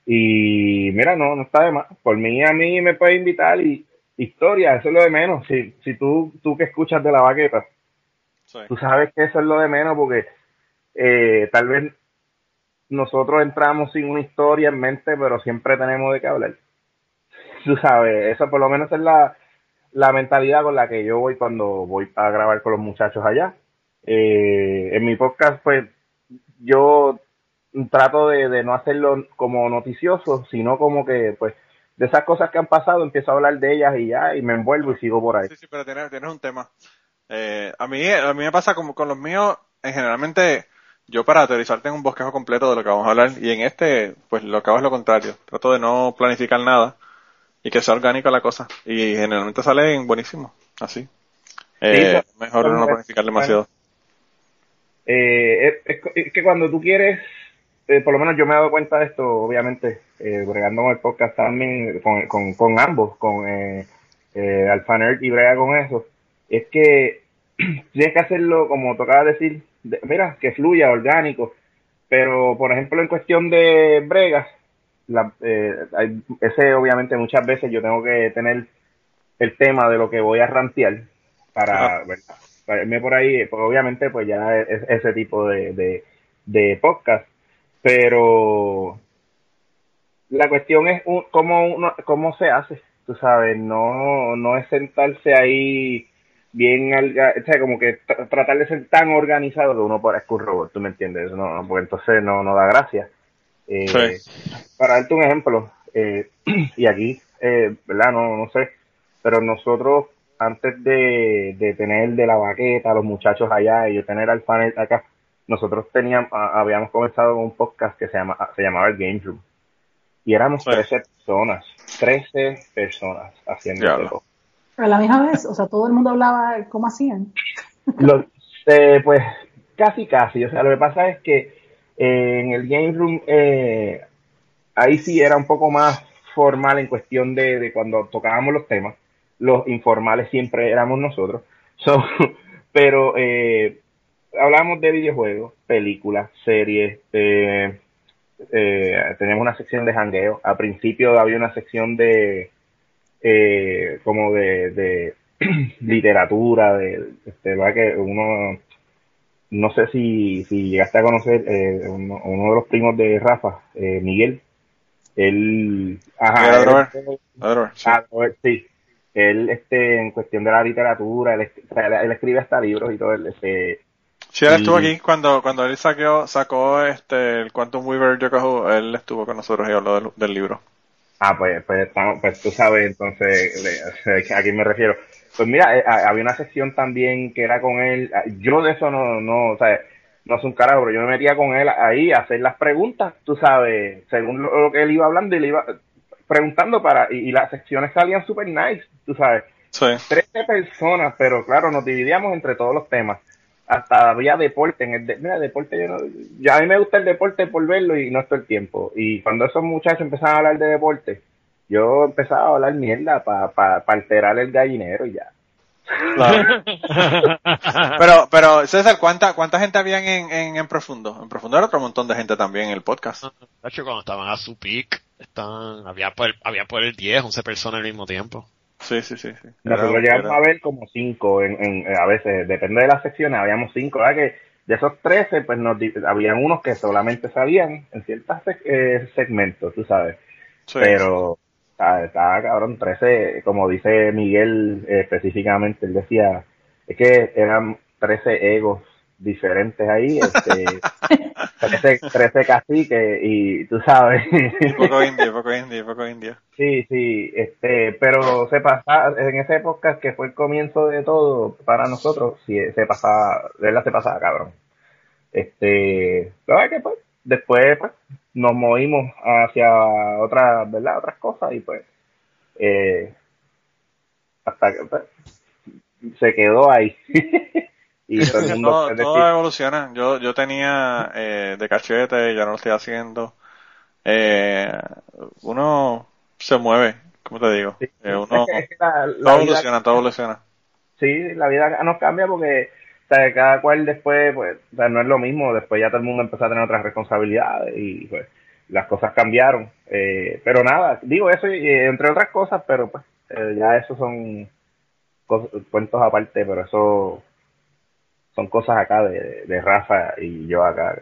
F: Y mira, no, no está de más. Por mí, a mí me puede invitar y historia, eso es lo de menos. Si, si tú, tú que escuchas de la baqueta,
B: Sí.
F: tú sabes que eso es lo de menos porque eh, tal vez nosotros entramos sin una historia en mente, pero siempre tenemos de qué hablar. Tú sabes, eso por lo menos es la, la mentalidad con la que yo voy cuando voy a grabar con los muchachos allá. Eh, en mi podcast, pues, yo trato de, de no hacerlo como noticioso, sino como que, pues, de esas cosas que han pasado, empiezo a hablar de ellas y ya, y me envuelvo y sigo por ahí.
B: Sí, sí, pero tienes, tienes un tema. Eh, a mí, a mí me pasa como con los míos, en generalmente, yo para teorizar tengo un bosquejo completo de lo que vamos a hablar, y en este, pues lo que hago es lo contrario. Trato de no planificar nada y que sea orgánica la cosa. Y generalmente salen buenísimos, así. Eh,
F: Sí,
B: mejor no planificar demasiado.
F: Eh, es, es, es que cuando tú quieres, eh, por lo menos yo me he dado cuenta de esto, obviamente, eh, bregando con el podcast también, con, con, con ambos, con eh, eh, Alpha Nerd y brega con eso, es que tienes que hacerlo, como tocaba decir, de, mira, que fluya, orgánico, pero por ejemplo en cuestión de bregas, la, eh, hay, ese obviamente muchas veces yo tengo que tener el tema de lo que voy a rantear para,
B: Ah.
F: ¿verdad? Para irme por ahí, pues obviamente pues ya es ese tipo de, de, de podcast, pero la cuestión es un, cómo, uno, cómo se hace, tú sabes, no, no es sentarse ahí bien, o sea, como que t- tratar de ser tan organizado que uno parezca un robot, ¿tú me entiendes? No, no, porque entonces no, no da gracia. Eh,
B: Sí.
F: Para darte un ejemplo, eh, y aquí, eh, ¿verdad? No, no sé, pero nosotros, antes de, de tener de la baqueta, los muchachos allá, y yo tener al panel acá, nosotros teníamos, a- habíamos comenzado un podcast que se, llama, se llamaba el Game Room, y éramos
B: Sí.
F: trece personas, trece personas haciendo
B: Diablo.
F: este podcast.
D: A la misma vez, o sea, todo el mundo hablaba cómo hacían.
F: Lo, eh, pues casi casi, o sea, lo que pasa es que eh, en el Game Room eh, ahí sí era un poco más formal en cuestión de, de cuando tocábamos los temas, los informales siempre éramos nosotros, so, pero eh, hablábamos de videojuegos, películas, series, eh, eh, teníamos una sección de jangueo, al principio había una sección de eh, como de, de literatura, de, este, ¿verdad? Que uno, no sé si, si llegaste a conocer eh, uno, uno de los primos de Rafa, eh, Miguel, él, ajá,
B: Miguel
F: él,
B: Adrover. Adrover, sí.
F: ah, Robert, sí, él, este, en cuestión de la literatura, él, o sea, él, él escribe hasta libros y todo, él, este,
B: Sí, él estuvo
F: y,
B: aquí cuando, cuando él sacó, sacó este, el Quantum Weaver Yokahu, él estuvo con nosotros y habló del, del libro.
F: ah, pues, pues, estamos, pues tú sabes, entonces, de- a quién me refiero. Pues mira, eh, ah, había una sección también que era con él. ah, Yo de eso no, no, o sea, no sé un carajo, pero yo me metía con él ahí a hacer las preguntas, tú sabes, según lo, lo que él iba hablando y le iba preguntando para, y, y las secciones salían super nice, tú sabes.
B: Sí.
F: trece personas, pero claro, nos dividíamos entre todos los temas. Hasta había deporte en el de, mira, deporte yo no, ya a mí me gusta el deporte por verlo y no estoy el tiempo. Y cuando esos muchachos empezaban a hablar de deporte, yo empezaba a hablar mierda para pa, pa alterar el gallinero y ya.
B: Claro. Pero, pero, César, ¿cuánta, cuánta gente había en, en, en Profundo? En Profundo era otro montón de gente también en el podcast.
G: De hecho, cuando estaban a su peak, estaban, había por, había por el diez, once personas al mismo tiempo.
B: Sí, sí, sí. sí. Era,
F: Nosotros llegamos
B: era-
F: a ver como cinco, en, en, a veces, depende de las secciones, habíamos cinco, ¿verdad? Que de esos trece, pues nos, di- habían unos que solamente sabían en ciertos eh, segmentos, tú sabes.
B: sí.
F: Pero está, está cabrón, trece, como dice Miguel eh, específicamente, él decía, es que eran trece egos diferentes ahí, este, trece, trece caciques y tú sabes.
B: Y poco indio, poco indio, poco indio.
F: Sí, sí, este, pero se pasaba, en esa época que fue el comienzo de todo para nosotros, sí, se pasaba, de verdad se pasaba cabrón. Este, pero es que pues, después pues, nos movimos hacia otras, ¿verdad? Otras cosas y pues, eh, hasta que pues, se quedó ahí. Y todo el mundo
B: Todo,
F: puede
B: todo
F: decir,
B: evoluciona. Yo, yo tenía eh, de cachete, ya no lo estoy haciendo. Eh, uno se mueve, ¿cómo te digo?
F: sí,
B: Eh, uno,
F: es que la, la
B: todo
F: vida,
B: evoluciona, todo evoluciona.
F: sí, la vida nos cambia porque o sea, cada cual después, pues, o sea, no es lo mismo, después ya todo el mundo empezó a tener otras responsabilidades y pues las cosas cambiaron. Eh, pero nada, digo eso y, eh, entre otras cosas, pero pues eh, ya eso son cos- cuentos aparte, pero eso son cosas acá de, de Rafa y yo acá.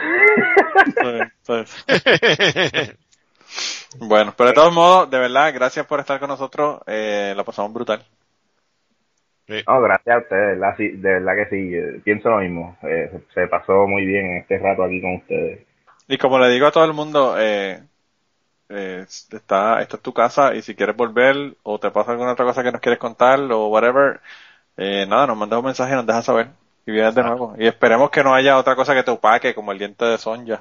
B: Sí, sí. Bueno, pero de todos modos, de verdad, gracias por estar con nosotros. Eh, la pasamos brutal.
F: No, gracias a ustedes, de verdad, sí, de verdad que sí, eh, pienso lo mismo. Eh, se, se pasó muy bien este rato aquí con ustedes.
B: Y como le digo a todo el mundo, eh, eh, está, esta es tu casa y si quieres volver o te pasa alguna otra cosa que nos quieres contar o whatever, eh, nada, nos mandas un mensaje y nos dejas saber. Y vienes de nuevo. Y esperemos que no haya otra cosa que te opaque, como el diente de Sonja.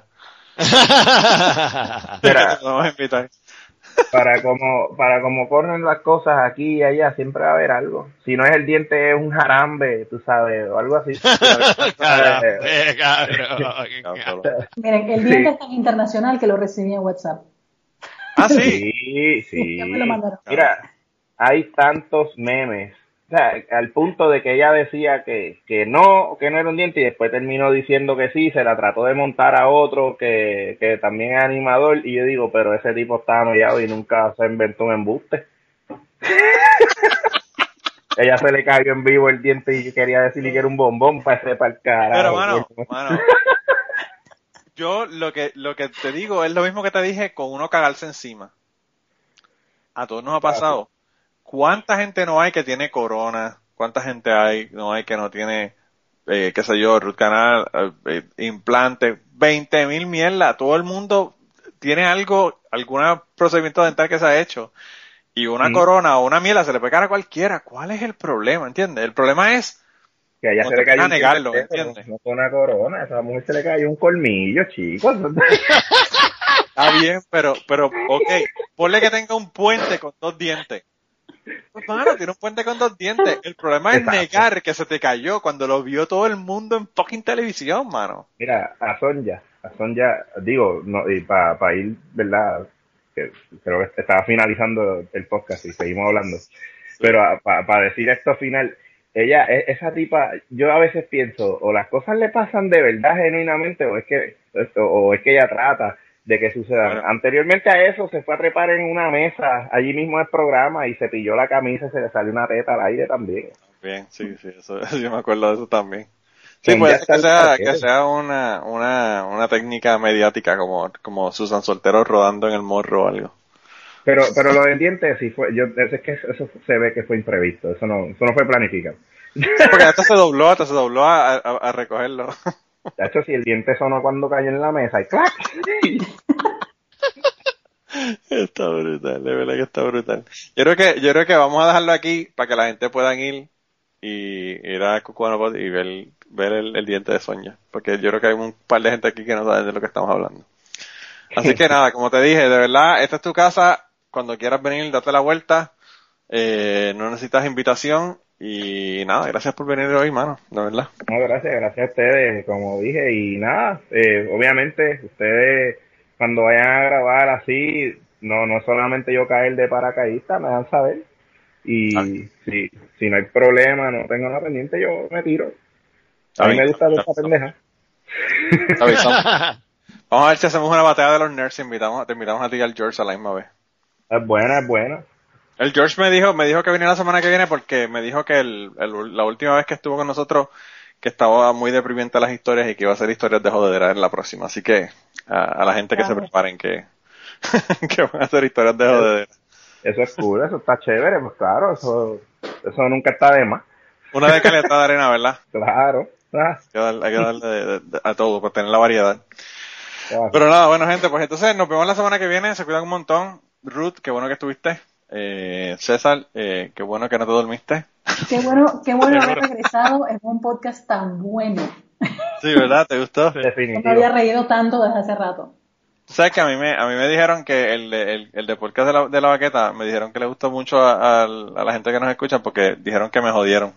F: Mira,
B: Vamos a invitar.
F: para como para como corren las cosas aquí y allá, siempre va a haber algo. Si no es el diente, es un jarambe, tú sabes, o algo así.
G: Carambe, cabrón.
D: Miren, el
F: Sí.
D: diente es tan internacional que lo recibí en WhatsApp.
B: Ah, sí.
F: Sí, sí.
D: Ya me lo mandaron.
F: Mira, hay tantos memes. O sea, al punto de que ella decía que, que no, que no era un diente y después terminó diciendo que sí, se la trató de montar a otro que, que también es animador y yo digo, pero ese tipo estaba mellado y nunca se inventó un embuste. Ella se le cayó en vivo el diente y quería decirle que era un bombón para ese para el carajo.
B: Pero, mano, mano, yo lo que, lo que te digo es lo mismo que te dije con uno cagarse encima. A todos nos ha pasado. ¿Cuánta gente no hay que tiene corona? ¿Cuánta gente hay no hay que no tiene, eh, qué sé yo, root canal, eh, implante? veinte mil mierda. Todo el mundo tiene algo, algún procedimiento dental que se ha hecho. Y una
F: Mm.
B: corona o una mierda se le puede caer a cualquiera. ¿Cuál es el problema? ¿Entiendes? El problema es
F: Que a ella
B: no
F: se
B: te
F: le cayó
B: pongas
F: un
B: a negarlo,
F: diente,
B: ¿entiendes?
F: No, no fue una corona, a esa mujer se le cayó un colmillo, chicos.
B: Está bien, pero, pero, ok, ponle que tenga un puente con dos dientes. Pues, mano, tiene un puente con dos dientes. El problema es
F: Exacto.
B: negar que se te cayó cuando lo vio todo el mundo en fucking televisión, mano.
F: Mira, a Sonja, a Sonja, digo, no, y para pa ir, ¿verdad? Que creo que estaba finalizando el podcast y seguimos hablando. Pero para pa decir esto final, ella, e- esa tipa, yo a veces pienso, o las cosas le pasan de verdad genuinamente, o es que, o, o es que ella trata de que sucedan.
B: Bueno.
F: Anteriormente a eso se fue a trepar en una mesa, allí mismo en el programa, y se pilló la camisa y se le salió una teta al aire también.
B: Bien, sí, sí, eso, yo me acuerdo de eso también. Sí,
F: Sonja
B: puede ser
F: está
B: que
F: al
B: sea,
F: garete.
B: que sea una, una, una técnica mediática como, como Susan Soltero rodando en el morro o algo.
F: Pero, pero lo del diente sí fue, yo, es que eso se ve que fue imprevisto, eso no, eso no fue planificado.
B: Porque hasta se dobló, hasta se dobló a, a, a recogerlo.
F: De hecho, si el diente sonó cuando cayó en la mesa y ¡clac!
B: Está brutal, de verdad que está brutal. Yo creo que, yo creo que vamos a dejarlo aquí para que la gente pueda ir y ir a Cucubano Pod y ver, ver el, el diente de Sonja. Porque yo creo que hay un par de gente aquí que no sabe de lo que estamos hablando. Así que nada, como te dije, de verdad, esta es tu casa. Cuando quieras venir, date la vuelta. Eh, no necesitas invitación. Y nada, gracias por venir hoy, mano, de verdad.
F: No, gracias, gracias a ustedes, como dije, y nada, eh, obviamente, ustedes cuando vayan a grabar así, no no solamente yo caer de paracaidista, me dan saber, y
B: Ah.
F: si, si no hay problema, no tengo nada pendiente, yo me tiro.
B: Está
F: A mí
B: bien.
F: me gusta de esta pendeja.
B: Te avisamos. Vamos a ver si hacemos una batalla de los nerds y invitamos, te invitamos a ti y al George a la misma vez.
F: Es buena, es buena.
B: El George me dijo, me dijo que viniera la semana que viene porque me dijo que el, el- la última vez que estuvo con nosotros que estaba muy deprimente las historias y que iba a hacer historias de jodedera en la próxima. Así que a, a la gente que se
D: Claro.
B: preparen que, que van a hacer historias de jodedera.
F: Eso es cool, eso está chévere, pues claro, eso, eso nunca está de más.
B: Una de caleta de arena, ¿verdad?
F: Claro. Ah,
B: Hay que darle, hay que darle de- de- de- a todo para tener la variedad.
F: claro.
B: Pero nada, bueno gente, pues entonces nos vemos la semana que viene. Se cuidan un montón. Ruth, qué bueno que estuviste. Eh, César, eh, qué bueno que no te dormiste.
D: Qué bueno, qué bueno haber regresado en un podcast tan bueno.
B: Sí, ¿verdad? ¿Te gustó?
D: No me había
F: Definitivo.
D: reído tanto desde hace rato.
B: ¿Sabes que a mí me, a mí me dijeron que el, de- el, el de podcast de la, de la baqueta, me dijeron que le gustó mucho a, a- a la gente que nos escucha porque dijeron que me jodieron.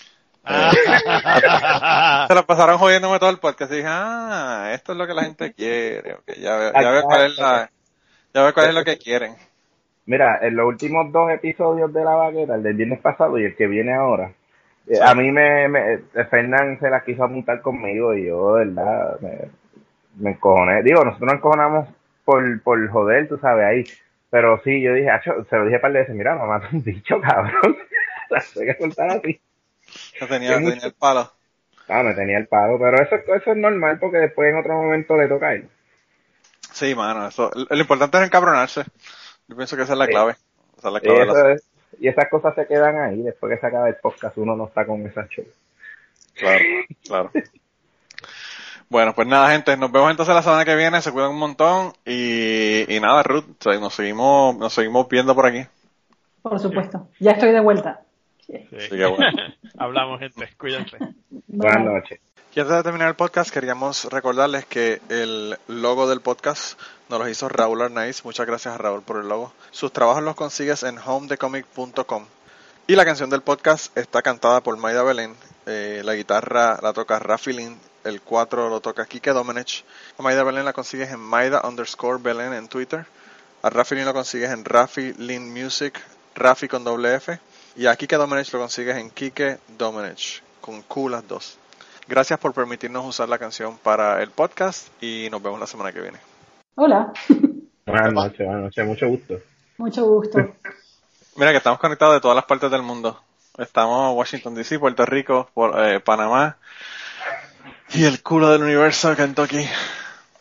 B: Se la pasaron jodiéndome todo el podcast y dije, ah, esto es lo que la gente quiere. Okay, ya veo, ya veo cuál es la, ya veo cuál es lo que quieren.
F: Mira, en los últimos dos episodios de La Baqueta, el del viernes pasado y el que viene ahora, eh,
B: Sí.
F: a mí me, me eh, Fernán se la quiso apuntar conmigo y yo, de verdad, me, me encojoné. Digo, nosotros nos encojonamos por, por joder, tú sabes, ahí. Pero sí, yo dije, acho, se lo dije para decir, mira, me mata un bicho, cabrón. La tengo que soltar así.
B: No tenía,
F: Qué
B: tenía
F: mucho.
B: el palo.
F: Ah, me tenía el pago, pero eso, eso es normal porque después en otro momento le toca a él.
B: Sí, mano, eso, lo lo importante es encabronarse. Yo pienso que esa es la
F: Sí.
B: clave. Esa es la
F: Y,
B: clave de la-
F: eso es- y esas cosas se quedan ahí. Después que se acaba el podcast, uno no está con esa show.
B: Claro, claro. Bueno, pues nada, gente, nos vemos entonces la semana que viene, se cuidan un montón y, y nada, Ruth, o sea, nos seguimos, nos seguimos viendo por aquí.
D: Por supuesto. Ya estoy de vuelta.
G: Sí.
B: Así que bueno.
G: Hablamos, gente. Cuídense.
F: Buenas
D: Bye.
F: noches.
B: Y antes de terminar el podcast, queríamos recordarles que el logo del podcast nos lo hizo Raúl Arnaiz. Muchas gracias a Raúl por el logo. Sus trabajos los consigues en home the comic punto com. Y la canción del podcast está cantada por Maida Belén. Eh, la guitarra la toca Rafi Lin. El cuatro lo toca Kike Domenech. A Maida Belén la consigues en Maida underscore Belén en Twitter. A Rafi Lin lo consigues en Rafi Lin Music, Rafi con doble F. Y a Kike Domenech lo consigues en Kike Domenech, con Q las dos. Gracias por permitirnos usar la canción para el podcast y nos vemos la semana que viene.
D: Hola.
F: Buenas noches, buenas noches. Mucho gusto.
D: Mucho gusto.
B: Mira que estamos conectados de todas las partes del mundo. Estamos en Washington D C, Puerto Rico, por, eh, Panamá y el culo del universo, Kentucky.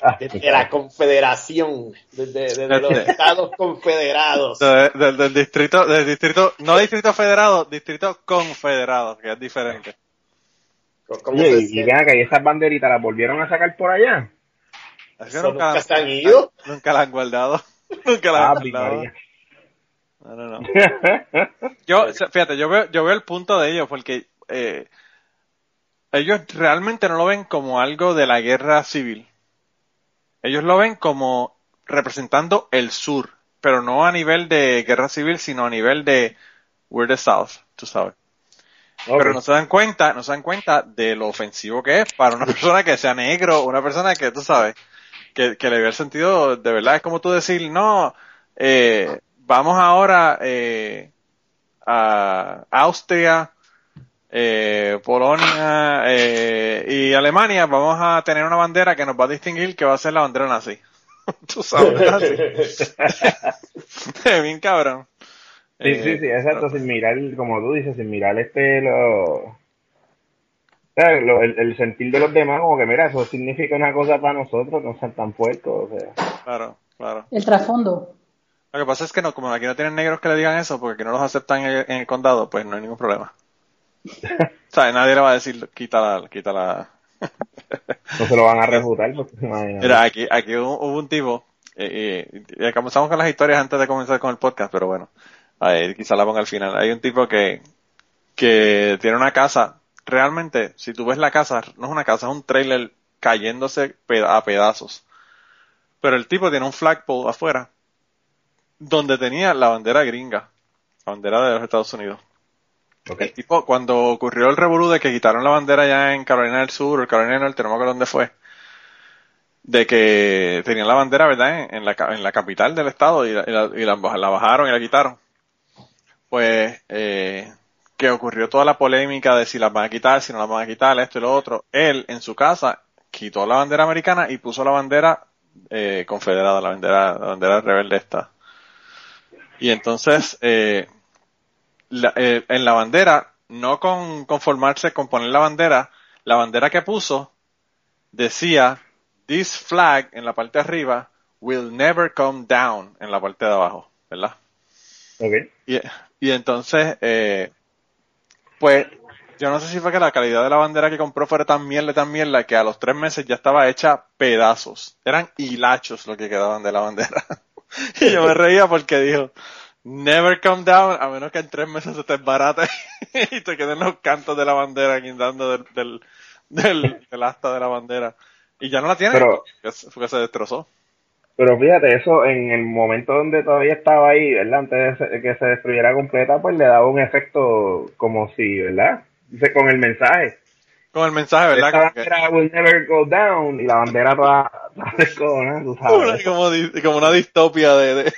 E: de la confederación, de, de, de, de los estados confederados.
B: De, de, del distrito, del distrito, no distrito federado, distrito confederado, que es diferente.
F: Oye, y, y vean que esas banderitas las volvieron a sacar por allá.
B: Así que nunca,
E: nunca se han ido.
B: Nunca las han guardado. Nunca las han guardado. No, no, no. Yo, fíjate, yo veo, yo veo el punto de ellos porque eh, ellos realmente no lo ven como algo de la guerra civil. Ellos lo ven como representando el sur, pero no a nivel de guerra civil, sino a nivel de we're the South, tú sabes. Okay. Pero no se dan cuenta, no se dan cuenta de lo ofensivo que es para una persona que sea negro, una persona que, tú sabes, que, que le vea el sentido, de verdad, es como tú decir, no, eh, vamos ahora eh, a Austria, eh, Polonia eh, y Alemania, vamos a tener una bandera que nos va a distinguir, que va a ser la bandera nazi. Tú sabes, así. Bien cabrón.
F: Sí, eh, sí, sí, exacto, sin mirar, como tú dices, sin mirar este, lo, lo el, el sentir de los demás, como que mira, eso significa una cosa para nosotros, no sean tan puercos, o sea.
B: Claro, claro.
D: El trasfondo.
B: Lo que pasa es que no, como aquí no tienen negros que le digan eso, porque aquí no los aceptan en el, en el condado, pues no hay ningún problema. O sea, nadie le va a decir, quita la, quita la.
F: No se lo van a refutar, porque
B: mira, aquí, aquí hubo, hubo un tipo, eh, eh, y comenzamos con las historias antes de comenzar con el podcast, pero bueno. Ahí, quizá la ponga al final. Hay un tipo que, que tiene una casa. Realmente, si tú ves la casa, no es una casa, es un trailer cayéndose a pedazos. Pero el tipo tiene un flagpole afuera, donde tenía la bandera gringa, la bandera de los Estados Unidos. Okay. El tipo, cuando ocurrió el revolú de que quitaron la bandera ya en Carolina del Sur o Carolina del Norte, no me acuerdo dónde fue, de que tenían la bandera, ¿verdad?, en, en, la, en la capital del estado y, la, y, la, y la, la bajaron y la quitaron. Pues, eh, que ocurrió toda la polémica de si las van a quitar, si no las van a quitar, esto y lo otro. Él, en su casa, quitó la bandera americana y puso la bandera eh, confederada, la bandera, la bandera rebelde esta. Y entonces, eh, la, eh, en la bandera, no con conformarse con poner la bandera, la bandera que puso decía, this flag, en la parte de arriba, will never come down, en la parte de abajo, ¿verdad?
F: Okay.
B: Y, y entonces, eh, pues, yo no sé si fue que la calidad de la bandera que compró fuera tan mierda, tan mierda, que a los tres meses ya estaba hecha pedazos. Eran hilachos lo que quedaban de la bandera. Y yo me reía porque dijo, never come down, a menos que en tres meses se te embarate y te queden los cantos de la bandera guindando del, del, del, del asta de la bandera. Y ya no la tiene,
F: pero,
B: porque, porque se destrozó.
F: Pero fíjate, eso en el momento donde todavía estaba ahí, ¿verdad? Antes de que se destruyera completa, pues le daba un efecto como si, ¿verdad? Con el mensaje.
B: Con el mensaje, ¿verdad?
F: Esta bandera will never go down y la bandera toda, toda descojonada, tú sabes.
B: Como, como una distopia de... de...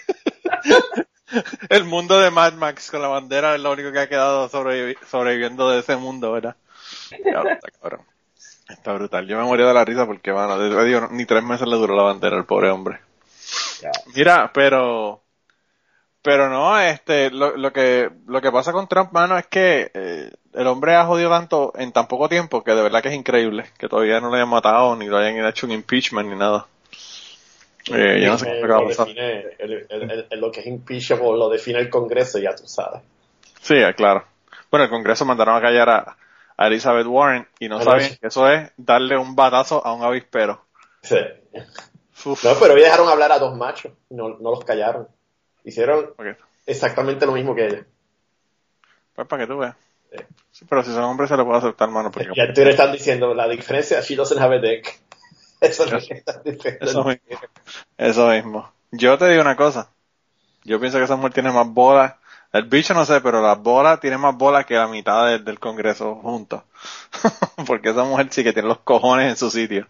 B: el mundo de Mad Max con la bandera es lo único que ha quedado sobrevi- sobreviviendo de ese mundo, ¿verdad? Cabrón, está cabrón. Está brutal. Yo me moría de la risa porque, mano, de, digo, ni tres meses le duró la bandera al pobre hombre.
F: Yeah.
B: Mira, pero... Pero no, este, lo, lo que lo que pasa con Trump, mano, es que eh, el hombre ha jodido tanto en tan poco tiempo que de verdad que es increíble que todavía no lo hayan matado ni lo hayan hecho un impeachment ni nada. Eh, yo no sé qué va a pasar.
E: Define, el, el, el, lo que es impeachable lo define el Congreso, ya tú sabes.
B: Sí, claro. Bueno, el Congreso mandaron a callar a, a Elizabeth Warren y no saben que eso es darle un batazo a un avispero.
E: Sí. Uf. No, pero hoy dejaron hablar a dos machos, no, no los callaron. Hicieron okay. exactamente lo mismo que ella.
B: Pues para que tú veas. Sí. Sí, pero si son hombres se le puede aceptar, mano. Porque...
E: Ya tú le están diciendo la diferencia, she doesn't have a dick. Eso es lo que están diciendo.
B: Eso mismo. Eso mismo. Yo te digo una cosa. Yo pienso que esa mujer tiene más bolas. El bicho no sé, pero las bolas tiene más bolas que la mitad de, del Congreso juntos. Porque esa mujer sí que tiene los cojones en su sitio.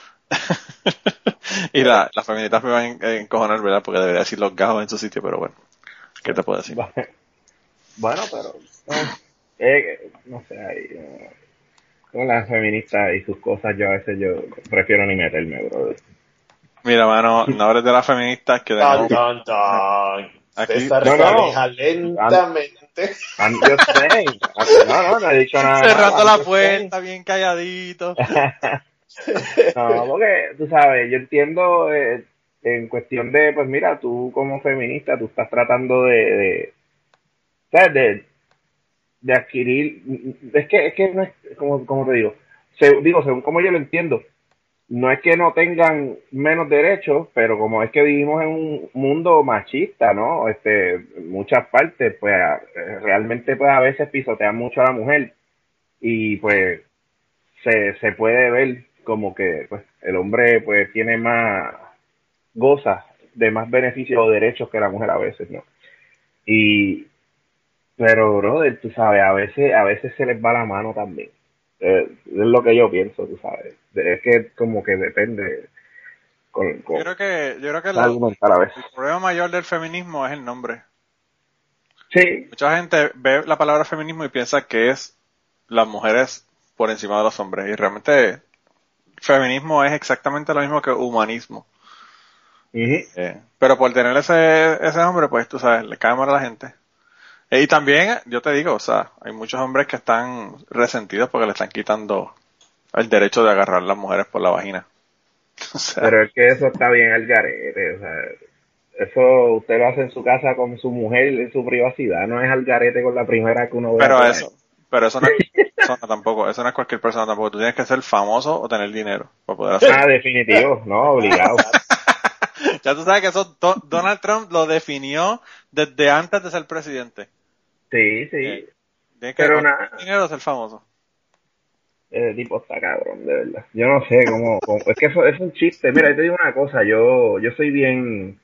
B: Y la, las feministas me van a encojonar, ¿verdad? Porque debería decir los gajos en su sitio, pero bueno. ¿Qué te puedo decir?
F: Bueno, pero... Eh, no sé, ahí... Eh, con las feministas y sus cosas, yo a veces yo prefiero ni meterme, bro.
B: Mira, mano, no hables de las feministas que...
E: Tan, tan, tan.
B: Aquí...
E: César
F: no,
E: se
F: no.
E: aleja lentamente.
F: I'm just saying. No, no, no he dicho nada.
B: Cerrando
F: I'm
B: la
F: just
B: puerta, saying. Bien calladito.
F: No, porque tú sabes, yo entiendo eh, en cuestión de, pues mira, tú como feminista, tú estás tratando de, de ¿sabes? De, de adquirir, es que, es que no es, como, como te digo, se, digo, según como yo lo entiendo, no es que no tengan menos derechos, pero como es que vivimos en un mundo machista, ¿no? Este, en muchas partes, pues realmente pues a veces pisotean mucho a la mujer y pues se, se puede ver como que pues el hombre pues tiene más, goza de más beneficios o derechos que la mujer a veces, ¿no? Y, pero brother, tú sabes, a veces, a veces se les va la mano también. Eh, es lo que yo pienso, tú sabes. Es que como que depende. Con, con
B: Yo creo que, yo creo que
F: la
B: la-
F: argumentar a veces.
B: el problema mayor del feminismo es el nombre.
F: Sí,
B: Mucha gente ve la palabra feminismo y piensa que es las mujeres por encima de los hombres. Y realmente feminismo es exactamente lo mismo que humanismo.
F: ujú.
B: Eh, pero por tener ese, ese nombre, pues tú sabes, le cae mal a la gente. Eh, y también, yo te digo, o sea, hay muchos hombres que están resentidos porque le están quitando el derecho de agarrar a las mujeres por la vagina. O sea,
F: Pero es que eso está bien al garete, o sea, eso usted lo hace en su casa con su mujer en su privacidad, no es al garete con la primera que uno ve.
B: pero
F: por ahí.
B: eso, pero eso no es cualquier persona tampoco, eso no es cualquier persona tampoco. Tú tienes que ser famoso o tener dinero para poder hacerlo.
F: Ah, definitivo, no, obligado.
B: Ya tú sabes que eso Do- Donald Trump lo definió desde antes de ser presidente.
F: Sí, sí,
B: Eh, Tienes que
F: pero
B: con
F: nada.
B: dinero o ser famoso.
F: Ese tipo está cabrón, de verdad. Yo no sé cómo, cómo- es que eso, eso es un chiste. Mira, yo te digo una cosa, yo, yo soy bien,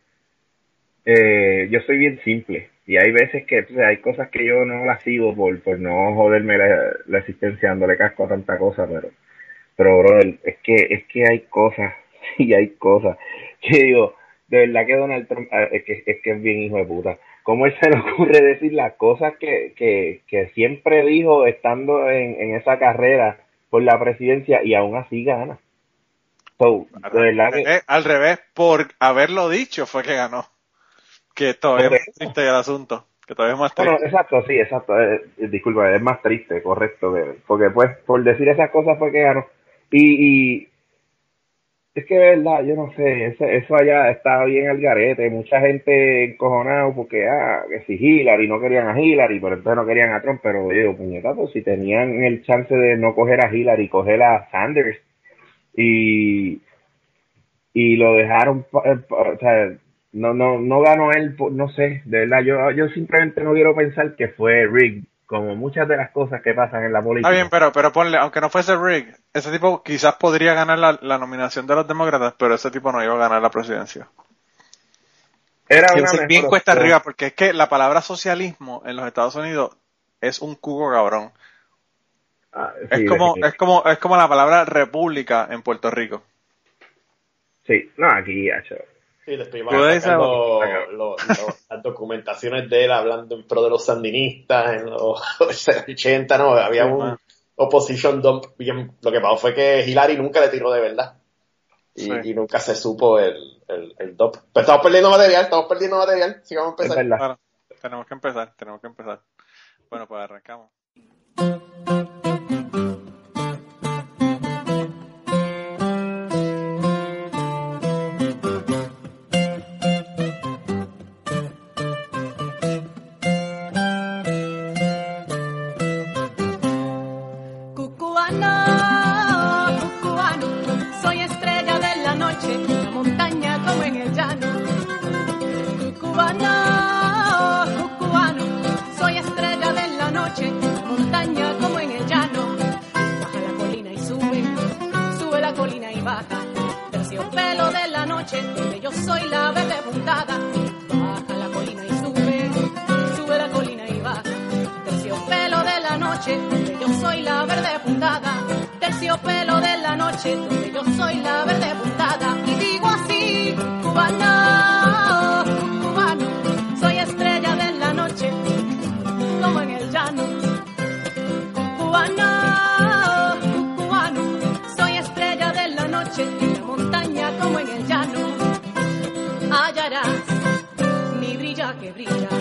F: eh, yo soy bien simple. Y hay veces que, o sea, hay cosas que yo no las sigo por, por no joderme la, la existencia dándole casco a tanta cosa, pero, pero brother, es que, es que hay cosas, y hay cosas, que digo, de verdad que Donald Trump, ah, es que, es que es bien hijo de puta. ¿Cómo él se le ocurre decir las cosas que, que, que siempre dijo estando en, en esa carrera por la presidencia y aún así gana? So, de verdad
B: Al
F: que,
B: revés, al revés, por haberlo dicho fue que ganó. Que todavía
F: Por
B: es más triste el asunto. Que todavía es más
F: bueno,
B: triste.
F: exacto, sí, exacto, eh, eh, disculpa, es más triste, correcto, que- porque pues por decir esas cosas fue que ganó. Y, y es que de verdad, yo no sé, eso, eso allá está bien al garete, mucha gente encojonado porque, ah, que si Hillary, no querían a Hillary, pero entonces no querían a Trump, pero yo digo, puñetazo, si tenían el chance de no coger a Hillary, coger a Sanders, y, y lo dejaron, pa- eh, pa- o sea, no, no, no ganó él, por- no sé, de verdad, yo, yo simplemente no quiero pensar que fue rigged, como muchas de las cosas que pasan en la política.
B: Está bien, pero, pero ponle, aunque no fuese Rick, ese tipo quizás podría ganar la, la nominación de los demócratas, pero ese tipo no iba a ganar la presidencia.
F: Era
B: Iba
F: una
B: a ser bien
F: mejor
B: cuesta
F: opción.
B: arriba, porque es que la palabra socialismo en los Estados Unidos es un cuco cabrón.
F: Ah,
B: Es
F: sí,
B: como,
F: definitivo.
B: es como, es como la palabra república en Puerto Rico.
F: Sí, no, aquí, hacho.
E: Sí, después
B: Tú
E: iban a
B: dices,
E: sacar
B: oh,
E: los- los- los- las documentaciones de él hablando en pro de los sandinistas en los ochenta, no, había
B: Sí,
E: un
B: man.
E: opposition dump bien, lo que pasó fue que Hillary nunca le tiró de verdad y,
B: Sí.
E: y nunca se supo el, el, el dump. Pero estamos perdiendo material, estamos perdiendo material, sigamos a
F: Es
E: empezar.
F: verdad.
B: Claro, tenemos que empezar, tenemos que empezar. Bueno, pues arrancamos.
H: Cucubano, cucubano, soy estrella de la noche, en la montaña como en el llano. Cucubano, cucubano, soy estrella de la noche, en la montaña como en el llano. Baja la colina y sube, sube la colina y baja. Terciopelo de la noche, donde yo soy la verde puntada. Baja la colina y sube, sube la colina y baja. Terciopelo de la noche, donde yo soy la verde puntada. Terciopelo de la noche, donde yo soy la verde puntada. Y digo así, cubano, cubano, soy estrella de la noche, como en el llano. Cubano, cubano, soy estrella de la noche, en la montaña como en el llano. Hallarás mi brilla que brilla